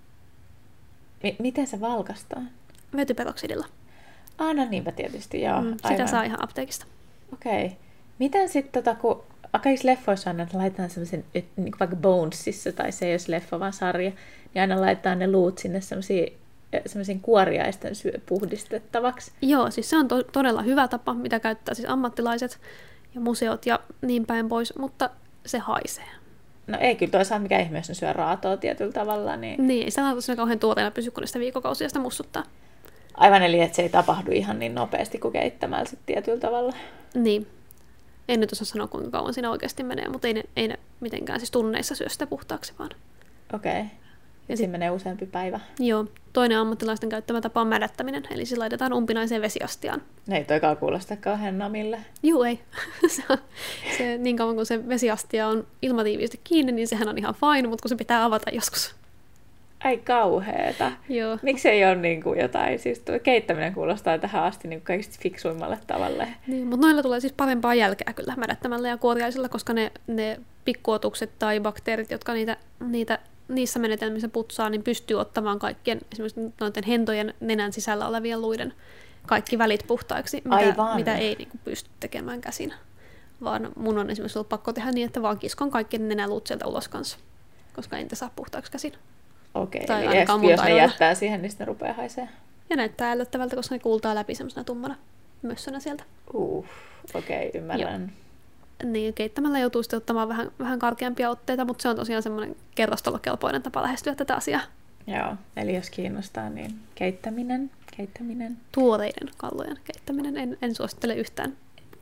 [SPEAKER 3] M- miten se valkastaan?
[SPEAKER 2] Vetyperoksidilla.
[SPEAKER 3] Ah, no niinpä tietysti, joo.
[SPEAKER 2] Mm, sitä saa ihan apteekista.
[SPEAKER 3] Okei. Okay. Miten sitten, tota, kun kaikissa leffoissa on, että laitetaan semmoisen, niin vaikka Bonesissa, tai se ei olisi leffa, vaan sarja, niin aina laitetaan ne luut sinne semmoisiin kuoriaisten syö- puhdistettavaksi.
[SPEAKER 2] Joo, siis se on to- todella hyvä tapa, mitä käyttää siis ammattilaiset ja museot ja niin päin pois, mutta se haisee.
[SPEAKER 3] No ei kyllä toisaalta mikä ihme, jos ne syö raatoa tietyllä tavalla. Niin,
[SPEAKER 2] niin ei sitä laita kauhean tuoreena pysy, kun ne sitä viikokausia sitä mussuttaa.
[SPEAKER 3] Aivan, eli että se ei tapahdu ihan niin nopeasti kuin keittämällä sitten tietyllä tavalla.
[SPEAKER 2] Niin. En nyt osaa sanoa, kuinka kauan siinä oikeasti menee, mutta ei ne, ei ne mitenkään siis tunneissa syö sitä puhtaaksi vaan.
[SPEAKER 3] Okei. Okay. Ja siinä menee useampi päivä.
[SPEAKER 2] Joo. Toinen ammattilaisten käyttämä tapa on mädättäminen, eli siis laitetaan umpinaiseen vesiastiaan.
[SPEAKER 3] No ei toikaan kuulosta kauhean namille.
[SPEAKER 2] Juu, ei. se on, se, niin kauan kun se vesiastia on ilmatiiviisti kiinni, niin sehän on ihan fine, mutta kun se pitää avata joskus.
[SPEAKER 3] Ai kauheeta.
[SPEAKER 2] Joo.
[SPEAKER 3] Miksi ei ole niin kuin jotain, siis tuo keittäminen kuulostaa tähän asti niin kuin kaikista fiksuimmalle tavalle.
[SPEAKER 2] Niin, mutta noilla tulee siis parempaa jälkeä kyllä mädättämällä ja kuoriaisilla, koska ne, ne pikkuotukset tai bakteerit, jotka niitä, niitä, niissä menetelmissä putsaa, niin pystyy ottamaan kaikkien esimerkiksi noiden hentojen nenän sisällä olevien luiden kaikki välit puhtaiksi, mitä, mitä ei niin kuin, pysty tekemään käsin. Vaan mun on esimerkiksi ollut pakko tehdä niin, että vaan kiskon kaikkien nenäluut sieltä ulos kanssa, koska en te saa puhtaaksi käsin.
[SPEAKER 3] Okei, okay, eli jos ne jättää siihen, niin sitten ne rupeaa haisee.
[SPEAKER 2] Ja näyttää ällöttävältä, koska ne kuultaa läpi semmoisena tummana mössönä sieltä.
[SPEAKER 3] Uh, okei, okay, ymmärrän.
[SPEAKER 2] Joo. Niin, keittämällä joutuu sitten ottamaan vähän, vähän karkeampia otteita, mutta se on tosiaan semmoinen kerrostalokelpoinen tapa lähestyä tätä asiaa.
[SPEAKER 3] Joo, eli jos kiinnostaa, niin keittäminen, keittäminen.
[SPEAKER 2] Tuoreiden kallojen keittäminen en, en suosittele yhtään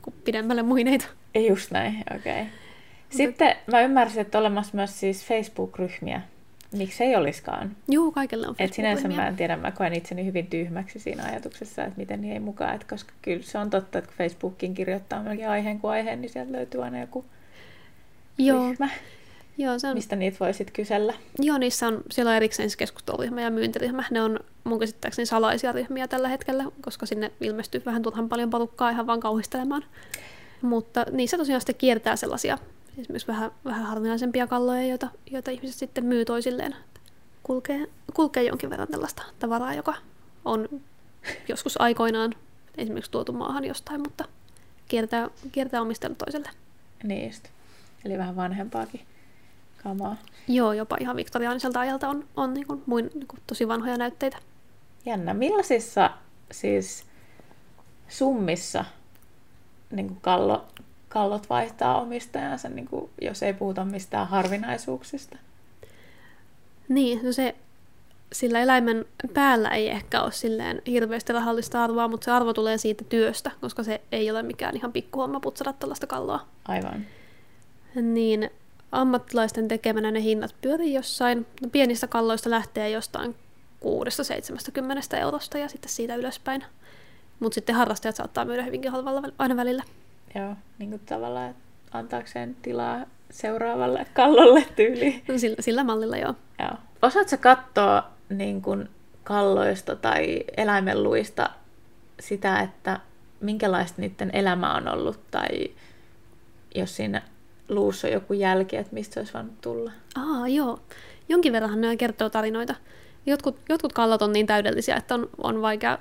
[SPEAKER 2] kuin pidemmälle muineita.
[SPEAKER 3] Just näin, okei. Okay. Sitten mä ymmärsin, että on olemassa myös siis Facebook-ryhmiä. Miksi ei olisikaan?
[SPEAKER 2] Joo, kaikilla on
[SPEAKER 3] Et sinänsä
[SPEAKER 2] Facebook-ryhmiä.
[SPEAKER 3] mä en tiedä, mä koen itseni hyvin tyhmäksi siinä ajatuksessa, että miten niin ei mukaan. Et koska kyllä se on totta, että kun Facebookiin kirjoittaa melkein aiheen kuin aiheen, niin sieltä löytyy aina joku
[SPEAKER 2] Joo.
[SPEAKER 3] ryhmä,
[SPEAKER 2] Joo, se on,
[SPEAKER 3] mistä niitä voisit kysellä.
[SPEAKER 2] joo, niissä on, siellä on erikseen keskusteluryhmä ja myyntiryhmä. Ne on mun käsittääkseni salaisia ryhmiä tällä hetkellä, koska sinne ilmestyy vähän turhan paljon porukkaa ihan vaan kauhistelemaan. Mutta niissä tosiaan sitten kiertää sellaisia esimerkiksi vähän, vähän harvinaisempia kalloja, joita, joita ihmiset sitten myy toisilleen. Kulkee, kulkee jonkin verran tällaista tavaraa, joka on joskus aikoinaan esimerkiksi tuotu maahan jostain, mutta kiertää, kiertää omistajalle toiselle.
[SPEAKER 3] Niin just. Eli vähän vanhempaakin kamaa.
[SPEAKER 2] Joo, jopa ihan viktoriaaniselta ajalta on, on niin kuin, muin, niin kuin tosi vanhoja näytteitä.
[SPEAKER 3] Jännä. Millaisissa siis summissa niin kuin kallo, kallot vaihtaa omistajansa, niin kuin, jos ei puhuta mistään harvinaisuuksista?
[SPEAKER 2] Niin, no se, sillä eläimen päällä ei ehkä ole silleen hirveästi rahallista arvoa, mutta se arvo tulee siitä työstä, koska se ei ole mikään ihan pikkuhomma putsata tällaista kalloa.
[SPEAKER 3] Aivan.
[SPEAKER 2] Niin ammattilaisten tekemänä ne hinnat pyörii jossain. No, pienistä kalloista lähtee jostain kuudesta seitsemästäkymmenestä eurosta ja sitten siitä ylöspäin. Mutta sitten harrastajat saattaa myydä hyvinkin halvalla aina välillä.
[SPEAKER 3] Joo, niin kuin tavallaan, että antaakseen tilaa seuraavalle kallolle tyyliin.
[SPEAKER 2] No, sillä, sillä mallilla joo.
[SPEAKER 3] Joo. Osaatko katsoa niin kuin kalloista tai eläimenluista sitä, että minkälaista niiden elämä on ollut, tai jos siinä luussa on joku jälki, että mistä se olisi voinut tulla?
[SPEAKER 2] Aa, joo. Jonkin verranhan ne kertoo tarinoita. Jotkut, jotkut kallot on niin täydellisiä, että on, on vaikea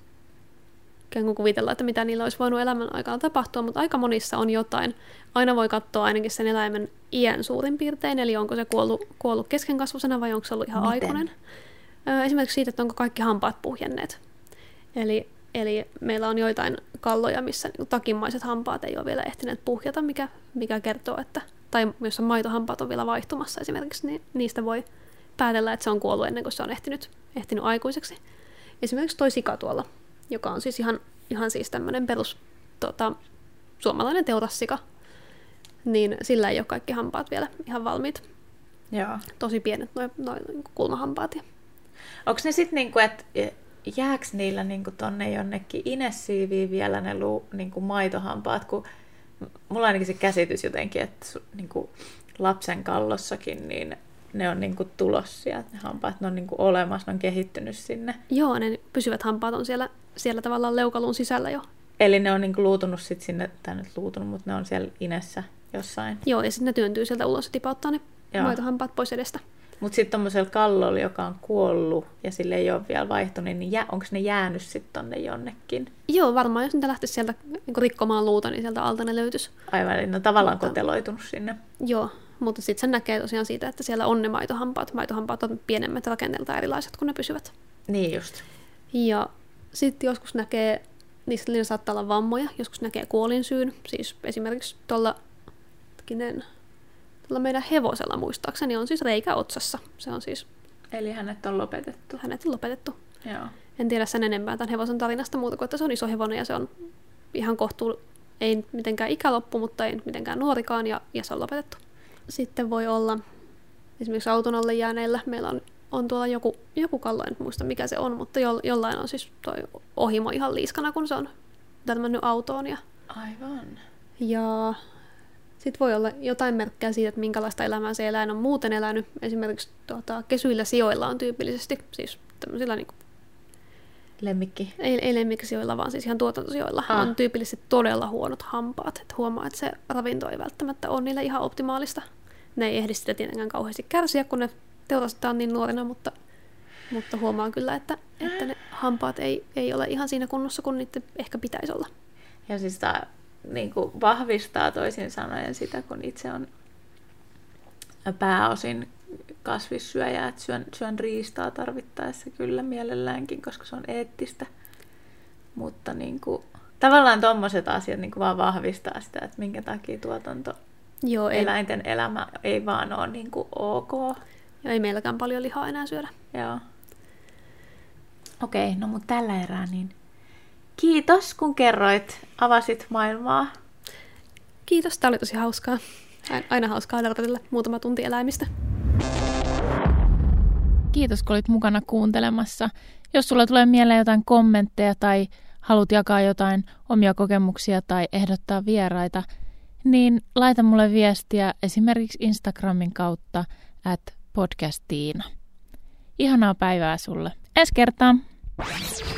[SPEAKER 2] kuvitella, että mitä niillä olisi voinut elämän aikana tapahtua, mutta aika monissa on jotain. Aina voi katsoa ainakin sen eläimen iän suurin piirtein, eli onko se kuollut, kuollut keskenkasvuisena vai onko se ollut ihan
[SPEAKER 3] Miten?
[SPEAKER 2] aikuinen. Esimerkiksi siitä, että onko kaikki hampaat puhjenneet. Eli, eli meillä on joitain kalloja, missä takimmaiset hampaat ei ole vielä ehtineet puhjata, mikä, mikä kertoo, että, tai jossa maitohampaat on vielä vaihtumassa esimerkiksi, niin niistä voi päätellä, että se on kuollut ennen kuin se on ehtinyt, ehtinyt aikuiseksi. Esimerkiksi toi sika tuolla, joka on siis ihan, ihan siis tämmöinen perus tota, suomalainen teurassika, niin sillä ei ole kaikki hampaat vielä ihan valmiit.
[SPEAKER 3] Joo.
[SPEAKER 2] Tosi pienet noin noi, kulmahampaat.
[SPEAKER 3] Onko ne sitten, niinku, että jääkö niillä niinku tonne jonnekin inessiiviin vielä ne luu, niinku maitohampaat, kun mulla on ainakin se käsitys jotenkin, että niinku lapsen kallossakin niin ne on niinku tulossa sieltä, ne hampaat, ne on niinku olemassa, ne on kehittynyt sinne.
[SPEAKER 2] Joo, ne pysyvät hampaat on siellä, siellä tavallaan leukaluun sisällä jo.
[SPEAKER 3] Eli ne on niinku luutunut sit sinne, tai nyt luutunut, mutta ne on siellä inessä jossain.
[SPEAKER 2] Joo, ja sitten ne työntyy sieltä ulos ja tipauttaa ne Joo. maitohampaat pois edestä. Mutta
[SPEAKER 3] sitten tuommoisella kallolla, joka on kuollut ja sille ei ole vielä vaihtunut, niin jä, onko ne jäänyt sitten tonne jonnekin?
[SPEAKER 2] Joo, varmaan jos niitä lähtisi sieltä niin rikkomaan luuta, niin sieltä alta ne löytyisi.
[SPEAKER 3] Aivan, eli ne on tavallaan mutta, koteloitunut sinne.
[SPEAKER 2] Joo, mutta sitten sen näkee tosiaan siitä, että siellä on ne maitohampaat. Maitohampaat on pienemmät rakenteelta erilaiset, kun ne pysyvät.
[SPEAKER 3] Niin just.
[SPEAKER 2] Ja sitten joskus näkee, niistä niillä saattaa olla vammoja, joskus näkee kuolinsyyn. Siis esimerkiksi tuolla Tuolla meidän hevosella muistaakseni on siis reikä otsassa. Se on siis...
[SPEAKER 3] Eli hänet on lopetettu.
[SPEAKER 2] Hänet on lopetettu.
[SPEAKER 3] Joo.
[SPEAKER 2] En tiedä sen enempää tämän hevosen tarinasta muuta kuin, että se on iso hevonen ja se on ihan kohtuu, ei mitenkään ikäloppu, mutta ei mitenkään nuorikaan ja, ja se on lopetettu. Sitten voi olla esimerkiksi auton alle jääneillä. Meillä on, on tuolla joku, joku kallo, en muista mikä se on, mutta jo, jollain on siis toi ohimo ihan liiskana, kun se on törmännyt autoon. Ja,
[SPEAKER 3] Aivan.
[SPEAKER 2] Ja... Sitten voi olla jotain merkkejä siitä, että minkälaista elämää se eläin on muuten elänyt. Esimerkiksi tuota, kesyillä sijoilla on tyypillisesti, siis tämmöisillä niin kuin,
[SPEAKER 3] Lemmikki.
[SPEAKER 2] Ei, ei lemmikkisijoilla, vaan siis ihan tuotantosijoilla ah. on tyypillisesti todella huonot hampaat. Että huomaa, että se ravinto ei välttämättä ole niille ihan optimaalista. Ne ei ehdi sitä tietenkään kauheasti kärsiä, kun ne teurastetaan niin nuorina, mutta, mutta huomaa kyllä, että, että ne hampaat ei, ei ole ihan siinä kunnossa, kun niitä ehkä pitäisi olla.
[SPEAKER 3] Ja siis tämä niin kuin vahvistaa toisin sanoen sitä, kun itse on pääosin kasvissyöjä, että syön, syön riistaa tarvittaessa kyllä mielelläänkin, koska se on eettistä. Mutta niin kuin, tavallaan tommoset asiat niin kuin vaan vahvistaa sitä, että minkä takia tuotanto
[SPEAKER 2] Joo, ei.
[SPEAKER 3] eläinten elämä ei vaan ole niin kuin ok.
[SPEAKER 2] Ja ei meilläkään paljon lihaa enää syödä.
[SPEAKER 3] Joo. Okei, no mutta tällä erää niin kiitos, kun kerroit, avasit maailmaa.
[SPEAKER 2] Kiitos, tämä oli tosi hauskaa. Aina hauskaa nörpätellä muutama tunti eläimistä.
[SPEAKER 1] Kiitos, kun olit mukana kuuntelemassa. Jos sulla tulee mieleen jotain kommentteja tai haluat jakaa jotain omia kokemuksia tai ehdottaa vieraita, niin laita mulle viestiä esimerkiksi Instagramin kautta at podcastiina. Ihanaa päivää sulle. Ensi kertaan!